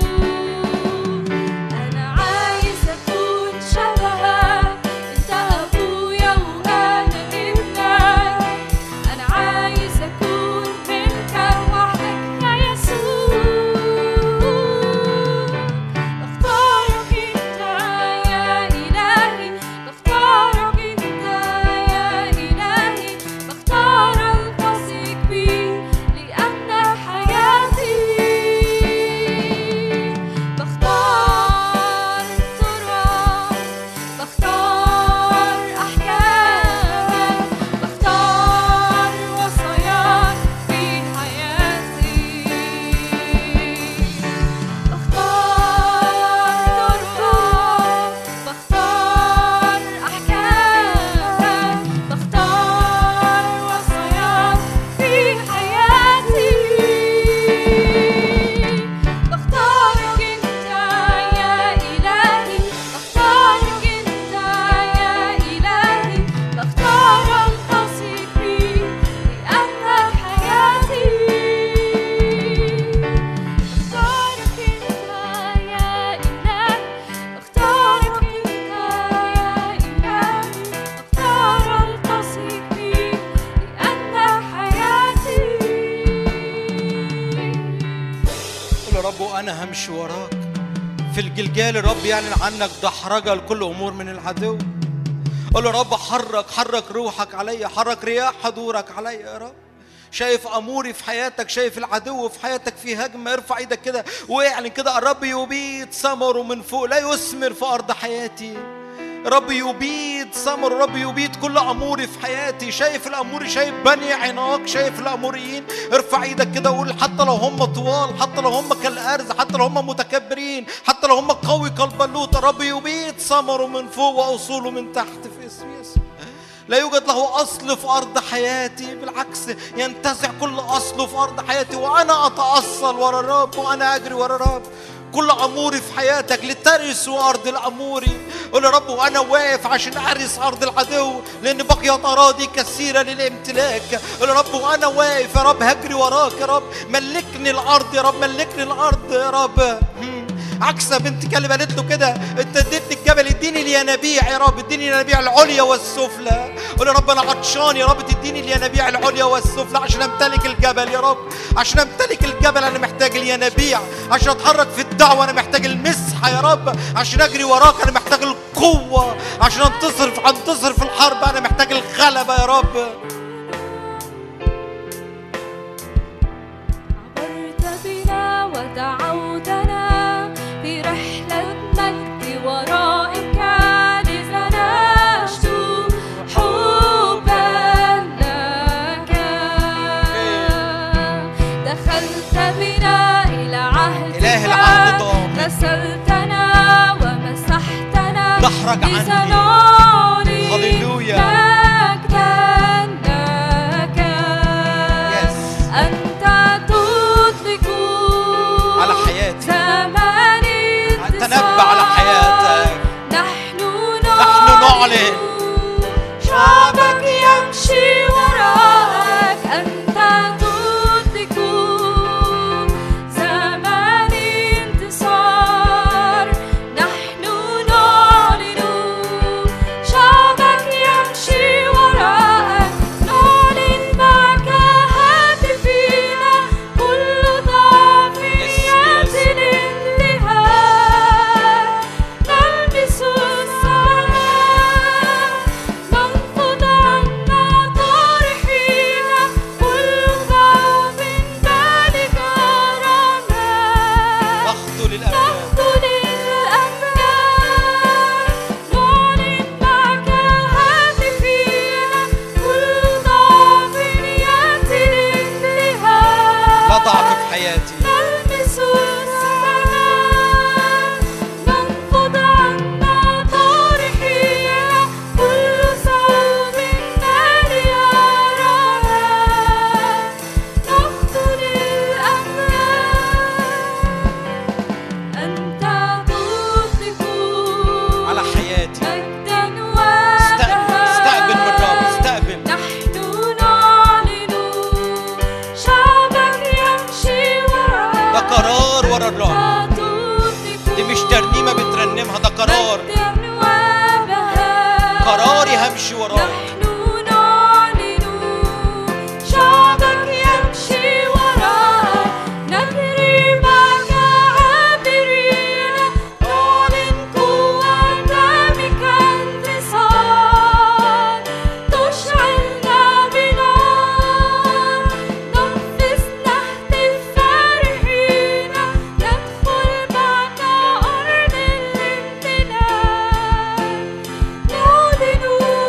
أنا عايز أكون شبهك، أنت أبويا وأنا ابنك. أنا عايز أكون ملكك وحدك يا يسوع. بختارك أنت يا إلهي، بختارك أنت يا إلهي، بختار التصيق بيك لأنك حياتي. بختار التراب، بختار أحكامك، بختار وصاياك في حياتي. بختار طرقك، بختار أحكامك، بختار وصاياك في حياتي. بختارك أنت يا إلهي، بختارك أنت يا إلهي، بختار التصيق بيك لأنك حياتي. بختارك أنت يا إلهي، بختارك أنت يا إلهي، بختار التصيق بيك لأنك حياتي. قول يا رب وأنا همشي وراك. في الجلجال الرب يعلن عنك دحرجة لكل أمور من العدو. قول يا رب حرك حرك روحك عليا، حرك رياح حضورك عليا يا رب. شايف أموري في حياتك، شايف العدو في حياتك في هجمة. ارفع ايدك كده واعلن كده الرب يبيد ثمره من فوق، لا يثمر في أرض حياتي. رب يبيد ثمر، رب يبيد كل أموري في حياتي. شايف الأموري، شايف بني عناق، شايف الأموريين. ارفع ايدك كده وقول حتى لو هم طوال، حتى لو هم كالأرز، حتى لو هم متكبرين، حتى لو هم قوي كالبلوط، رب يبيد ثمره من فوق وأصوله من تحت في اسم يسوع. لا يوجد له أصل في أرض حياتي، بالعكس ينتزع كل أصله في أرض حياتي، وأنا أتأصل ورا الرب وأنا أجري ورا الرب. كل أموري في حياتك لترثوا أرض الأموري. قول يا رب وأنا واقف عشان أرث أرض العدو، لأن بقيت أراضي كثيرة للامتلاك. قول يا رب وأنا واقف يا رب هجري وراك يا رب، ملكني الأرض يا رب، ملكني الأرض يا رب. عكسة بنت كلب قالت له كده، انت اديتني الجبل، اديني الينابيع يا رب، اديني الينابيع العليا والسفلى. قول يا رب انا عطشان يا رب، تديني الينابيع العليا والسفلى عشان امتلك الجبل يا رب. عشان امتلك الجبل انا محتاج الينابيع، عشان اتحرك في الدعوه انا محتاج المسحه يا رب، عشان اجري وراك انا محتاج القوه، عشان انتصر انتصر في الحرب انا محتاج الغلبه يا رب. عبرت بنا ودعوتنا في رحلة مجد ورائك، لذا نشدو حبا لك. دخلت بنا إلى عهدك، إله العهد ضامن، غسلتنا ومسحتنا، دحرج لذا عني. نعلي هللويا. مجدا لك. Yes. أنت تطلق على حياتي، زماني تنبأ على حياتك. نحن نحن نعلن شعبك يمشي وراءك. أنت تطلق زماني انتصار، نحن نعلن شعبك يمشي وراءك. نعلن معك هاتفينا كل ضعف يأتي للانتهاء. نلبس السماء، ننفض عنا طارحين كل ضعف ذلك أرانا. نخضو للأمجاد. نخضو للأمجاد، نعلن معك هاتفينا كل ضعف يأتي للانتهاء. لا ضعف في حياتي. نلمس السماء، ننفض عنا طارحين كل صوب نادي أرانا. نخضو للأمجاد، أنت تطلق على حياتي. مجدا استقبل استقبل من الرب، استقبل. نحن نعلن شعبك يمشي وراءك. ده قرار ورا الرب، أنت تطلق دي مش ترنيمة بترنمها، ده قرار. مجداً وبهاء. قراري همشي وراك. نحن نعلن شعبك يمشي وراءك. نجري معك عابرين، نعلن قوة بك انتصار. تشعلنا بنار، ننفس نهتف فرحين. ندخل معك أرض الامتلاك، نعلن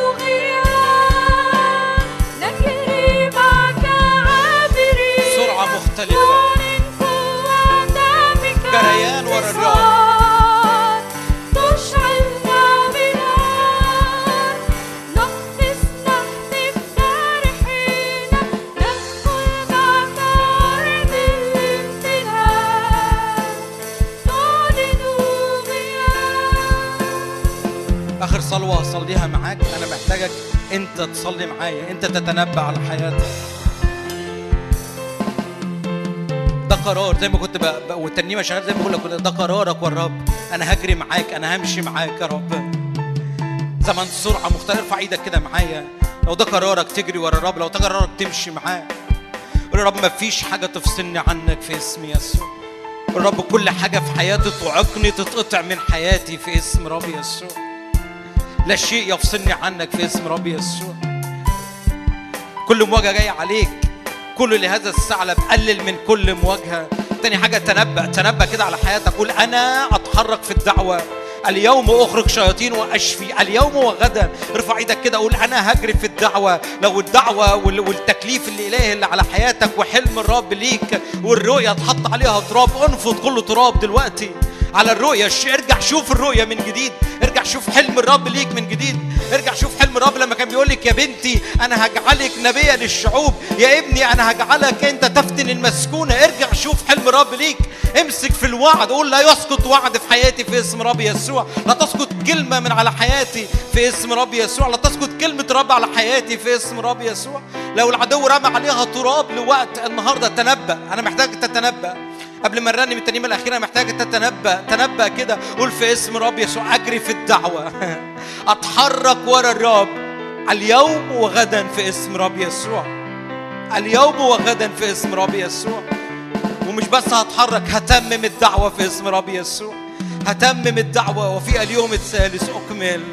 غياب. نجري معك عابرين، سرعة مختلفة، نعلن قوة بك جريان ورا الرب. انتصار. تشعلنا بنار، ننفس نهتف فرحين. ندخل معك أرض الامتلاك، نعلن غياب. آخر صلوة هصليها معاك، أنا محتاجك أنت تصلي معايا، أنت تتنبأ على حياتك. ده قرار زي ما كنت بقى والترنيمة شغال، زي ما بقول لك ده قرارك والرب. أنا هجري معاك، أنا همشي معاك يا رب. زمن سرعة مختلفة. ارفع إيدك كده معايا لو ده قرارك تجري ورا الرب، لو ده قرارك تمشي معاه. قول يا رب ما فيش حاجة تفصلني عنك في اسم يسوع. قول يا رب كل حاجة في حياتي تعيقني تتقطع من حياتي في اسم رب يسوع. لا شيء يفصلني عنك في اسم رب يسوع. كل مواجهة جاية عليك، كل لهذا الثعلب قلل من كل مواجهة. تاني حاجة تنبأ، تنبأ كده على حياتك. قول أنا أتحرك في الدعوة، اليوم اخرج شياطين واشفي، اليوم وغدا. ارفع ايدك كده قول انا هجري في الدعوه. لو الدعوه والتكليف الالهي اللي على حياتك وحلم الرب ليك والرؤيه اتحط عليها تراب، انفض كل تراب دلوقتي على الرؤيه. ارجع شوف الرؤيه من جديد، ارجع شوف حلم الرب ليك من جديد، ارجع شوف حلم الرب لما كان بيقول لك يا بنتي انا هجعلك نبيه للشعوب، يا ابني انا هجعلك انت تفتن المسكونه. ارجع شوف حلم الرب ليك، امسك في الوعد، قول لا يسقط وعد في حياتي في اسم رب يسوع، لا تسقط كلمه من على حياتي في اسم رب يسوع، لا تسقط كلمه رب على حياتي في اسم رب يسوع. لو العدو رمى عليها تراب لوقت النهارده تنبأ. انا محتاج تتنبأ قبل ما نرنم الترنيمه الاخيره، محتاج تتنبأ. تنبأ كده قول في اسم رب يسوع اجري في الدعوه اتحرك ورا الرب اليوم وغدا في اسم رب يسوع، اليوم وغدا في اسم رب يسوع. ومش بس هتحرك، هتمم الدعوه في اسم رب يسوع، هتمم الدعوه وفي اليوم الثالث اكمل.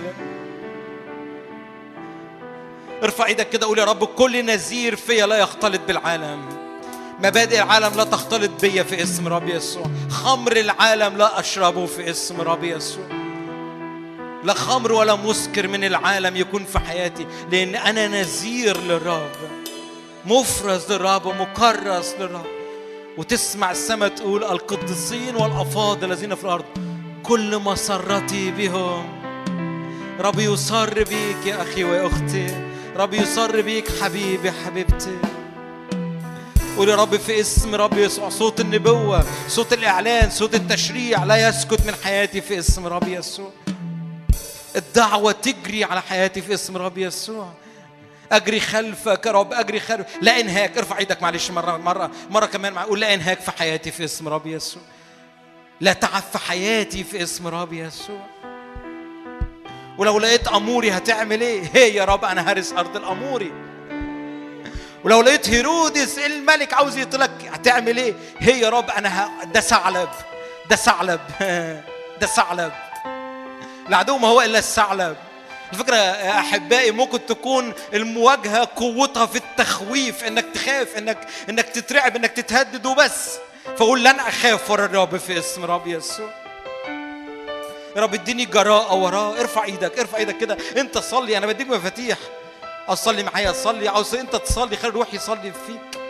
ارفع ايدك كده قول يا رب كل نذير فيا لا يختلط بالعالم، مبادئ العالم لا تختلط بيا في اسم رب يسوع، خمر العالم لا أشربه في اسم رب يسوع، لا خمر ولا مسكر من العالم يكون في حياتي، لأن أنا نذير للرب، مفرز للرب ومكرس للرب. وتسمع السماء تقول القديسين والأفاضل الذين في الأرض كل مسرتي بهم. رب يسر بيك يا أخي ويا أختي، رب يسر بيك حبيبي حبيبتي. قول يا رب في اسم رب يسوع صوت النبوة، صوت الإعلان، صوت التشريع لا يسكت من حياتي في اسم رب يسوع. الدعوة تجري على حياتي في اسم رب يسوع. أجري خلفك يا رب، أجري خلفك، لا إنهاك. ارفع إيدك معلش مرة مرة مرة كمان معي. قول لا إنهاك في حياتي في اسم رب يسوع، لا تعب في حياتي في اسم رب يسوع. ولو لقيت أموري هتعمل إيه؟ هي يا رب أنا هارس أرض الأموري. ولو لقيت هيرودس الملك عاوز يقتلك هتعمل ايه؟ هي يا رب انا ه... ده ثعلب، ده ثعلب ده ثعلب. العدو ما هو الا الثعلب. الفكره يا احبائي ممكن تكون المواجهه قوتها في التخويف، انك تخاف، انك انك تترعب، انك تتهدد وبس. فقول لن اخاف ورا الرب في اسم رب يسوع. يا رب اديني جراءه وراه. ارفع ايدك، ارفع ايدك كده انت صلي، انا بديك مفاتيح. أصلي معايا، أصلي، عاوز أنت تصلي خير روح يصلي فيك.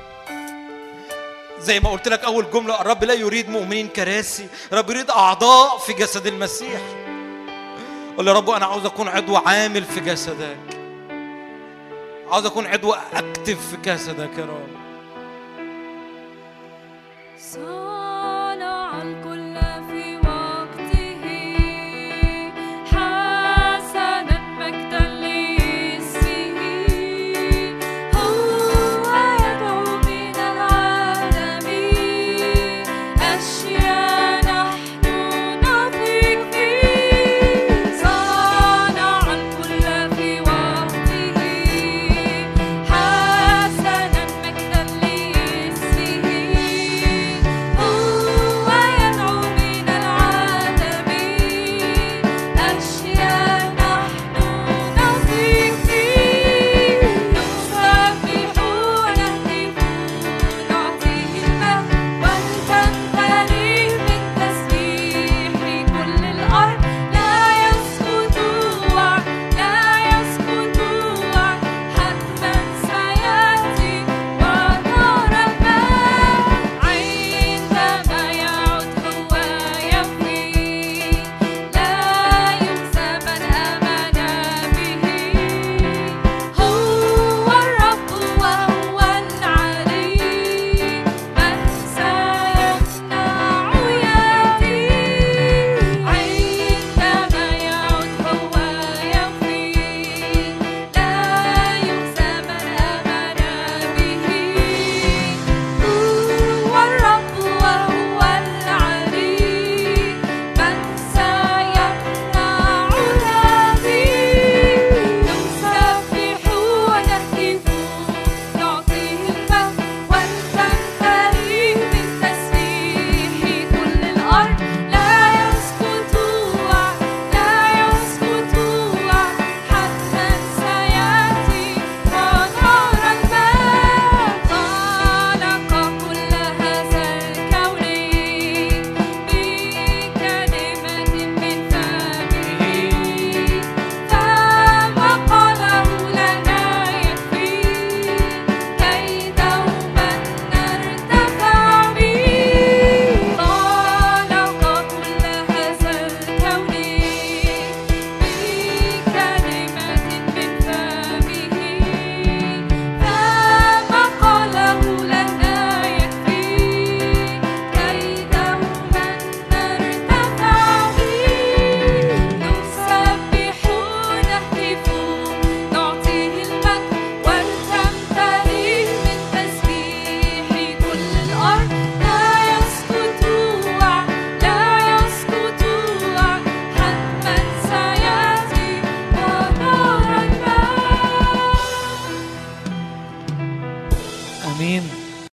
زي ما قلت لك أول جملة، الرب لا يريد مؤمنين كراسي، الرب يريد أعضاء في جسد المسيح. قل يا رب أنا عاوز أكون عضو عامل في جسدك، عاوز أكون عضو أكتف في جسدك يا رب.